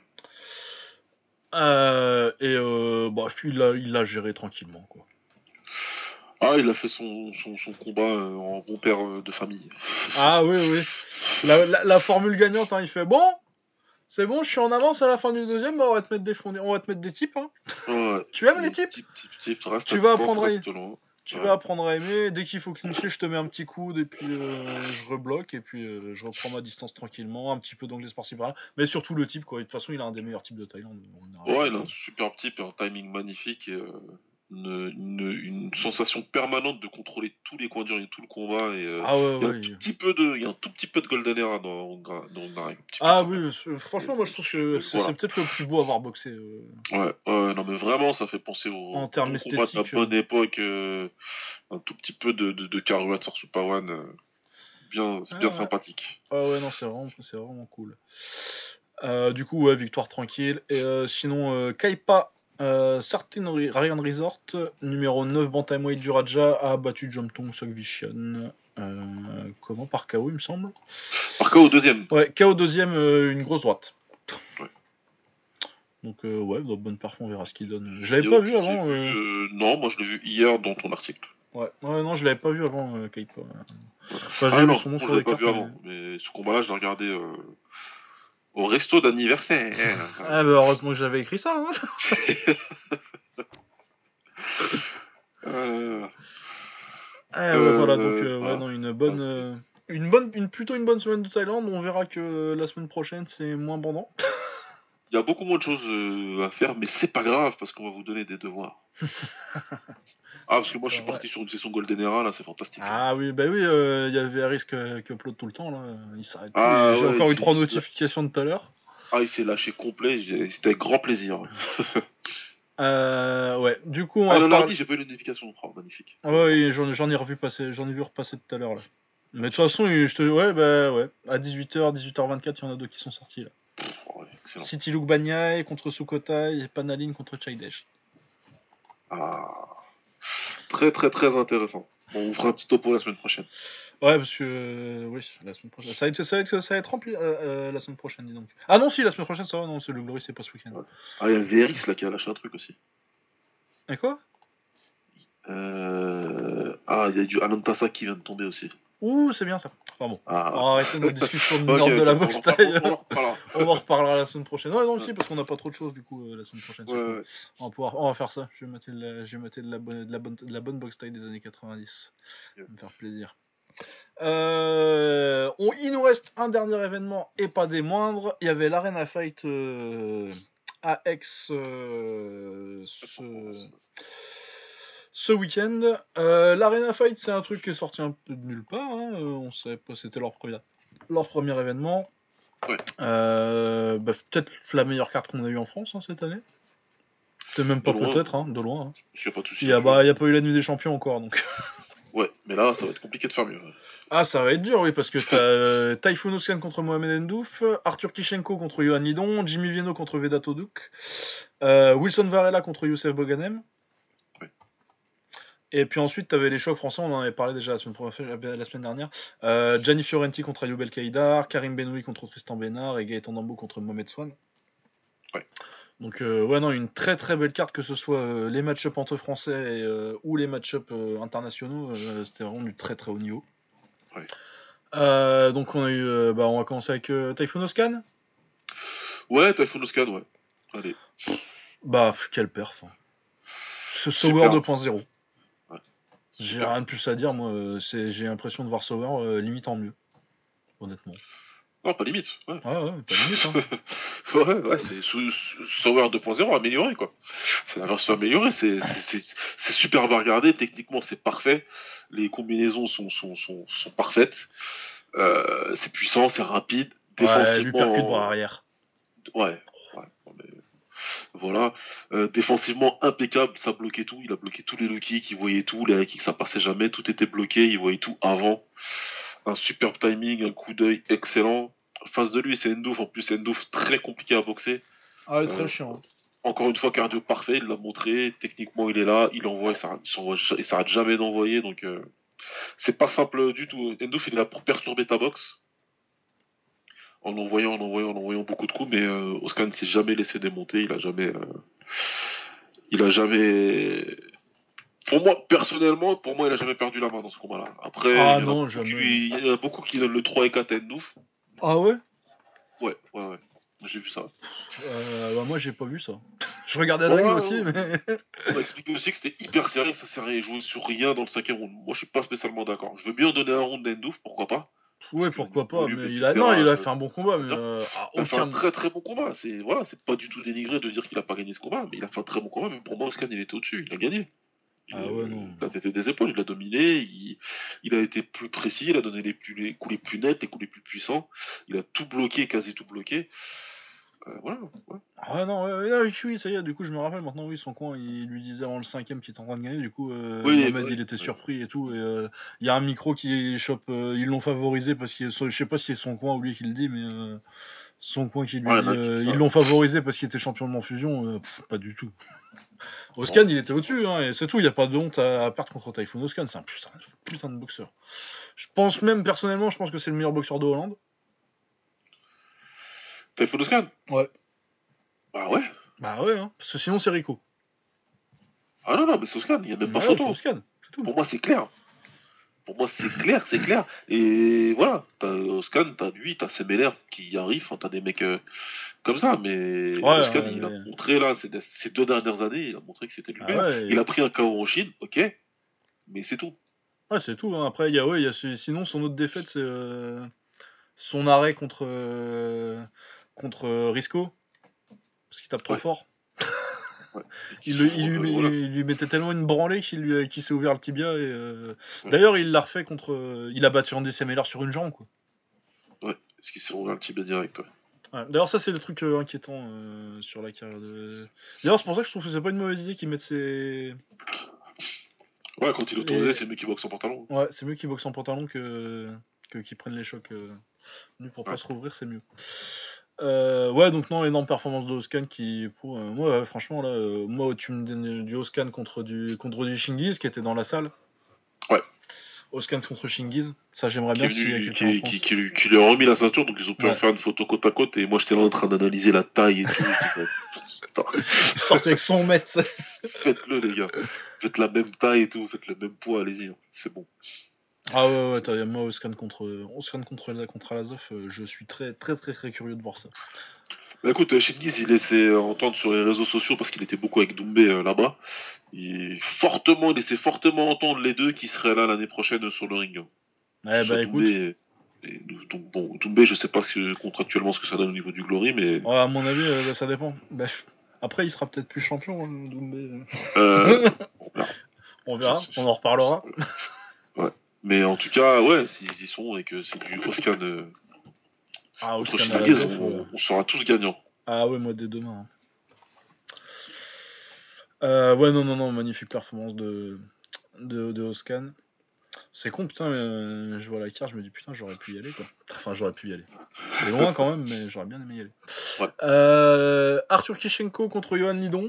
Puis il l'a géré tranquillement, quoi. Ah, il a fait son combat en bon père de famille. Ah oui. La formule gagnante, hein, il fait bon, c'est bon, je suis en avance à la fin du deuxième, bah on va te mettre des types. Hein. Ouais, tu aimes les types Tu vas apprendre à aimer. Dès qu'il faut clincher, je te mets un petit coude et puis je rebloque et puis je reprends ma distance tranquillement, un petit peu d'anglais par-ci par-là. Mais surtout le type, quoi. De toute façon, il a un des meilleurs types de Thaïlande. Ouais, il a un super type et un timing magnifique. Et, une sensation permanente de contrôler tous les coins durs et tout le combat. Et, il y a un tout petit peu de Golden Era dans Gary. Ah oui, franchement, moi je trouve que c'est peut-être le plus beau à avoir boxé. Ouais, non mais vraiment, ça fait penser en termes esthétiques, de la bonne époque. Un tout petit peu de Karuat sur Supawan. c'est bien sympathique. Ah ouais, non, c'est vraiment cool. Du coup, ouais, victoire tranquille. Et sinon, Kaipa, Certain Ryan Resort, numéro 9 Bantamweight du Raja, a battu Jomtong Sokvishian. Comment? Par KO, il me semble. Par KO au deuxième. Ouais, KO deuxième, une grosse droite. Ouais. Donc, ouais, bonne perf, on verra ce qu'il donne. Je l'avais pas vu avant. Non, moi je l'ai vu hier dans ton article. Ouais, non, je l'avais pas vu avant, Kaipa. Enfin, Ah j'ai vu non, son nom moi sur je l'avais les pas cartes. vu avant. Mais ce combat-là, je l'ai regardé au resto d'anniversaire. Ah bah heureusement que j'avais écrit ça. Hein. Ouais, voilà, donc ouais, non, plutôt une bonne semaine de Thaïlande. On verra que la semaine prochaine c'est moins bandant. Il y a beaucoup moins de choses à faire, mais c'est pas grave parce qu'on va vous donner des devoirs. Parce que moi je suis parti sur une session Golden Era, là, c'est fantastique. Ah oui, bah oui, il y avait Aris qui upload tout le temps, là. Il s'arrête plus. J'ai Ouais, encore eu 3 notifications de tout à l'heure. Il s'est lâché complet, c'était avec grand plaisir. Ouais, du coup, on va le parler... lundi, j'ai pas eu de notification, magnifique. Ah ouais, oui, j'en ai revu passer, j'en ai vu repasser tout à l'heure, là. Mais de toute façon, ouais, bah ouais, à 18h, 18h24, il y en a 2 qui sont sortis, là. Ouais, City Luke Banyai contre Sukhothai et Panaline contre Chaidesh. Très très très intéressant. Bon, on vous fera un petit topo la semaine prochaine. Ouais, parce que oui, la semaine prochaine. Ça va être rempli la semaine prochaine, dis donc. Ah non, si, la semaine prochaine, ça va, non, c'est le Glory, c'est pas ce week-end. Ouais. Il y a VRX là qui a lâché un truc aussi. Et quoi? Il y a du Anantasa qui vient de tomber aussi. Ouh, c'est bien ça. Enfin bon, on va arrêter nos discussions de okay, de la boxe taille. On en reparlera. On en reparlera la semaine prochaine. Ouais, non, aussi, parce qu'on n'a pas trop de choses du coup la semaine prochaine. Ouais. On va faire ça. Je vais mater de la bonne boxe taille des années 90. Ça va me faire plaisir. Il nous reste un dernier événement et pas des moindres. Il y avait l'Arena Fight à Aix ce week-end. L'Arena Fight, c'est un truc qui est sorti un peu de nulle part. Hein. On savait pas, c'était leur premier événement. Ouais. Peut-être la meilleure carte qu'on a eue en France cette année. Peut-être même pas, peut-être, de loin. J'ai pas de soucis. Il n'y a pas eu la nuit des champions encore, donc. Ouais, mais là, ça va être compliqué de faire mieux. Ah, ça va être dur, oui, parce que t'as Typhoon Oskan contre Mohamed Ndouf, Arthur Kishenko contre Johan Lidon, Jimmy Vienno contre Vedato Duk, Wilson Varela contre Youssef Boganem. Ouais. Et puis ensuite, t'avais les chocs français, on en avait parlé déjà la semaine dernière. Gianni Fiorenti contre Ayoub El Kaïdar, Karim Benoui contre Tristan Bénard et Gaëtan Dambo contre Mohamed Swan. Ouais. Donc, une très très belle carte, que ce soit les match-up entre français ou les match-up internationaux, c'était vraiment du très très haut niveau. Ouais. Donc, on a eu. On va commencer avec Typhoon Oskan. Ouais, Typhoon Oskan, ouais. Allez. Quel perf. Hein. Ce Sauer 2.0. Ouais. J'ai rien de plus à dire, moi. J'ai l'impression de voir Sauer limite en mieux. Honnêtement. Non, pas limite. Ouais, pas limite. Hein. ouais, c'est Sauer 2.0 amélioré, quoi. C'est la version améliorée, c'est super bien regardé, techniquement c'est parfait, les combinaisons sont parfaites, c'est puissant, c'est rapide, défensivement... lui percute bras arrière. Ouais, mais... Voilà, défensivement impeccable, ça bloquait tout, il a bloqué tous les low kicks, il voyait tout, les high kicks ça passait jamais, tout était bloqué, il voyait tout avant, un superbe timing, un coup d'œil excellent. Face de lui c'est Ndouf, en plus Ndouf très compliqué à boxer. Ah ouais, très chiant. Encore une fois, cardio parfait, il l'a montré, techniquement il est là, il envoie, il s'arrête jamais d'envoyer, donc c'est pas simple du tout. Ndouf il est là pour perturber ta boxe, en envoyant beaucoup de coups, mais Oskan ne s'est jamais laissé démonter, il a jamais... Pour moi, personnellement, il a jamais perdu la main dans ce combat-là. Après, il y en a beaucoup qui donnent le 3 et 4 à Ndouf. Ah ouais? Ouais. J'ai vu ça. Moi, j'ai pas vu ça. Je regardais la règle aussi, mais... On m'a expliqué aussi que c'était hyper serré, que ça servait à jouer sur rien dans le 5e round. Moi, je suis pas spécialement d'accord. Je veux bien donner un round d'Ndouf, pourquoi pas. Ouais, pourquoi pas, mais il a fait un bon combat, mais il a fait un très très bon combat. C'est pas du tout dénigré de dire qu'il a pas gagné ce combat, mais il a fait un très bon combat. Même pour moi, Oskan, il était au-dessus, il a gagné. Il a têté des épaules, il a dominé, il a été plus précis, il a donné les coups les plus nets, les coups les plus puissants, il a tout bloqué, quasi tout bloqué. Voilà. Ouais. Ah non, oui, ça y est, du coup, je me rappelle maintenant, oui, son coin, il lui disait avant le 5ème qu'il était en train de gagner, du coup, Oui, Mohamed, il était surpris et tout, et il y a un micro qui chope, ils l'ont favorisé parce que, je sais pas si c'est son coin ou lui qui le dit, mais son coin qui lui Ouais, dit, ça. ils l'ont favorisé parce qu'il était champion de l'enfusion, pas du tout. Oscan, il était au-dessus, hein, et c'est tout, il n'y a pas de honte à perdre contre Typhoon Oscan, c'est un putain de boxeur. Je pense même, personnellement, je pense que c'est le meilleur boxeur de Hollande. Typhoon Oscan? Ouais. Bah ouais. Bah ouais, hein, parce que sinon c'est Rico. Ah non, mais c'est Oscan, il n'y a même pas Ouais, c'est photo. Oscan, c'est tout. Pour moi, c'est clair. Pour moi, c'est clair. Et voilà, t'as Oscan, t'as lui, t'as Semeler qui arrive, enfin, t'as des mecs comme ça. Mais Oscan, Ouais, il a mais... montré là, ces 2 dernières années, il a montré que c'était lui le Ah meilleur. ouais, Il a pris un KO en Chine, ok, mais c'est tout. ouais, c'est tout, hein. Après, sinon, son autre défaite, c'est son arrêt contre Risco, parce qu'il tape trop Ouais, fort. ouais. Et qui sont, voilà. Il lui mettait tellement une branlée qu'il s'est ouvert le tibia. Ouais, D'ailleurs, il l'a refait contre. Il a battu Andy Semeler sur une jambe, quoi. ouais. Parce qu'ils sont ouvert le tibia direct, ouais. Ouais. D'ailleurs, ça, c'est le truc inquiétant sur la carrière de. D'ailleurs, c'est pour ça que je trouve que c'est pas une mauvaise idée qu'ils mettent ses. Ouais, quand il est autorisé, Les... c'est mieux qu'il boxe en pantalon. Ouais, c'est mieux qu'ils boxent en pantalon que qu'ils prennent les chocs. Lui, pour pas Ouais. se rouvrir, c'est mieux. Ouais, donc non, énorme performance de Oscan qui, moi, ouais, franchement, là, moi, tu me donnes du Oscan contre du Shingiz qui était dans la salle. Ouais. Oscan contre Shingiz, ça j'aimerais Qui est bien s'il y a venu, quelqu'un en France. qui lui a remis la ceinture, donc ils ont pu en Ouais, faire une photo côte à côte, et moi j'étais là en train d'analyser la taille et tout. Je dis, ouais, putain. il sortait avec son mètre. Faites-le, les gars. Faites la même taille et tout, faites le même poids, allez-y, hein. C'est bon. Ah ouais, moi, contre Alazov, je suis très, très, très, très curieux de voir ça. Bah, écoute, Shingiz, il laissait entendre sur les réseaux sociaux, parce qu'il était beaucoup avec Doumbé là-bas, il laissait fortement entendre les deux qui seraient là l'année prochaine sur le ring, hein. Que Ouais, ce soit bah écoute, Doumbé donc bon, Doumbé, je sais pas contractuellement ce que ça donne au niveau du Glory, mais ouais, à mon avis, bah, ça dépend. Bah, après, il sera peut-être plus champion, hein, Doumbé. on verra. On verra, on en reparlera. Ouais. Mais en tout cas, ouais, s'ils y sont et que c'est du Oscan Ah, contre Oscan Shingiz, Alazov. on sera tous gagnants. Ah ouais, moi dès demain, hein. Ouais, non, magnifique performance de Oscan. C'est con, putain, mais je vois la carte, je me dis putain, j'aurais pu y aller, quoi. Enfin, j'aurais pu y aller. C'est loin quand même, mais j'aurais bien aimé y aller. Ouais. Arthur Kishenko contre Johan Lidon.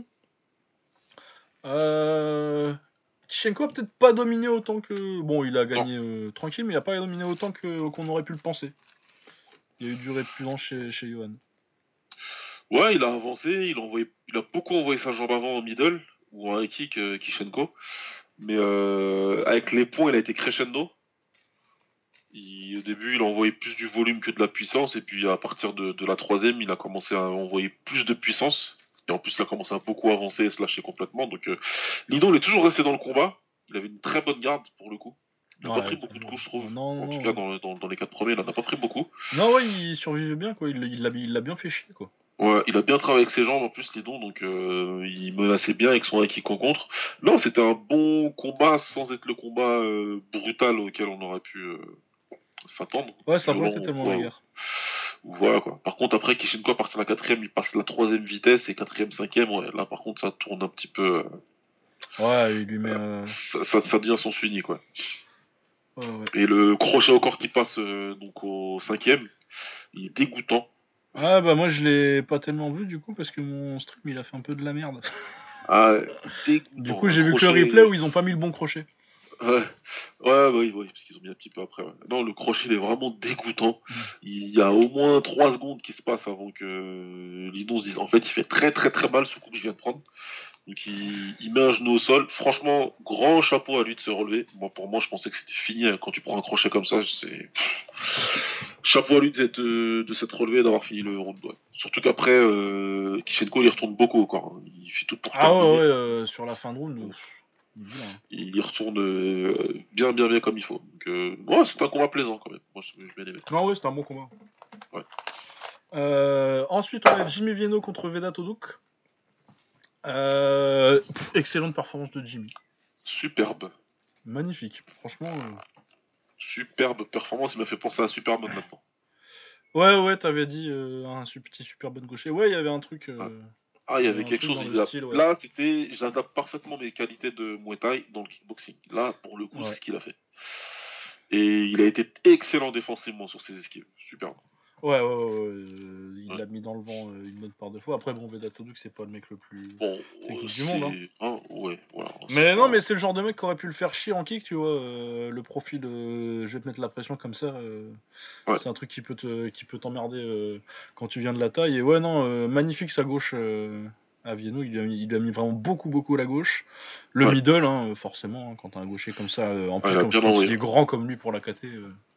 Kishenko a peut-être pas dominé autant que. Bon, il a Non. gagné tranquille, mais il a pas dominé autant qu'on aurait pu le penser. Il y a eu du répulsion chez Johan. Ouais, il a avancé, il a beaucoup envoyé sa jambe avant en middle ou en high kick Kishenko, mais avec les points, il a été crescendo. Au début, il a envoyé plus du volume que de la puissance, et puis à partir de la troisième, il a commencé à envoyer plus de puissance. Et en plus, il a commencé à beaucoup avancer et se lâcher complètement. Donc, Lidon, il est toujours resté dans le combat. Il avait une très bonne garde pour le coup. Il n'a pas pris Ouais, beaucoup de coups, je trouve. En tout cas, non. dans les 4 premiers, il n'en a pas pris beaucoup. Non, ouais, il survivait bien, quoi. Il l'a bien fait chier, quoi. Ouais, il a bien travaillé avec ses jambes en plus, Lidon, donc il menaçait bien avec son high en contre. Non, c'était un bon combat sans être le combat brutal auquel on aurait pu s'attendre. Ouais, ça n'a pas Violent été ou tellement quoi. la guerre. Voilà quoi. Par contre, après, Kishenko à partir de la quatrième, il passe la troisième vitesse et quatrième, cinquième, ouais. Là, par contre, ça tourne un petit peu. Ouais, il lui met. Ça devient son Sweeney, quoi. Ouais. Et le crochet au corps qui passe donc au cinquième, il est dégoûtant. Ah, bah moi je l'ai pas tellement vu du coup parce que mon stream il a fait un peu de la merde. Ah, Du dégoûtant. coup, Un j'ai vu que le replay crochet. où ils ont pas mis le bon crochet. Ouais, ouais, oui, parce qu'ils ont mis un petit peu après. Ouais. Non, le crochet il est vraiment dégoûtant. Il y a au moins 3 secondes qui se passent avant que Lidon se dise en fait, il fait très très très mal ce coup que je viens de prendre. Donc il met un genou au sol. Franchement, grand chapeau à lui de se relever. Moi, pour moi, je pensais que c'était fini hein. Quand tu prends un crochet comme ça. C'est chapeau à lui de s'être relevé et d'avoir fini le round. Ouais. Surtout qu'après, Kishenko il y retourne beaucoup encore, hein. Il fait tout pour Ah terminer. sur la fin de round, il est vilain. Il y retourne bien comme il faut. Donc, ouais, c'est un combat plaisant quand même. Moi, je bien aimé. Non, ouais, c'était un bon combat. Ouais. Ensuite, on a Jimmy Vienno contre Vedat Oduk. Excellente performance de Jimmy. Superbe. Magnifique. Franchement. Superbe performance. Il m'a fait penser à Superman maintenant. Ouais, t'avais dit petit super bon gaucher. Ouais, il y avait un truc. Ah, il y Il y avait avait un quelque truc chose. dans le style, ouais. Là, j'adapte parfaitement mes qualités de Muay Thai dans le kickboxing. Là, pour le coup, Ouais. c'est ce qu'il a fait. Et il a été excellent défensivement sur ses esquives. Super. Ouais, il Ouais. l'a mis dans le vent une bonne part de fois. Après, bon, Vedat Toduk, c'est pas le mec le plus Bon, technique du monde. Hein. ouais, voilà. Mais non, mais c'est le genre de mec qui aurait pu le faire chier en kick, tu vois. Le profil, je vais te mettre la pression comme ça. Ouais. C'est un truc qui peut t'emmerder quand tu viens de la taille. Et ouais, non, magnifique sa gauche à Vienno. Il lui a mis vraiment beaucoup la gauche. Le middle, hein, forcément, hein, quand t'as un gaucher comme ça. En plus, il a quand bien il envoyé. est grand comme lui pour la KT.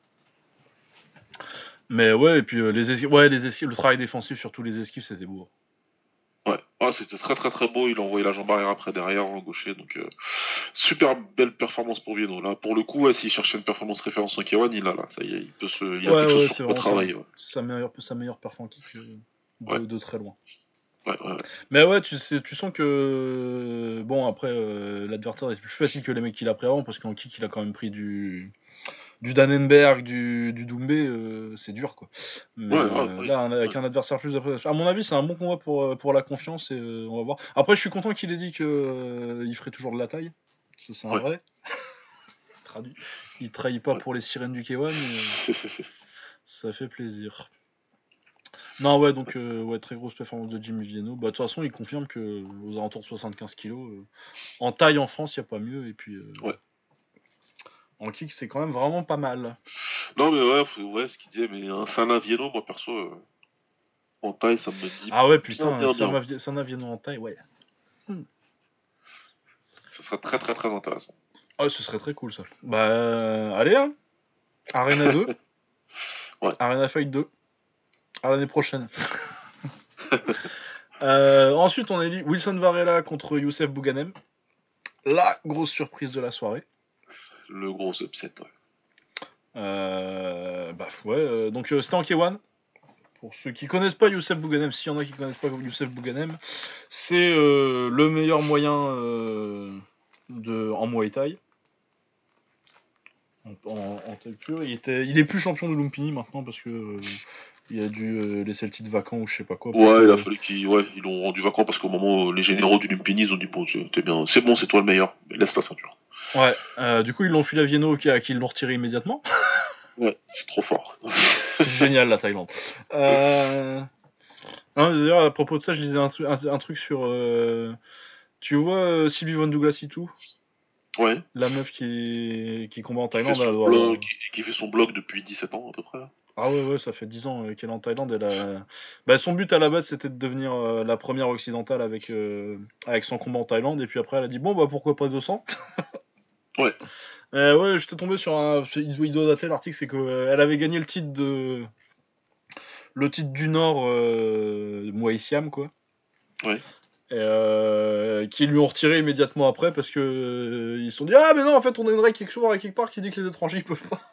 Mais ouais, et puis les esquives, le travail défensif sur tous les esquives, c'était beau. Ouais, c'était très beau. Il a envoyé la jambe arrière après derrière en gaucher. Donc, super belle performance pour Vienno. Là, pour le coup, ouais, s'il cherchait une performance référence en K1, il a là. Ça y est, il a quelque chose sur quoi travailler. Ouais. Sa meilleure perf en kick de très loin. Ouais. Mais ouais, tu sens que. Bon, après, l'adversaire est plus facile que les mecs qu'il a pris avant, parce qu'en kick, il a quand même pris du Dannenberg, du Doumbé, c'est dur quoi. Mais là, avec un adversaire plus à mon avis, c'est un bon combat pour la confiance et on va voir. Après, je suis content qu'il ait dit que il ferait toujours de la taille, parce que c'est un vrai. Traduit. Il trahit pas pour les sirènes du K1, ça fait plaisir. Non, ouais, donc très grosse performance de Jimmy Vienno. Bah, de toute façon, il confirme que aux alentours de 75 kg, en taille en France, il n'y a pas mieux. Et puis, en kick, c'est quand même vraiment pas mal. Non, mais ouais, ce qu'il disait, mais un Sana Vienno, moi perso, en taille, ça me dit. Ah ouais, putain, bien. Sana Vienno en taille, ouais. Ce serait très intéressant. Ah, ce serait très cool ça. Bah, allez, hein. Arena 2. Ouais. Arena Fight 2. À l'année prochaine. Ensuite, on a dit Wilson Varela contre Youssef Bouganem. La grosse surprise de la soirée. Le gros upset, ouais. Donc c'était en K1. Pour ceux qui connaissent pas Youssef Bouganem, s'il y en a qui connaissent pas Youssef Bouganem, c'est le meilleur moyen en Muay Thai. En taille pure. Il est plus champion de Lumpini maintenant parce que il a dû laisser le titre vacant ou je sais pas quoi. Ouais, il a fallu ils l'ont rendu vacant parce qu'au moment où les généraux du Lumpini, ils ont dit bon, t'es bien, c'est bon, c'est toi le meilleur, mais laisse la ceinture. Ouais, du coup ils l'ont filé à Vienno à qui ils l'ont retiré immédiatement. Ouais, c'est trop fort. C'est génial la Thaïlande. D'ailleurs, à propos de ça, je lisais un truc sur. Tu vois Sylvie Von Douglas et tout. Ouais. La meuf qui combat en Thaïlande. Qui fait son blog depuis 17 ans à peu près. Ah ouais, ça fait 10 ans qu'elle est en Thaïlande. Son but à la base c'était de devenir la première occidentale avec son combat en Thaïlande. Et puis après elle a dit bon bah pourquoi pas 200. Ouais. Ouais, j'étais tombé sur il doit dater l'article, c'est qu'elle avait gagné le titre du Nord Muay Siam quoi. Ouais. Qui lui ont retiré immédiatement après parce que ils se sont dit ah mais non en fait on aimerait quelque part qui dit que les étrangers ils peuvent pas.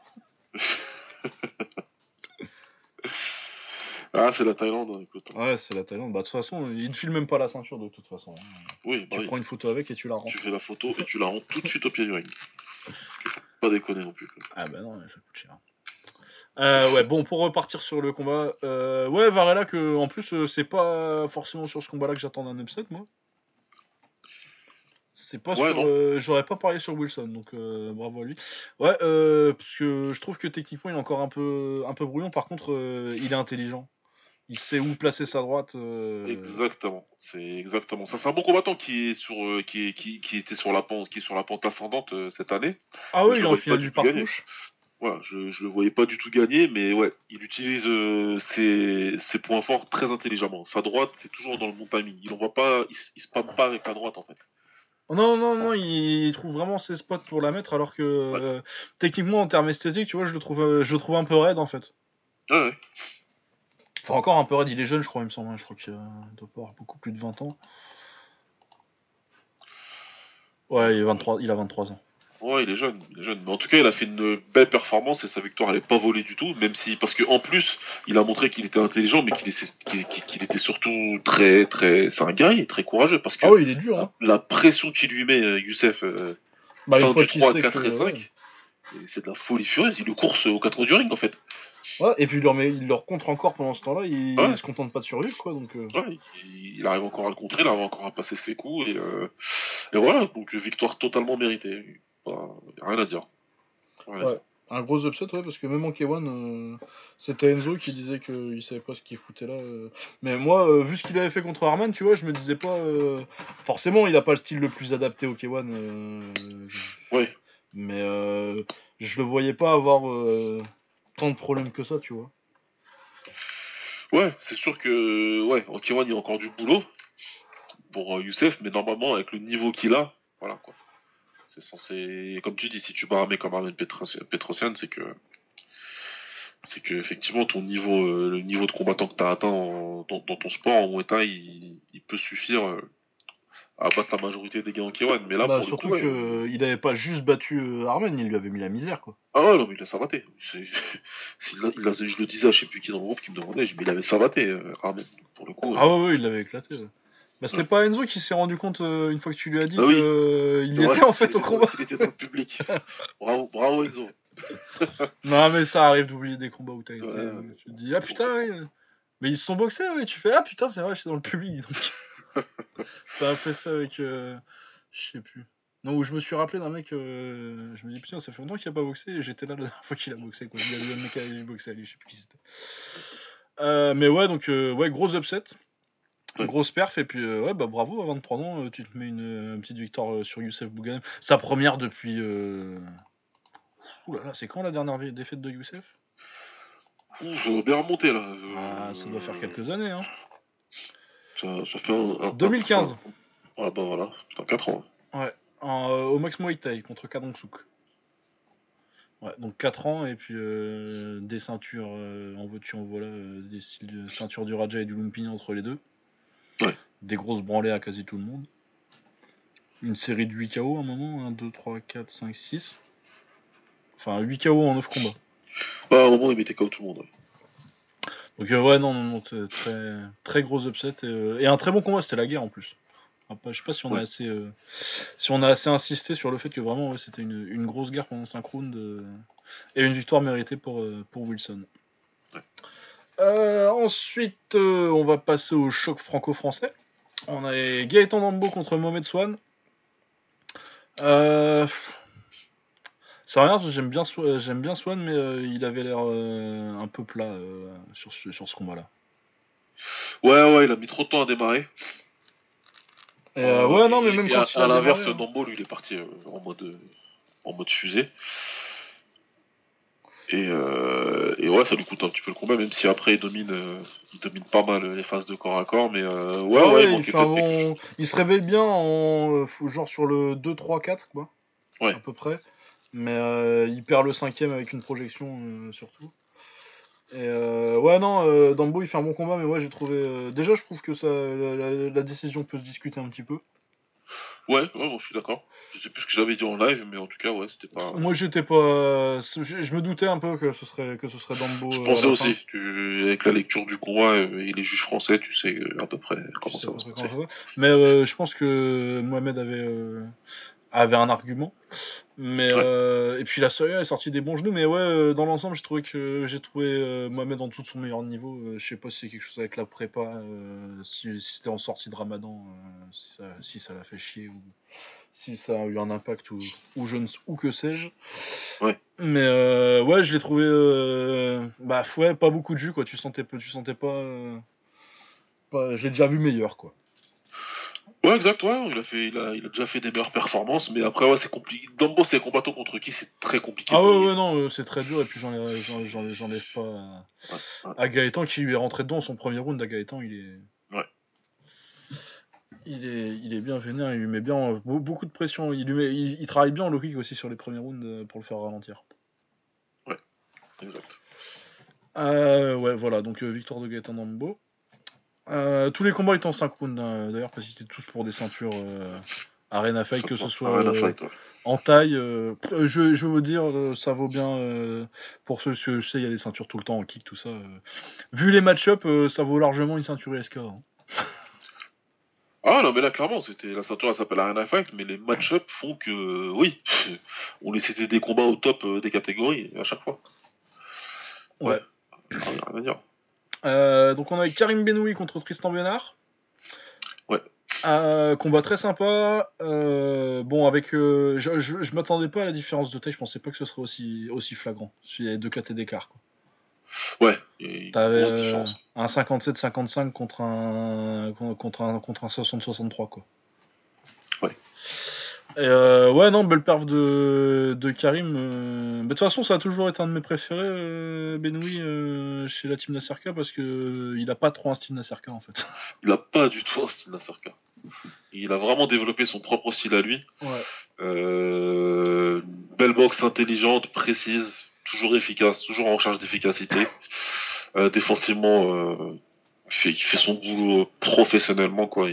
Ah c'est la Thaïlande, hein, écoute. Ouais c'est la Thaïlande. Bah de toute façon ils ne filent même pas la ceinture de toute façon. Oui. Tu prends une photo avec et tu la rends. Tu fais la photo et tu la rends tout de suite au pied du ring. Faut pas déconner non plus. Quoi. Ah bah non ça coûte cher. Ouais, bon, pour repartir sur le combat, ouais, Varela, en plus, c'est pas forcément sur ce combat-là que j'attends un upset, moi. C'est pas j'aurais pas parié sur Wilson, donc bravo à lui. Ouais, parce que je trouve que techniquement, il est encore un peu brouillon. Par contre, il est intelligent. Il sait où placer sa droite. Exactement, c'est exactement ça. C'est un bon combattant qui est qui était sur la pente ascendante cette année. Ah oui, il est en finale du Partouche. Voilà, je le voyais pas du tout gagner, mais ouais, il utilise ses points forts très intelligemment. Sa droite, c'est toujours dans le bon timing. Il envoie pas, il spamme pas avec la droite en fait. Non, il trouve vraiment ses spots pour la mettre, alors que techniquement, en termes esthétiques, tu vois, je le trouve un peu raide en fait. Ouais. Enfin, encore un peu raide, il est jeune, je crois, il me semble. Je crois qu'il doit pas avoir beaucoup plus de 20 ans. Ouais, il a 23 ans. Ouais, il est jeune. Mais en tout cas, il a fait une belle performance et sa victoire, elle est pas volée du tout, même si, parce que en plus, il a montré qu'il était intelligent, mais qu'il était surtout très, c'est un guerrier, très courageux, parce que il est dur, hein. La pression qu'il lui met, Youssef, fin du 3, 4 et 5, c'est de la folie furieuse. Il le course aux 4 du ring, en fait. Ouais, et puis il leur contre encore pendant ce temps-là, il Ouais, se contente pas de survivre, quoi, donc... ouais, il arrive encore à le contrer, il arrive encore à passer ses coups, et voilà, donc victoire totalement méritée. Y a rien à dire. Rien à Ouais, dire. un gros upset, ouais, parce que même en K1, c'était Enzo qui disait qu'il savait pas ce qu'il foutait là. Mais moi, vu ce qu'il avait fait contre Arman, tu vois, je me disais pas. Forcément, il a pas le style le plus adapté au K1, Ouais, mais je le voyais pas avoir tant de problèmes que ça, tu vois. ouais, c'est sûr que, ouais, en K1, il y a encore du boulot pour Youssef, mais normalement, avec le niveau qu'il a, voilà, quoi. C'est censé, comme tu dis, si tu bats un mec comme Armen Petrosian, c'est que effectivement ton niveau, le niveau de combattant que tu as atteint dans ton sport en Muay Thai, il peut suffire à battre la majorité des gars en K1. Mais là, Bah, pour le coup, surtout ouais, que il avait pas juste battu Arman, il lui avait mis la misère, quoi. ah ouais, non, mais il a savaté. Je le disais à je sais plus qui dans le groupe qui me demandait, mais il avait savaté, Armen. Donc, pour le coup, Ah ouais, ouais, il l'avait éclaté. Ouais. Bah, c'était ouais. pas Enzo qui s'est rendu compte une fois que tu lui as dit Ah que oui, il c'est y vrai était en fait au combat. qu'il était dans le public. Bravo, bravo Enzo. Non, mais ça arrive d'oublier des combats où t'as été. Ouais, Tu te dis, ah putain, complètement. oui. Mais ils se sont boxés, oui. Tu fais, ah putain, c'est vrai, je suis dans le public. Donc, ça a fait ça avec. Je sais plus. Non, où je me suis rappelé d'un mec, je me dis, putain, ça fait longtemps qu'il a pas boxé. Et j'étais là la dernière fois qu'il a boxé, quoi. Il y a le mec qui a boxé à lui, je sais plus qui c'était. Mais ouais, donc, ouais, gros upset. Ouais. Grosse perf, et puis ouais, bah bravo, à 23 ans, tu te mets une petite victoire sur Youssef Bouganem. Sa première depuis. Ouh là là, c'est quand la dernière défaite de Youssef? Ouh, ça doit bien remonter là. Ah, ça doit faire quelques années, hein. Ça fait 2015. ah bah voilà, putain, 4 ans. Ouais, au Max Muay Thai contre Kadong Souk. Ouais, donc 4 ans et puis des ceintures en veux-tu en voilà, des styles de ceinture du Raja et du Lumpini entre les deux. Ouais. Des grosses branlées à quasi tout le monde. Une série de 8 KO à un moment, 1, 2, 3, 4, 5, 6. Enfin 8 KO en 9 combats. Ah, au moment il mettait KO tout le monde. Ouais. Donc ouais, non, non, non, très, très gros upset et un très bon combat, c'était la guerre en plus. Après, je sais pas si on a Ouais. assez, si on a assez insisté sur le fait que vraiment ouais, c'était une grosse guerre pendant 5 rounds et une victoire méritée pour Wilson. Ouais. Ensuite, on va passer au choc franco-français. On a Gaëtan Dambo contre Mohamed Swan. Euh, C'est rien, j'aime bien Swan, mais il avait l'air un peu plat sur ce combat-là. Ouais, il a mis trop de temps à démarrer. Et ouais, non, mais même Et quand il à a démarré. l'inverse, Nambo, lui, il est parti en mode fusée. Et ouais, ça lui coûte un petit peu le combat, même si après il domine pas mal les phases de corps à corps, mais Ouais, ouais, il ouais, il manquait fait un peut-être quelque bon. chose. Il se réveille bien genre sur le 2, 3, 4, quoi, Ouais. à peu près. Mais il perd le cinquième avec une projection, surtout. Et ouais, non, Dambo il fait un bon combat, mais ouais, j'ai trouvé. Déjà, je trouve que la décision peut se discuter un petit peu. Ouais, bon, je suis d'accord. Je sais plus ce que j'avais dit en live, mais en tout cas, ouais, c'était pas. Moi, j'étais pas. Je me doutais un peu que ce serait Je Dambo à pensais la fin. aussi, avec la lecture du combat et les juges français, tu sais à peu près Tu comment sais à ça va peu se près passer. comment ça va. Mais je pense que Mohamed avait un argument. Mais Ouais, et puis la Soya est sortie des bons genoux, mais ouais, dans l'ensemble, j'ai trouvé Mohamed en dessous de son meilleur niveau. Je sais pas si c'est quelque chose avec la prépa, si c'était en sortie de Ramadan, si ça l'a fait chier ou si ça a eu un impact ou que sais-je. ouais. Mais ouais, je l'ai trouvé bah ouais, pas beaucoup de jus quoi. Tu sentais pas, je l'ai déjà vu meilleur quoi. Ouais, exact, ouais, il a déjà fait des meilleures performances, mais après, ouais, c'est compliqué. Dambo, c'est un combattant contre qui c'est très compliqué Ah de ouais, gagner. ouais, non, c'est très dur, et puis j'enlève pas Ouais, ouais, à Gaëtan qui lui est rentré dedans son premier round. À Gaëtan, ouais. il est bien vénère, il lui met bien beaucoup de pression. Il travaille bien en low kick aussi sur les premiers rounds pour le faire ralentir. Ouais, exact. Ouais, voilà, donc victoire de Gaëtan Dambo. Tous les combats étaient en 5 rounds d'ailleurs, parce qu'ils étaient tous pour des ceintures Arena Fight, que ce soit Arena Fight, ouais. en taille. Je veux vous dire, ça vaut bien pour ceux que je sais, il y a des ceintures tout le temps en kick, tout ça. Vu les match-up, ça vaut largement une ceinture SK. Hein. Ah non, mais là, clairement, la ceinture, elle s'appelle Arena Fight, mais les match-up font que, oui, c'était des combats au top des catégories, à chaque fois. Ouais. Ouais. Ah, rien à dire. Donc on avait Karim Benoui contre Tristan Bénard. Ouais. Combat très sympa. Bon, avec. Je m'attendais pas à la différence de taille, je pensais pas que ce serait aussi flagrant. Il y avait 2 KT d'écart, quoi. Ouais, il y a une T'avais grosse différence. un 57-55 contre un 60-63, quoi. Ouais. Et ouais, non, belle perf de Karim. Mais de toute façon, ça a toujours été un de mes préférés, Benoui, chez la team Nasserka, parce que il a pas trop un style Nasserka, en fait. Il a pas du tout un style Nasserka. Il a vraiment développé son propre style à lui. Ouais. Belle boxe intelligente, précise, toujours efficace, toujours en recherche d'efficacité. Défensivement, il fait son boulot professionnellement, quoi.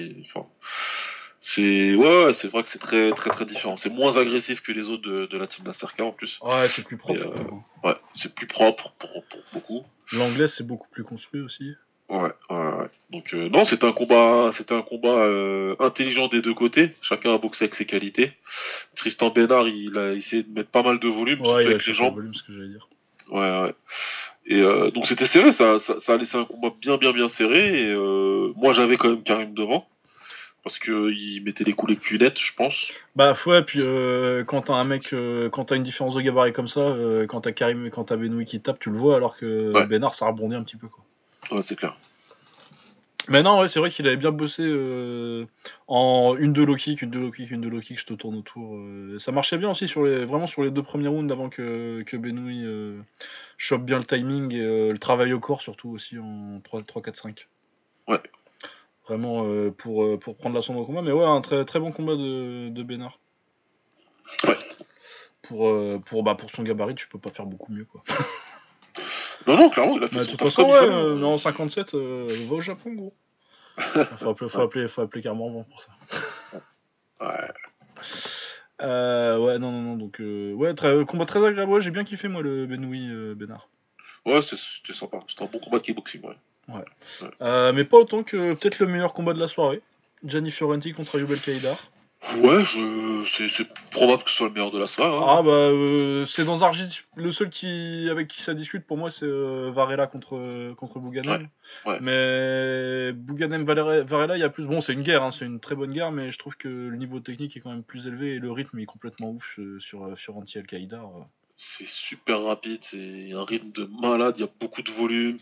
C'est vrai que c'est très très très différent. C'est moins agressif que les autres de la team Nasserka en plus. Ouais, c'est plus Mais, propre, surtout. ouais, c'est plus propre pour beaucoup. L'anglais, c'est beaucoup plus construit aussi. Ouais. Donc non, c'était un combat intelligent des deux côtés. Chacun a boxé avec ses qualités. Tristan Bénard, il a essayé de mettre pas mal de volume, Ouais, surtout il a avec les cherché le jambes. volume, ce que j'allais dire. Ouais. Et donc c'était serré, ça a laissé un combat bien serré. Et moi j'avais quand même Karim devant parce que il mettait les coups les plus nets, je pense. Bah, ouais, puis quand t'as un mec, quand t'as une différence de gabarit comme ça, quand t'as Karim et quand t'as Benoît qui tape, tu le vois, alors que Ouais, Bénard, ça rebondit un petit peu, quoi. ouais, c'est clair. Mais non, ouais, c'est vrai qu'il avait bien bossé en une de low kick, je te tourne autour. Ça marchait bien aussi vraiment sur les 2 premiers rounds avant que Benoît chope bien le timing et le travail au corps surtout aussi en 3-4-5. Ouais. Vraiment pour prendre l'ascendant au combat. Mais ouais, un très, très bon combat de Bénard. Ouais. Pour son gabarit, tu peux pas faire beaucoup mieux, quoi. Non, clairement, il a fait Mais de son toute taf façon, comme il ouais, fallait. Hein. en 57, va au Japon, gros. Ouais. Faut appeler Carmorvan pour ça. Ouais. Ouais, non, donc ouais, combat très agréable. Ouais, j'ai bien kiffé moi le Benoît Bénard. Ouais, c'était sympa. C'était un bon combat de kickboxing, ouais. Ouais. Ouais. Mais pas autant que peut-être le meilleur combat de la soirée. Gianni Fiorenti contre Ayub El Kaïdar. Ouais, c'est probable que ce soit le meilleur de la soirée. Hein. Ah bah c'est dans Argis, le seul avec qui ça discute pour moi c'est Varela contre Ouais, Bouganem. ouais. Mais Bouganem Varela il y a plus, bon c'est une guerre, hein, c'est une très bonne guerre, mais je trouve que le niveau technique est quand même plus élevé et le rythme est complètement ouf sur Fiorenti El Kaïdar. C'est super rapide, c'est un rythme de malade, il y a beaucoup de volume.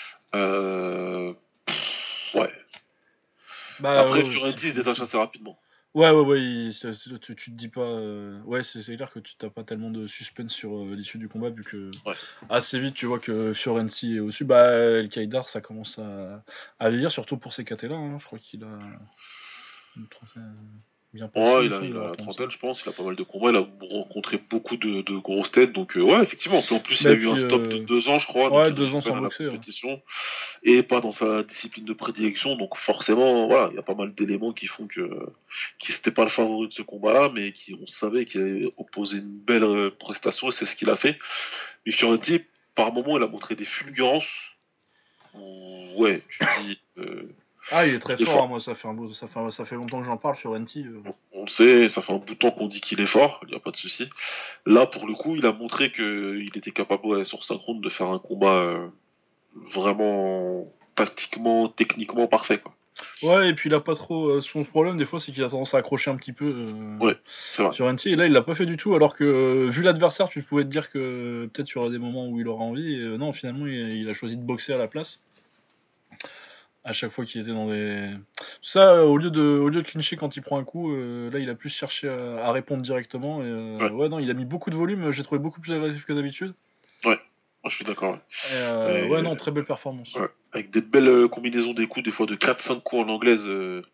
Ouais. Bah Après, ouais, Fiorentin se détache assez rapidement. ouais, tu te dis pas. Ouais, c'est clair que tu t'as pas tellement de suspense sur l'issue du combat, vu que Ouais. assez vite tu vois que Fiorenti est au-dessus. Bah, El Kaïdar, ça commence à vieillir, surtout pour ces KT là. Hein. Je crois qu'il a une trentaine bien passée, il Ouais, me semble, il il a aura la 35. trentaine, je pense. Il a pas mal de combats. Il a rencontré beaucoup de grosses têtes. Donc, ouais, effectivement. Puis en plus, il Bah, a et eu un puis, stop de 2 ans, je crois. Donc, ouais, il 2 ans sans récupère à la boxer. Ouais. compétition. Et pas dans sa discipline de prédilection. Donc, forcément, voilà, il y a pas mal d'éléments qui font qui c'était pas le favori de ce combat-là, mais on savait qu'il allait opposer une belle prestation. Et c'est ce qu'il a fait. Mais Fiorentin, par moment, il a montré des fulgurances. Ouais, tu te dis. Ah, il est très Il est fort, hein, fort. moi, ça fait longtemps que j'en parle, Fiorenti. On le sait, ça fait un bout de temps qu'on dit qu'il est fort, il n'y a pas de souci. Là, pour le coup, il a montré qu'il était capable, ouais, sur 5 rounds, de faire un combat vraiment tactiquement, techniquement parfait, quoi. Ouais, et puis il a pas trop. Son problème, des fois, c'est qu'il a tendance à accrocher un petit peu. Ouais, c'est vrai. Fiorenti, et là il l'a pas fait du tout, alors que vu l'adversaire, tu pouvais te dire que peut-être il y aura des moments où il aura envie, et non, finalement il a choisi de boxer à la place, à chaque fois qu'il était dans des. Ça, au lieu de clincher quand il prend un coup, là il a plus cherché à répondre directement, et Ouais, ouais, non, il a mis beaucoup de volume, j'ai trouvé beaucoup plus agressif que d'habitude, ouais. Moi, je suis d'accord. et Ouais. ouais, non, très belle performance. Ouais. Avec des belles combinaisons des coups, des fois de 4-5 coups en anglaise,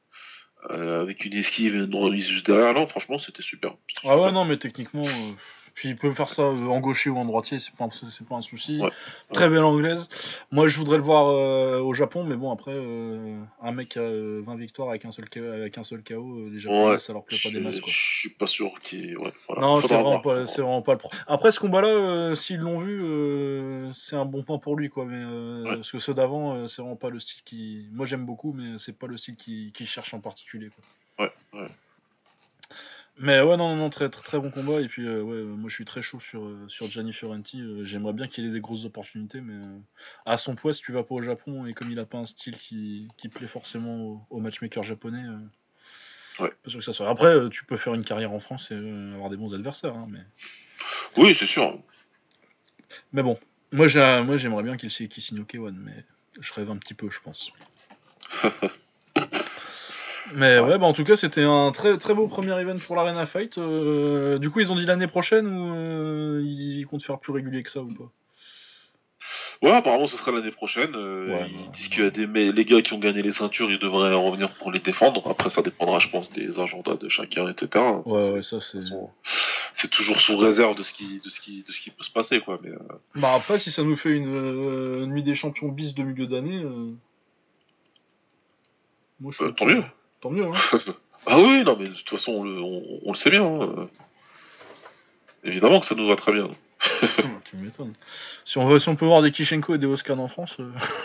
avec une esquive et une remise juste derrière. Non, franchement, c'était super. C'était Ah ouais, super. non, mais techniquement, puis il peut faire ça en gaucher ou en droitier, c'est pas un souci. Ouais, ouais. Très belle anglaise. Moi, je voudrais le voir au Japon, mais bon, après, un mec à 20 victoires avec un seul KO, les Japonais, Ouais, ça leur plaît pas des masses, je quoi. suis pas sûr qu'il. Ouais, voilà. Il Non, faudra voir. c'est vraiment pas le pro. Après, ce combat-là, s'ils l'ont vu, c'est un bon point pour lui, quoi. Mais Ouais, parce que ceux d'avant, c'est vraiment pas le style qui. Moi, j'aime beaucoup, mais c'est pas le style qui cherche en particulier, quoi. ouais, ouais. Mais ouais, non, très, très, très bon combat. Et puis, ouais, moi je suis très chaud sur Gianni Fiorenti. J'aimerais bien qu'il ait des grosses opportunités, mais à son poids, si tu vas pas au Japon et comme il a pas un style qui plaît forcément aux matchmakers japonais, Ouais. pas sûr que ça soit. Après, tu peux faire une carrière en France et avoir des bons adversaires, hein, Oui, c'est sûr. mais bon, moi j'aimerais bien qu'il signe au K1, mais je rêve un petit peu, je pense. Mais Ouais. ouais, bah en tout cas, c'était un très très beau premier event pour l'Arena Fight. Du coup, ils ont dit l'année prochaine ou ils comptent faire plus régulier que ça ou pas? Ouais, apparemment, ce sera l'année prochaine. Ouais, Ils disent qu'il y a les gars qui ont gagné les ceintures, ils devraient revenir pour les défendre. Après, ça dépendra, je pense, des agendas de chacun, etc. Ça, ouais, de ça toute c'est. façon, c'est toujours sous réserve de ce qui peut se passer, quoi. Mais Bah après, si ça nous fait une nuit des champions bis de milieu d'année, moi je suis tant pour, mieux. hein. Tant mieux, hein. Ah oui, non, mais de toute façon, on le sait bien. Évidemment que ça nous va très bien. Tu m'étonnes. Si on peut voir des Kishenko et des Oscar en France.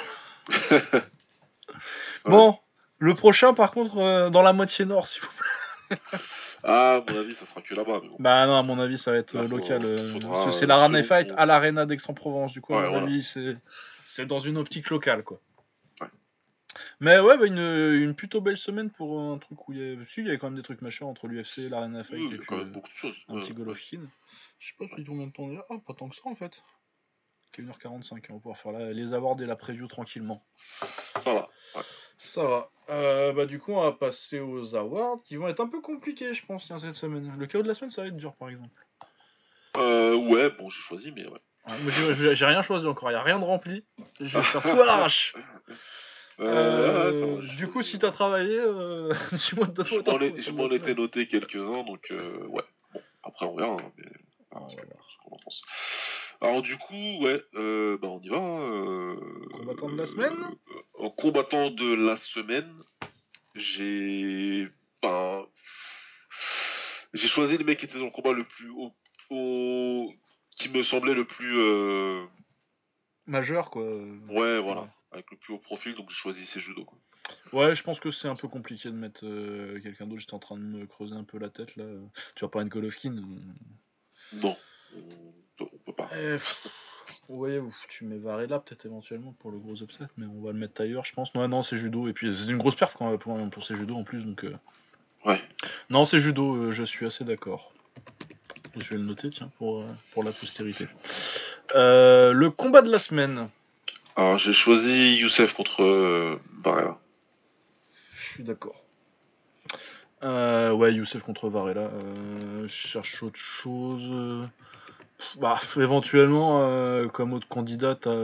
Ouais. Bon, le prochain, par contre, dans la moitié nord, s'il vous plaît. Ah, à mon avis, ça sera que là-bas, mais bon. Bah non, à mon avis, ça va être Là, local. faudra, C'est la Run selon. Fight à l'Arena d'Aix-en-Provence. Du coup, à Ouais, mon voilà. avis, c'est dans une optique locale, quoi. Ouais. Mais ouais, bah, une plutôt belle semaine pour un truc où il y a. Si, il y avait quand même des trucs machins entre l'UFC, l'Arena Oui, Fight il et y a puis quand même beaucoup de choses. un petit Ouais. Golovkin. Je sais pas Ouais. depuis combien de temps on est là. Ah, pas tant que ça en fait. 1h45, on va pouvoir faire les awards et la preview tranquillement. Ça va. Ouais. Ça va. Bah du coup, on va passer aux awards qui vont être un peu compliqués, je pense, cette semaine. Le KO de la semaine, ça va être dur, par exemple. Ouais, bon, j'ai choisi, mais ouais. Ouais, moi, j'ai rien choisi encore, il n'y a rien de rempli. Je vais faire tout à l'arrache. Ouais, ça va, j'ai Du coup, choisi. si t'as travaillé, dis-moi de Je toi ton m'en KO je de la m'en étais semaine. noté quelques-uns, donc ouais. Bon, après on verra, hein, mais Ah, voilà, on c'est va pas grave voir. ce qu'on en pense. Alors du coup, ouais, bah on y va. Combattant de la semaine. En combattant de la semaine, j'ai, ben, j'ai choisi le mec qui était dans le combat le plus qui me semblait le plus, Majeur, quoi. ouais, Ouais. voilà, avec le plus haut profil, donc j'ai choisi Cejudo, quoi. Ouais, je pense que c'est un peu compliqué de mettre quelqu'un d'autre. J'étais en train de me creuser un peu la tête là. Tu vas parler de Golovkin. Non, on peut pas. Ouais, tu mets Varela peut-être éventuellement pour le gros upset, mais on va le mettre ailleurs, je pense. Non, c'est judo. Et puis c'est une grosse perf quand même pour ces judo en plus. Donc, Ouais. non, c'est judo, je suis assez d'accord. Je vais le noter, tiens, pour la postérité. Le combat de la semaine. Alors j'ai choisi Youssef contre Barrera. Je suis d'accord. Ouais, Youssef contre Varela. Je cherche autre chose. Bah, éventuellement, comme autre candidat, t'as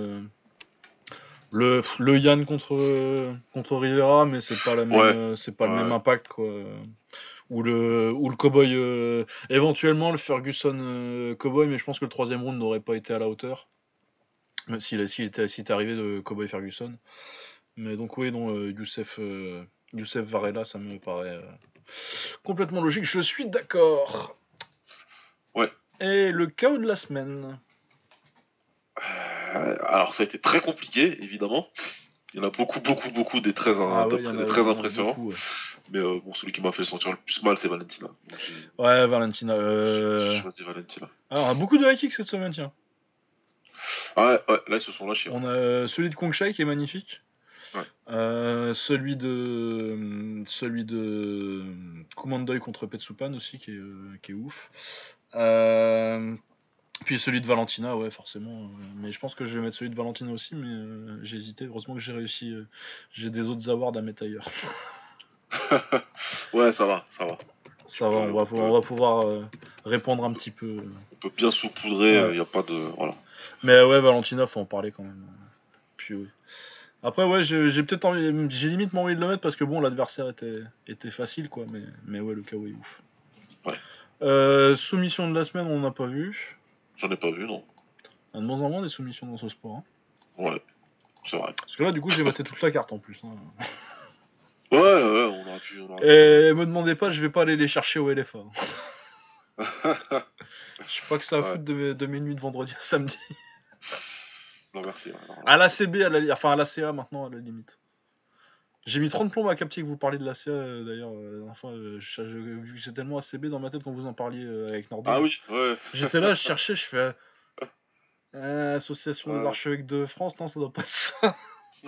le Yann contre Rivera, mais c'est pas Ouais, c'est pas le même ouais, impact, quoi. Ou le Cowboy, éventuellement le Ferguson Cowboy, mais je pense que le troisième round n'aurait pas été à la hauteur. Même s'il était arrivé de Cowboy Ferguson. Mais donc oui, non, Youssef Varela, ça me paraît complètement logique. Je suis d'accord. ouais. Et le KO de la semaine. Alors ça a été très compliqué, évidemment. Il y en a beaucoup Ah ouais, il des très y en a impressionnants. beaucoup. Ouais, Mais bon, celui qui m'a fait sentir le plus mal, c'est Valentina. Donc ouais, Valentina. j'ai choisi Valentina. Ah, on a beaucoup de high kicks cette semaine, tiens. Ah ouais, là ils se sont lâchés. Ouais. On a celui de Kongshai qui est magnifique. Ouais. Celui de Kumandoy contre Petsupan aussi qui est ouf. Euh, Puis celui de Valentina, ouais, forcément. Mais je pense que je vais mettre celui de Valentina aussi, mais j'ai hésité. Heureusement que j'ai réussi. J'ai des autres awards à mettre ailleurs. Ouais, ça va, ça va. Ça va, on va pouvoir répondre un petit peu. On peut bien saupoudrer, Ouais. il n'y a pas de. Voilà. Mais ouais, Valentina, faut en parler quand même. Puis oui. Après, ouais, j'ai peut-être j'ai limite envie de le mettre parce que bon, l'adversaire était facile, quoi. Mais ouais, le KO est ouf. Ouais. Soumission de la semaine, on n'a pas vu. J'en ai pas vu, non. Il y a de moins en moins des soumissions dans ce sport, hein. Ouais, c'est vrai. Parce que là, du coup, j'ai maté toute la carte en plus, hein. Ouais, on aurait pu. Et me demandez pas, je vais pas aller les chercher au LFA. Je sais pas que ça a à Ouais. foutre de mes nuits de vendredi à samedi. Non, merci. Ouais, À la CB, enfin à la CA maintenant, à la limite. J'ai mis 30 plombs à capter que vous parliez de l'ACA d'ailleurs. La dernière fois, vu que c'est tellement ACB dans ma tête quand vous en parliez avec Nordin. Ah oui, ouais. J'étais là, je cherchais, je fais. Association des Ouais. archevêques de France, non, ça doit pas être ça.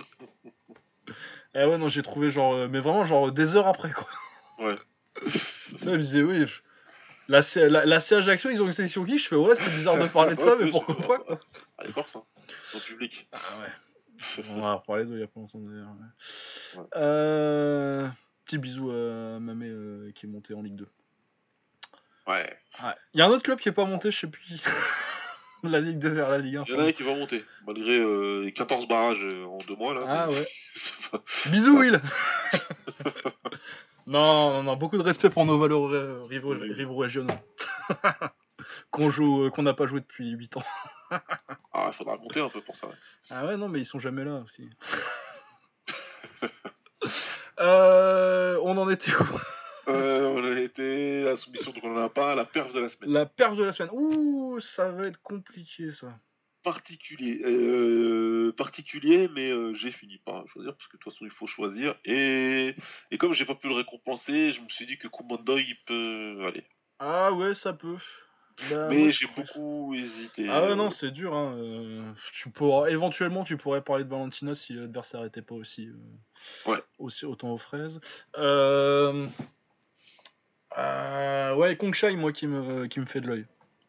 Eh ouais, non, j'ai trouvé genre. Mais vraiment, genre des heures après quoi. Ouais. Tu sais, je me disais, oui. La CA Ajaccio, ils ont une sélection qui? Je fais, ouais, c'est bizarre de parler de ça, mais pourquoi pas quoi. Allez, force, hein. Dans le public. Ah ouais. On va reparler d'eux il y a pas longtemps d'ailleurs. Ouais. Petit bisou à Mamé qui est monté en Ligue 2. Ouais. Il y a un autre club qui est pas monté, je sais plus qui. La Ligue 2 vers la Ligue 1. Il y en a un qui va monter, malgré les 14 barrages en 2 mois là. Ah mais... ouais. Bisous Will. Non, beaucoup de respect pour nos valeurs rivaux régionaux. Qu'on n'a pas joué depuis 8 ans. Ah, il faudra monter un peu pour ça. Ouais. Ah ouais, non, mais ils sont jamais là aussi. On en était où? On a été à la soumission, donc on n'en a pas. La perf de la semaine. La perf de la semaine. Ouh, ça va être compliqué ça. Particulier, mais j'ai fini par choisir parce que de toute façon il faut choisir. Et comme j'ai pas pu le récompenser, je me suis dit que Kumandoy il peut aller. Ah ouais, ça peut. Bah, mais j'ai beaucoup hésité. Ah ouais, non, c'est dur. Hein. Éventuellement, tu pourrais parler de Valentina si l'adversaire était pas aussi autant aux fraises. Ouais, Kongshai, moi, qui me fait de l'œil.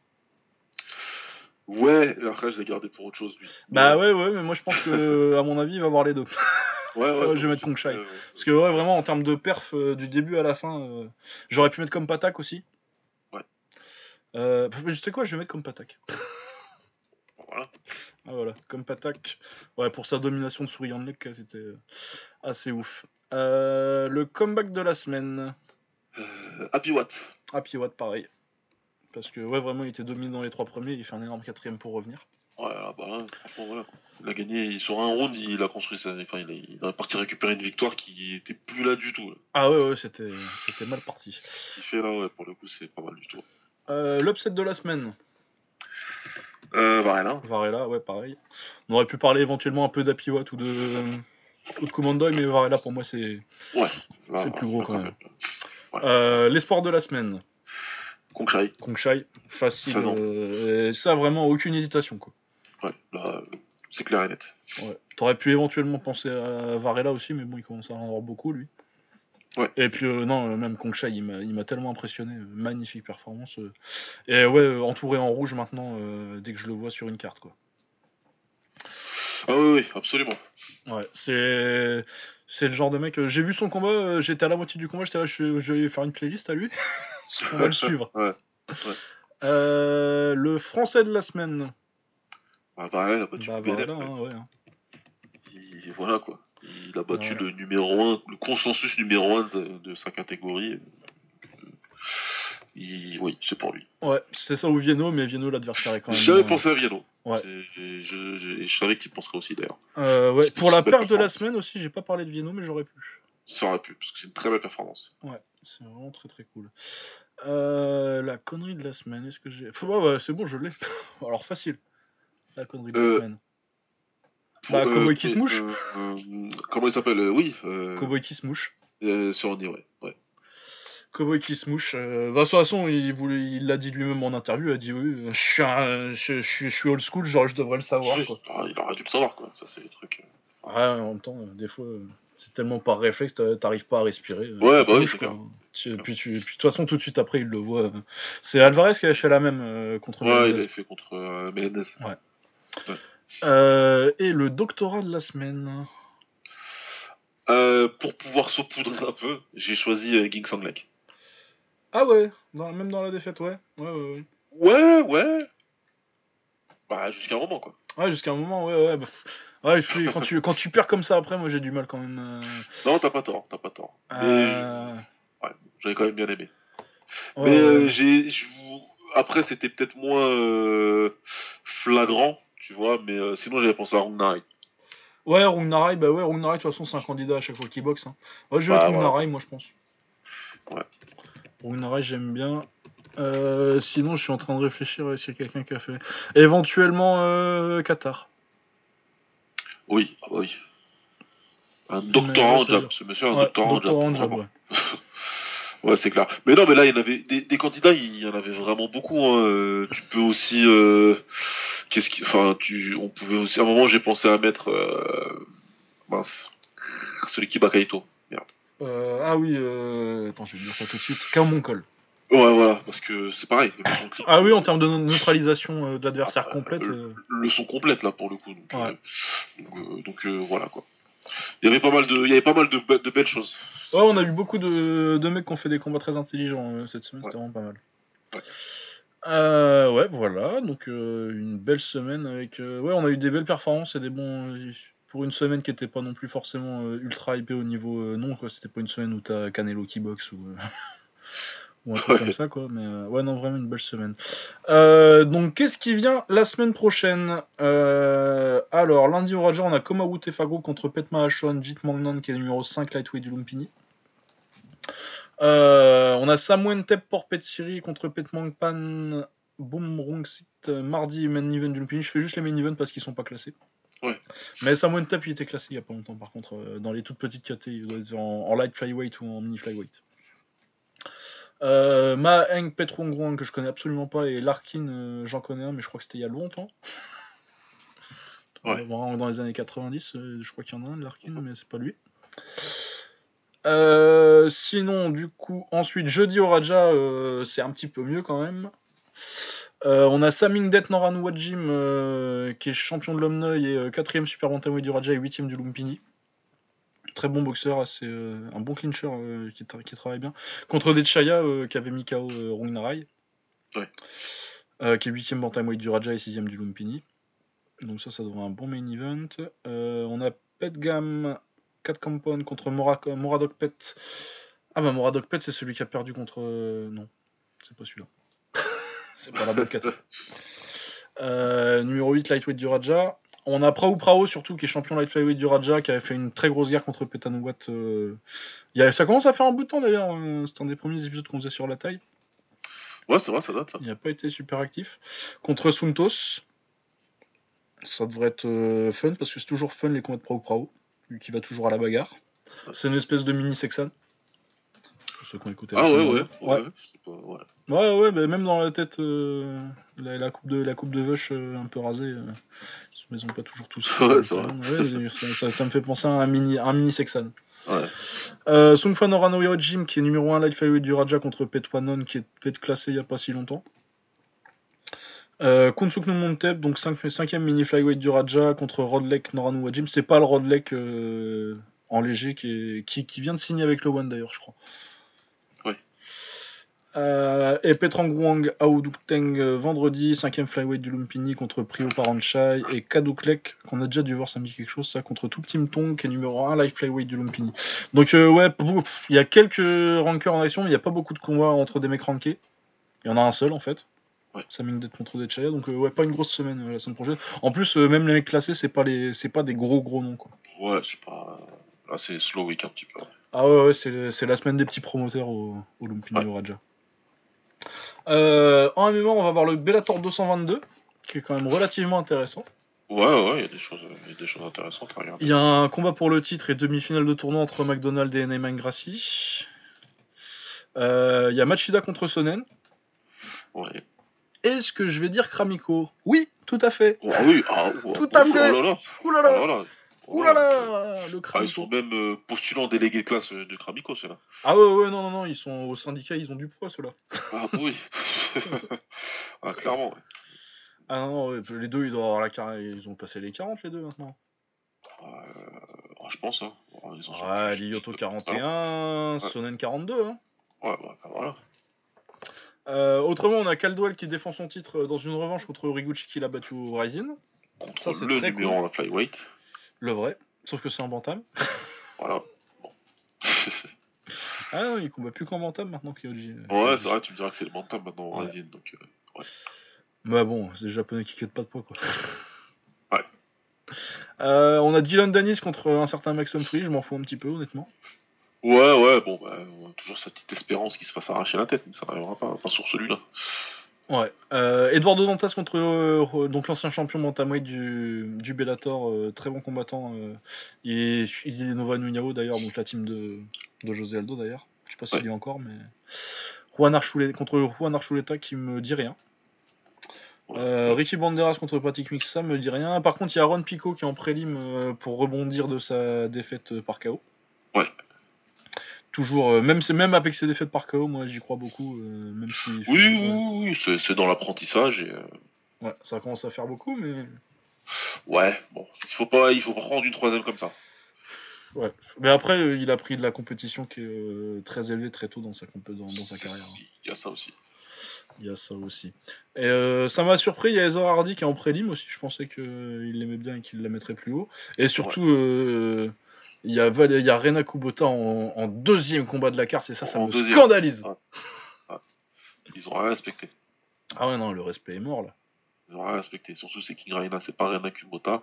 Ouais, après je l'ai gardé pour autre chose lui. Bah ouais, mais moi je pense que à mon avis il va voir les deux. Ouais, je vais mettre Kongshai. Parce que ouais, vraiment en termes de perf du début à la fin, j'aurais pu mettre comme Patak aussi. Ouais. Je sais quoi, je vais mettre comme Patak. Voilà. Ah voilà, comme Patak. Ouais, pour sa domination de Souriant Lek, c'était assez ouf. Le comeback de la semaine. Happy Watt. Happy Watt, pareil. Parce que ouais, vraiment, il était dominé dans les 3 premiers, il fait un énorme 4ème pour revenir. Ouais, bah là, franchement, voilà. Il a gagné, sur un round, il a construit ça. Enfin, il est parti récupérer une victoire qui était plus là du tout. Là. Ah ouais, c'était mal parti. Ce qu'il fait là, ouais, pour le coup, c'est pas mal du tout. L'upset de la semaine. Varela. Varela, ouais, pareil. On aurait pu parler éventuellement un peu d'Happy Watt ou de Kumandoy, mais Varela, pour moi, c'est le plus gros quand même. Ouais. L'espoir de la semaine. Kongshai, facile. Ça, vraiment, aucune hésitation, quoi. Ouais, là, c'est clair et net. Ouais. T'aurais pu éventuellement penser à Varela aussi, mais bon, il commence à en avoir beaucoup, lui. Ouais. Et puis, non, même Kongshai, il m'a tellement impressionné. Magnifique performance. Et ouais, entouré en rouge maintenant, dès que je le vois sur une carte, quoi. Ah oui, absolument. Ouais, c'est le genre de mec. J'ai vu son combat, j'étais à la moitié du combat, j'étais là, je vais faire une playlist à lui. On va le suivre. Ouais. Le français de la semaine. Varela, il a battu Varela, ouais. Voilà quoi. Il a battu le numéro 1, le consensus numéro 1 de sa catégorie. Oui, c'est pour lui. Ouais, c'est ça ou Vienno, mais Vienno, l'adversaire est quand même. J'avais pensé à Vienno. Ouais. Je savais qu'il penserait aussi d'ailleurs. Ouais. Pour la perte de la semaine aussi, j'ai pas parlé de Vienno, mais j'aurais pu. Ça aurait pu, parce que c'est une très belle performance. Ouais, c'est vraiment très très cool. La connerie de la semaine, est-ce que j'ai. Ouais, c'est bon, je l'ai. Alors facile. La connerie de la semaine. Cowboy qui se mouche. Comment il s'appelle Oui. Cowboy qui se mouche. Sur Andy, ouais. Cowboy qui se mouche. De toute façon, il l'a dit lui-même en interview. Il a dit oui, je suis old school, genre je devrais le savoir. Oui, quoi. Il aurait dû le savoir, quoi. Ça, c'est les trucs. Ouais, en même temps, des fois, c'est tellement par réflexe, t'arrives pas à respirer. Ouais, bah oui, c'est clair. Puis de toute façon, tout de suite après, il le voit. C'est Alvarez qui avait fait la même contre Mélenez. Ouais, il avait fait contre Mélenez. Ouais. Et le doctorat de la semaine. Pour pouvoir saupoudrer un peu, j'ai choisi Ging Sanglek. Ah ouais, même dans la défaite, ouais. Ouais. Bah, jusqu'à un moment, quoi. Ouais, jusqu'à un moment, ouais. Ouais, quand tu perds comme ça après, moi j'ai du mal quand même. Non, t'as pas tort. Mais j'avais quand même bien aimé. Ouais, mais après, c'était peut-être moins flagrant, tu vois, mais sinon j'avais pensé à Rungnarai. Ouais, Rungnarai, de toute façon, c'est un candidat à chaque fois qu'il boxe. Hein. Ouais, je vais mettre Rungnarai, moi, je pense. Ouais. Rungnarai, j'aime bien. Sinon, je suis en train de réfléchir s'il y a quelqu'un qui a fait. Éventuellement, Qatar. Oui, Un doctorant ouais, en ça jab. dure. Ce monsieur a un Ouais, doctorant en jab. doctorant en jab, Vraiment. ouais. Ouais, c'est clair. Mais non, mais là, il y en avait des candidats, il y en avait vraiment beaucoup. Hein. Tu peux aussi, enfin, on pouvait aussi. À un moment, j'ai pensé à mettre, mince, celui qui bat Kaito. Merde. Ah oui, attends, je vais dire ça tout de suite. Kaomon Cole. Ouais, voilà, parce que c'est pareil. Le son clip, Ah oui, en termes de neutralisation de l'adversaire ah, complète. le son complète là pour le coup. Donc, Ouais. voilà quoi. Il y avait pas mal de belles choses. Ouais, on a eu beaucoup de mecs qui ont fait des combats très intelligents cette semaine, Ouais. c'était vraiment pas mal. Ouais. Ouais, voilà, donc une belle semaine avec. Ouais, on a eu des belles performances et des bons. Pour une semaine qui était pas non plus forcément ultra hypée au niveau. Non, quoi, c'était pas une semaine où t'as Canelo qui boxe ou, ou un truc comme ça, quoi. Mais ouais, non, vraiment une belle semaine. Donc, qu'est-ce qui vient la semaine prochaine Alors, lundi au Raja, on a Komawu Tefago contre Petma Ashon, Jit Mangnan qui est numéro 5 lightweight du Lumpini. On a Samoen Tep pour Petsiri contre Petmangpan Boomrungsit mardi main event du Lumpini. Je fais juste les main events parce qu'ils sont pas classés. Ouais. Mais Samoen Tep il était classé il y a pas longtemps par contre dans les toutes petites catégories, il doit être en light flyweight ou en mini flyweight. Ma Heng Petrongruang que je connais absolument pas et Larkin j'en connais un mais je crois que c'était il y a longtemps. Ouais. Vraiment dans les années 90 je crois qu'il y en a un de Larkin mais c'est pas lui. Sinon, du coup, ensuite, jeudi au Raja, c'est un petit peu mieux quand même. On a Samingdet Noranu Wajim, qui est champion de l'Omnoy et 4ème super bantamweight du Raja et 8ème du Lumpini. Très bon boxeur, un bon clincher qui travaille bien. Contre Dechaya, qui avait mis KO Rungnarai. Ouais. Qui est 8ème bantamweight du Raja et 6ème du Lumpini. Donc ça devrait un bon main event. On a Petgam 4 Kampon contre Moradok Pet. Ah bah Moradok Pet c'est celui qui a perdu contre... non, c'est pas celui-là. C'est pas la bonne caté. Numéro 8 lightweight du Raja. On a Prao Prao surtout qui est champion light flyweight du Raja qui avait fait une très grosse guerre contre Petanouat. Ça commence à faire un bout de temps d'ailleurs. C'était un des premiers épisodes qu'on faisait sur la taille. Ouais, c'est vrai, ça date ça. Il n'a pas été super actif. Contre Suntos. Ça devrait être fun parce que c'est toujours fun les combats de Prao Prao. Lui qui va toujours à la bagarre. C'est une espèce de mini Sexan. Pour ceux qui ont écouté. Ah ouais. Ouais, mais même dans la tête, la coupe de Vush un peu rasée, ils ont pas toujours tous. Ouais, c'est vrai. Ouais, ça me fait penser à un mini Sexan. Ouais. Sungfan Orano Jim qui est numéro 1 light flyweight du Raja contre Petwanon qui est fait classé il y a pas si longtemps. Kunsuk Numontep, donc 5ème mini flyweight du Raja contre Rodlek Noranu Wajim. C'est pas le Rodlek en léger qui vient de signer avec le One d'ailleurs, je crois. Et Petrangruang Aoudukteng vendredi, 5ème flyweight du Lumpini contre Prio Paranchai et Kaduklek, qu'on a déjà dû voir, ça me dit quelque chose, ça, contre Tout Team Tong, qui est numéro 1 light flyweight du Lumpini. Donc, ouais, il y a quelques rankers en action, mais il n'y a pas beaucoup de combats entre des mecs rankés. Il y en a un seul en fait. Ouais. Samingdet contre Dechaya, donc ouais, pas une grosse semaine la semaine prochaine. En plus, même les mecs classés, c'est pas des gros noms quoi. Ouais, c'est pas. Là, c'est slow week un petit peu. Ah ouais, c'est la semaine des petits promoteurs au Lumpini au Raja. En MMA, on va voir le Bellator 222, qui est quand même relativement intéressant. Ouais, il y a des choses intéressantes à regarder. Il y a un combat pour le titre et demi-finale de tournoi entre McDonald et Neyman Gracie. Il y a Machida contre Sonnen. Ouais. Est-ce que je vais dire Kramiko ? Oui, tout à fait. Oh, oui, tout à fait. Oulala, le Kramiko. ils sont même postulants délégués de classe de Kramiko, ceux-là. Ah ouais, non, ils sont au syndicat, ils ont du poids, ceux-là. Ah oui. Clairement, ouais. Ah non, les deux, ils ont passé les 40, les deux, maintenant. Je pense, hein. Lyoto 41, Sonnen 42, hein. Ouais, voilà. Autrement, on a Caldwell qui défend son titre dans une revanche contre Origuchi qui l'a battu au Rising. Contre ça, le numéro en flyweight. Le vrai, sauf que c'est en bantam. Voilà. Bon. Ah non, il combat plus qu'en bantam maintenant Kyoji. Ouais, c'est vrai, tu me diras que c'est le bantam maintenant au Rising, donc ouais. Bah bon, c'est les japonais qui quittent pas de poids quoi. Ouais. On a Dylan Danis contre un certain Max Humphrey, je m'en fous un petit peu honnêtement. Ouais, bon, on a toujours cette petite espérance qu'il se fasse arracher la tête, mais ça n'arrivera pas sur celui-là. Ouais. Eduardo Dantas contre donc l'ancien champion bantamweight du Bellator, très bon combattant. Il est Nova Nunao d'ailleurs, donc la team de José Aldo d'ailleurs. Je sais pas s'il Ouais. y est encore, mais contre Juan Archuleta qui me dit rien. Ricky Banderas contre Patrick Mixa me dit rien. Par contre, il y a Ron Pico qui est en prélim pour rebondir de sa défaite par KO. Ouais. Toujours, même avec ses défaites par KO, moi j'y crois beaucoup. Même si. Oui, c'est dans l'apprentissage et. Ouais, ça commence à faire beaucoup, mais. Ouais, bon, il faut pas prendre une troisième comme ça. Ouais. Mais après, il a pris de la compétition qui est très élevée très tôt dans sa carrière. Il y a ça aussi. Il y a ça aussi. Et ça m'a surpris, il y a Ezra Hardy qui est en prélim aussi. Je pensais qu'il l'aimait bien et qu'il la mettrait plus haut. Et surtout, il y a Rena Kubota en deuxième combat de la carte et ça me scandalise. Ouais. Ils ont rien respecté. Ah ouais, non, le respect est mort là. Ils ont rien respecté. Surtout c'est King Raina, c'est pas Rena Kubota.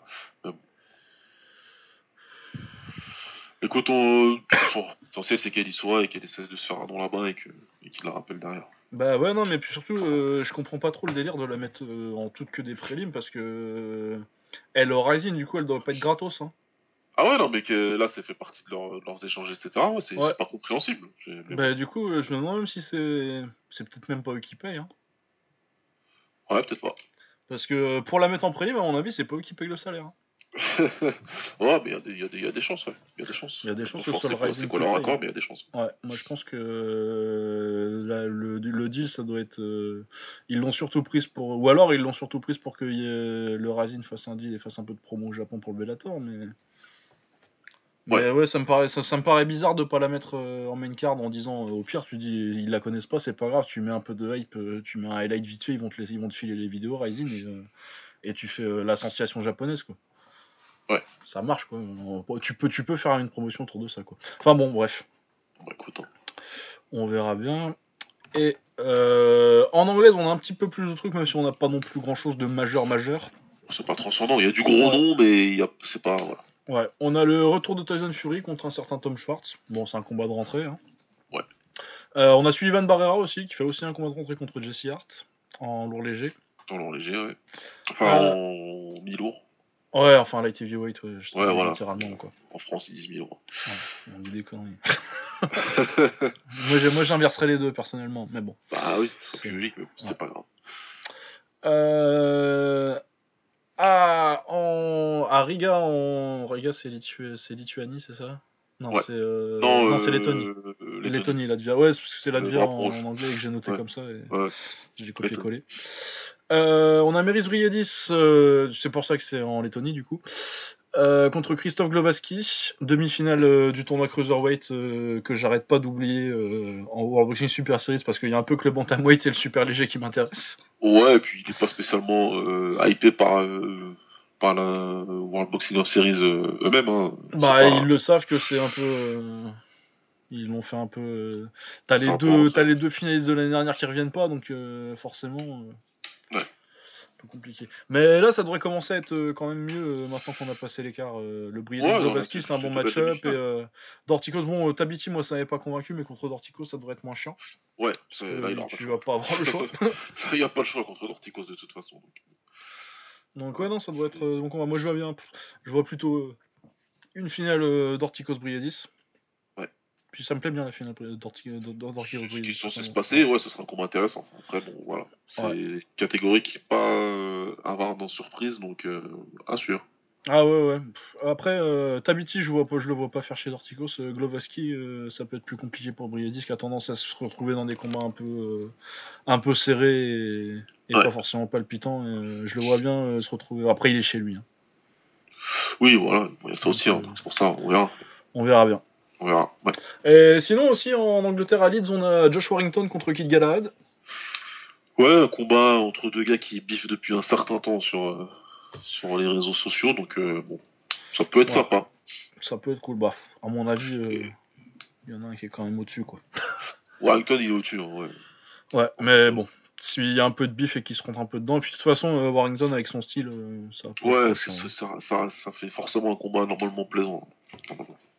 Écoute, l'essentiel c'est qu'elle y soit et qu'elle cesse de se faire un nom là-bas et qu'il la rappelle derrière. Bah ouais, non, mais puis surtout, je comprends pas trop le délire de la mettre en toute que des prélims parce que elle au Rising, du coup, elle doit pas être gratos. Hein. Ah ouais, non, mais que là, c'est fait partie de leurs échanges, etc. Ouais, c'est pas compréhensible. Bah du coup, je me demande même si c'est peut-être même pas eux qui payent. Hein. Ouais, peut-être pas. Parce que pour la mettre en prélim, à mon avis, c'est pas eux qui payent le salaire. Hein. Ouais, mais il y a des chances, ouais. Il y a des chances. Il y a des chances que ce soit le Rising c'est quoi leur accord, mais il y a des chances. Ouais, moi je pense que le deal, ça doit être. Ils l'ont surtout prise pour. Ou alors ils l'ont surtout prise pour que le Rising fasse un deal et fasse un peu de promo au Japon pour le Bellator, mais. Mais ouais, ça me paraît bizarre de pas la mettre en main card en disant au pire tu dis ils la connaissent pas, c'est pas grave, tu mets un peu de hype, tu mets un highlight vite fait, ils vont te filer les vidéos Rising et tu fais l'association japonaise quoi. Ouais. Ça marche quoi. Tu peux faire une promotion autour de ça quoi. Enfin bon, bref. Bah écoute. Hein. On verra bien. Et en anglais, on a un petit peu plus de trucs, même si on n'a pas non plus grand chose de majeur. C'est pas transcendant, il y a du gros nom, mais c'est pas. Voilà. Ouais, on a le retour de Tyson Fury contre un certain Tom Schwartz. Bon, c'est un combat de rentrée. Hein. Ouais. On a Sullivan Barrera aussi, qui fait aussi un combat de rentrée contre Jesse Hart, en lourd léger. En lourd léger, ouais. Enfin, en mi-lourd. Ouais, enfin light heavyweight, je te dis voilà. littéralement quoi. En France, ils disent mi-lourd. Ouais, on dit des conneries. moi j'inverserais les deux personnellement, mais bon. Bah oui, c'est logique, mais c'est pas grave. À Riga, c'est Lituanie, c'est ça? Non, ouais. c'est Lettonie. Lettonie, Latvia. Ouais, parce que c'est Latvia en anglais et que j'ai noté comme ça. Et j'ai copié-collé. On a Meris Briedis, c'est pour ça que c'est en Lettonie du coup. Contre Christophe Glovaski, demi-finale du tournoi Cruiserweight que j'arrête pas d'oublier en World Boxing Super Series parce qu'il y a un peu que le bantamweight et le super léger qui m'intéressent. Ouais, et puis il est pas spécialement hypé par la World Boxing Series eux-mêmes. Hein. Ils le savent que c'est un peu. Ils l'ont fait un peu. T'as les deux finalistes de l'année dernière qui reviennent pas, donc forcément. Ouais. Un peu compliqué. Mais là, ça devrait commencer à être quand même mieux maintenant qu'on a passé l'écart. Le Briedis Glovaski, c'est un bon match-up. Et Dorticos, bon, Tabiti, moi, ça m'avait pas convaincu, mais contre Dorticos, ça devrait être moins chiant. Ouais, parce que tu vas pas avoir le choix. Il n'y a pas le choix contre Dorticos de toute façon. Donc ouais, non, ça doit être. Donc moi, je vois bien. Je vois plutôt une finale Dorticos-Briedis. Ouais. Puis ça me plaît bien la finale Dorticos-Briedis. Ce qui sont censés se passer, ouais, ce sera un combat intéressant. Après, bon, voilà. C'est catégorique, pas avoir dans surprise, donc assure. Ah ouais. Après, Tabiti, je le vois pas faire chez Dorticos. Glovaski, ça peut être plus compliqué pour Briedis qui a tendance à se retrouver dans des combats un peu serrés et pas forcément palpitants. Je le vois bien se retrouver. Après, il est chez lui. Hein. Oui, voilà, il y a ça aussi. Hein. C'est pour ça, on verra. On verra bien. On verra. Ouais. Et sinon aussi en Angleterre à Leeds, on a Josh Warrington contre Kid Galahad. Ouais, un combat entre deux gars qui biffent depuis un certain temps sur les réseaux sociaux, donc bon, ça peut être sympa. Ça peut être cool. Bah, à mon avis, il y en a un qui est quand même au-dessus, quoi. Warrington, il est au-dessus, hein, ouais. Ouais, mais bon, s'il y a un peu de bif et qu'il se rentre un peu dedans, et puis de toute façon, Warrington avec son style, ça. Ouais, ça fait forcément un combat normalement plaisant.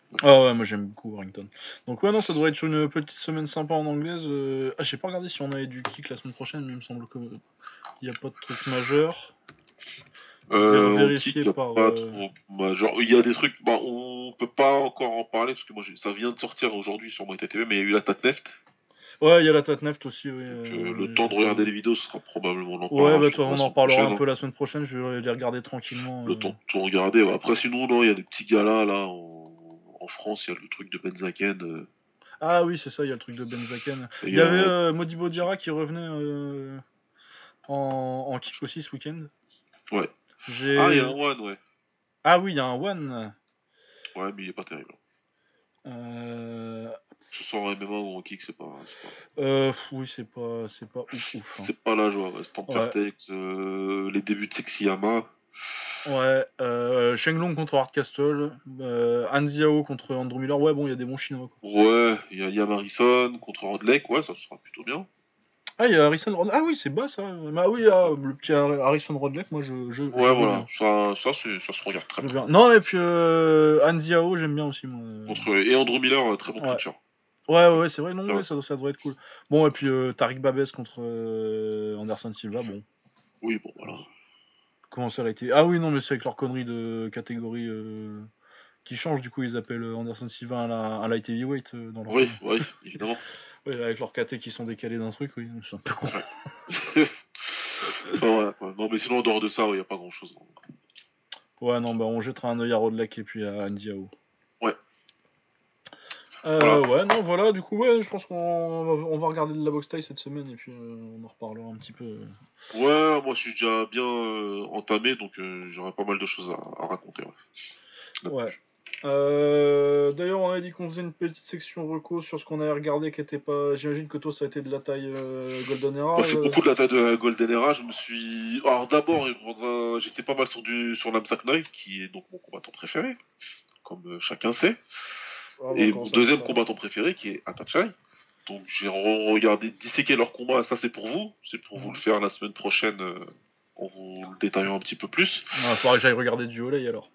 Ah ouais, moi j'aime beaucoup Warrington. Donc ouais, non, ça devrait être une petite semaine sympa en anglaise. Ah, j'ai pas regardé si on avait du kick la semaine prochaine, mais il me semble qu'il n'y a pas de truc majeur. Je vais En revérifier kick, y a par... pas trop. Bah, genre, il y a des trucs. Bah, on peut pas encore en parler parce que moi, ça vient de sortir aujourd'hui sur Muay Thai TV, mais il y a eu la Tatneft. Ouais, il y a la Tatneft aussi, oui. Donc, le temps J'ai de pas regarder vu. les vidéos, ce sera probablement, on en Ouais, parlera bah sur toi, la on en semaine reparlera un prochaine, hein. peu la semaine prochaine, je vais les regarder tranquillement. Le temps de tout regarder. Ouais. Après, sinon, non, il y a des petits galas là en France, il y a le truc de Benzaken. Ah oui, c'est ça, il y a le truc de Benzaken. Il Il y y avait a. Modibo Diarra qui revenait en kick aussi ce week-end. Ouais. Ah, il y a un J'ai... One, ouais. Ah oui, il y a un One. Ouais, mais il est pas terrible. Euh... Que ce soit en MMA ou en kick, Oui, c'est pas ouf ouf, hein. c'est pas la joie. Ouais. Stamp Ouais, Vertex, les débuts de Sexyama. ouais. Shenglong contre Hardcastle, Han Xiao contre Andrew Miller. Ouais, bon, il y a des bons chinois, quoi. Ouais, il y a Marison contre Rodlek, ouais, ça sera plutôt bien. Ah, il y a Harrison Rodlek. Ah oui, c'est bas ça. Ah oui, ah, le petit Harrison Rodlek, moi je Ouais, veux voilà, bien. ça se regarde très Je veux très bien. bien. Non, et puis Han Xiao, j'aime bien aussi, moi. Et Andrew Miller, très bon Ouais. clincher. Ouais, c'est vrai, non, ouais, Intéressant. ça devrait être cool. Bon, et puis Tariq Babes contre Anderson Silva, bon. Oui, bon, voilà. Comment ça a été. Ah oui, non, mais c'est avec leur connerie de catégorie qui change, du coup, ils appellent Anderson Silva un light heavyweight dans leur Oui, connerie. oui, évidemment. Ouais, avec leurs KT qui sont décalés d'un truc, oui, c'est un peu con. Ouais. Enfin, voilà, quoi. Non, mais sinon, en dehors de ça, il n'y a pas grand chose. Ouais, non, bah on jettera un œil à Rodlek et puis à Andiao. Ouais, voilà. Ouais, non, voilà, du coup, ouais, je pense qu'on va regarder de la boxe taille cette semaine et puis on en reparlera un petit peu. Ouais, moi, je suis déjà bien entamé, donc j'aurai pas mal de choses à raconter. Ouais, Ouais. là-dessus. D'ailleurs, on a dit qu'on faisait une petite section reco sur ce qu'on avait regardé qui était pas. J'imagine que toi, ça a été de la taille Golden Moi, Era. c'est beaucoup de la taille de la Golden Era. Je me suis. Alors, d'abord, j'étais pas mal sur Namsak Knight, qui est donc mon combattant préféré, comme chacun sait. Ah bah, Et comment mon ça, deuxième ça. combattant préféré, qui est Atachai. Donc, j'ai regardé disséquer leur combat. Ça, c'est pour vous. C'est pour vous le Mhm. faire la semaine prochaine, en vous le détaillant un petit peu plus. Ah, faudrait que j'aille regarder du Olay alors.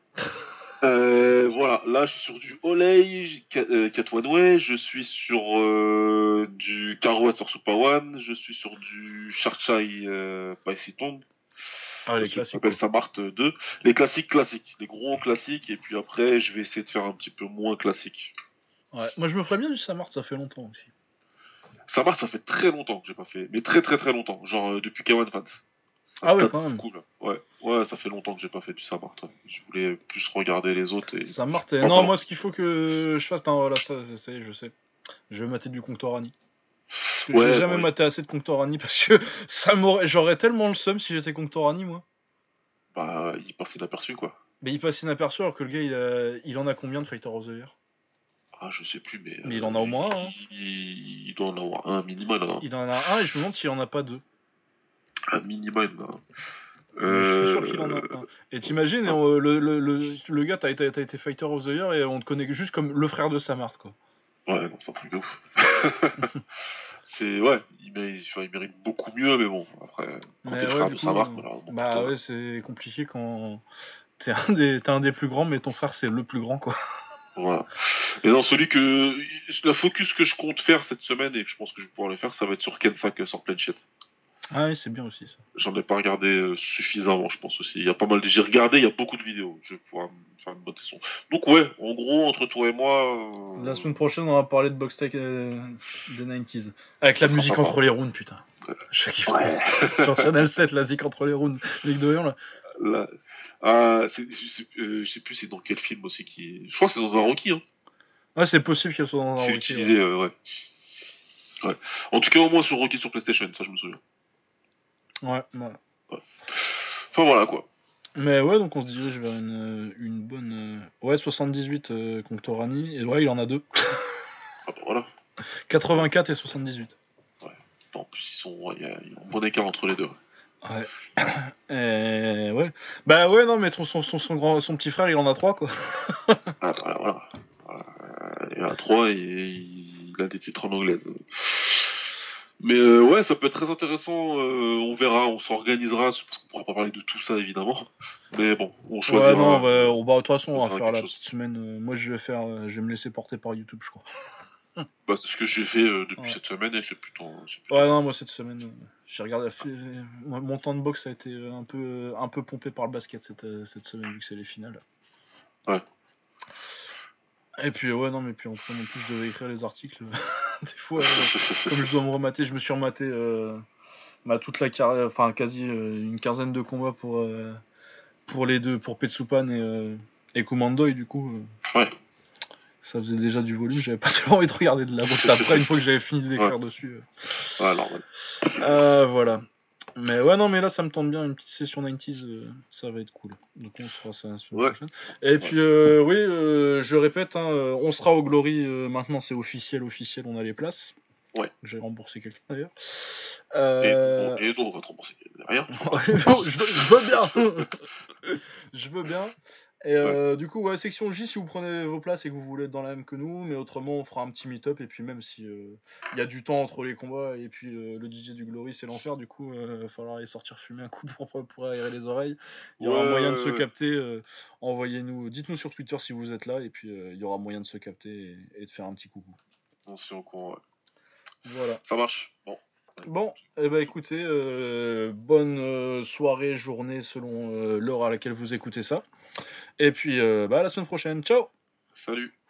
Voilà, là je suis sur du Olay, Katwanway, je suis sur du Karouat sur Supawan, je suis sur du Sharchai Paisitong, Ah, les celui qui classiques s'appelle quoi. Samart 2. Les classiques, les gros classiques, et puis après je vais essayer de faire un petit peu moins classique. Ouais. Moi, je me ferais bien du Samart, ça fait longtemps aussi. Samart, ça fait très longtemps que j'ai pas fait, mais très très très longtemps, genre depuis K1 Fans. Ça Ah ouais, date quand même. beaucoup là. Ouais, ça fait longtemps que j'ai pas fait du Samart. Ouais. Je voulais plus regarder les autres et je suis Samart, pas non, mal. moi, ce qu'il faut que je fasse. Non, voilà, ça y est, je sais. Je vais mater du Conctorani. Parce que j'ai Ouais, bah jamais oui. maté assez de Conctorani parce que j'aurais tellement le seum si j'étais Conctorani, moi. Bah, il passe inaperçu quoi. Mais il passe inaperçu alors que le gars, il en a combien de Fighter of the Year? Ah, je sais plus, mais Mais il en a au moins un, hein. il doit en avoir un minimal, hein. Il en a un et je me demande s'il en a pas deux. Un minimal, hein. Mais je suis sûr qu'il en Euh... a un. Et t'imagines, ah, le gars, t'as été Fighter of the Year et on te connaît juste comme le frère de Samart, quoi. ouais, non, c'est un truc de ouf. Ouais, il mérite beaucoup mieux, mais bon, après, quand t'es Mais le ouais, frère du de coup, Savard, malheureusement pour bah toi. ouais, c'est compliqué quand t'es un des plus grands, mais ton frère, c'est le plus grand, quoi. Voilà. Et non, la focus que je compte faire cette semaine, et je pense que je vais pouvoir le faire, ça va être sur Ken 5 sur Planchet. Ah ouais, c'est bien aussi, ça. J'en ai pas regardé suffisamment, je pense aussi. Il y a pas mal j'ai regardé, il y a beaucoup de vidéos. Je vais pouvoir me faire une bonne session. Donc ouais, en gros, entre toi et moi, La semaine prochaine, on va parler de box tech des 90s. Avec la ça sera musique sympa. entre les rounds, putain. Je kiffe trop. Ouais. Sur Channel 7, la zik entre les rounds. Ligue de Orient, là. Là, je sais plus c'est dans quel film aussi qui est. Je crois que c'est dans un Rocky, hein. Ouais, c'est possible qu'elle soit dans un C'est Rocky, ouais. utilisé, ouais. Ouais. En tout cas, au moins sur Rocky sur PlayStation, ça je me souviens. Ouais, ouais. Ouais. Enfin voilà quoi. Mais ouais, donc on se dirige vers une bonne. Ouais, 78 Conctorani. Et ouais, il en a deux. Ah bah voilà. 84 et 78. Ouais. En plus, il y a un bon écart entre les deux. Ouais. Et ouais. Bah ouais, non, mais son petit frère, il en a trois, quoi. Ah, voilà. Il y en a trois et il a des titres en anglais. Mais ouais, ça peut être très intéressant. On verra, on s'organisera, parce qu'on pourra pas parler de tout ça évidemment. Mais bon, on Ouais, non, choisira, de toute façon, on va faire quelque la chose. petite semaine. Moi, je vais me laisser porter par YouTube, je crois. Bah, c'est ce que j'ai fait depuis Ouais. cette semaine et c'est plutôt Ouais, non, cool. moi, cette semaine, j'ai regardé. Mon temps de boxe a été un peu pompé par le basket cette semaine, vu que c'est les finales. Ouais. Et puis, ouais, non, mais puis en plus, je devais écrire les articles. Des fois, comme je dois me remater, je me suis rematé toute la carrière, enfin, quasi une quinzaine de combats pour les deux, pour Petsupan et Kumandoi, du coup. Ouais. Ça faisait déjà du volume, j'avais pas tellement envie de regarder de la boxe après, une fois que j'avais fini Ouais. d'écrire dessus. Ouais, normal. Voilà. Mais ouais, non, mais là, ça me tente bien, une petite session 90s, ça va être cool. Donc on se fera ça la semaine Ouais. prochaine. Et puis, oui, je répète, hein, on sera au Glory, maintenant c'est officiel, on a les places. Ouais. J'ai remboursé quelqu'un d'ailleurs. Et on va te rembourser. Rien. Je veux bien. Je veux bien. Et Ouais. du coup, ouais, section J, si vous prenez vos places et que vous voulez être dans la même que nous, mais autrement, on fera un petit meet-up. Et puis, même si il y a du temps entre les combats et puis le DJ du Glory, c'est l'enfer, du coup, il va falloir aller sortir fumer un coup pour aérer les oreilles. Il y aura moyen de se Ouais. capter. Envoyez-nous, dites-nous sur Twitter si vous êtes là, et puis il y aura moyen de se capter et de faire un petit coucou. On se tient au courant, ouais. Voilà. Ça marche. Bon. Bon, eh ben écoutez, bonne soirée, journée selon l'heure à laquelle vous écoutez ça. Et puis, à la semaine prochaine. Ciao! Salut.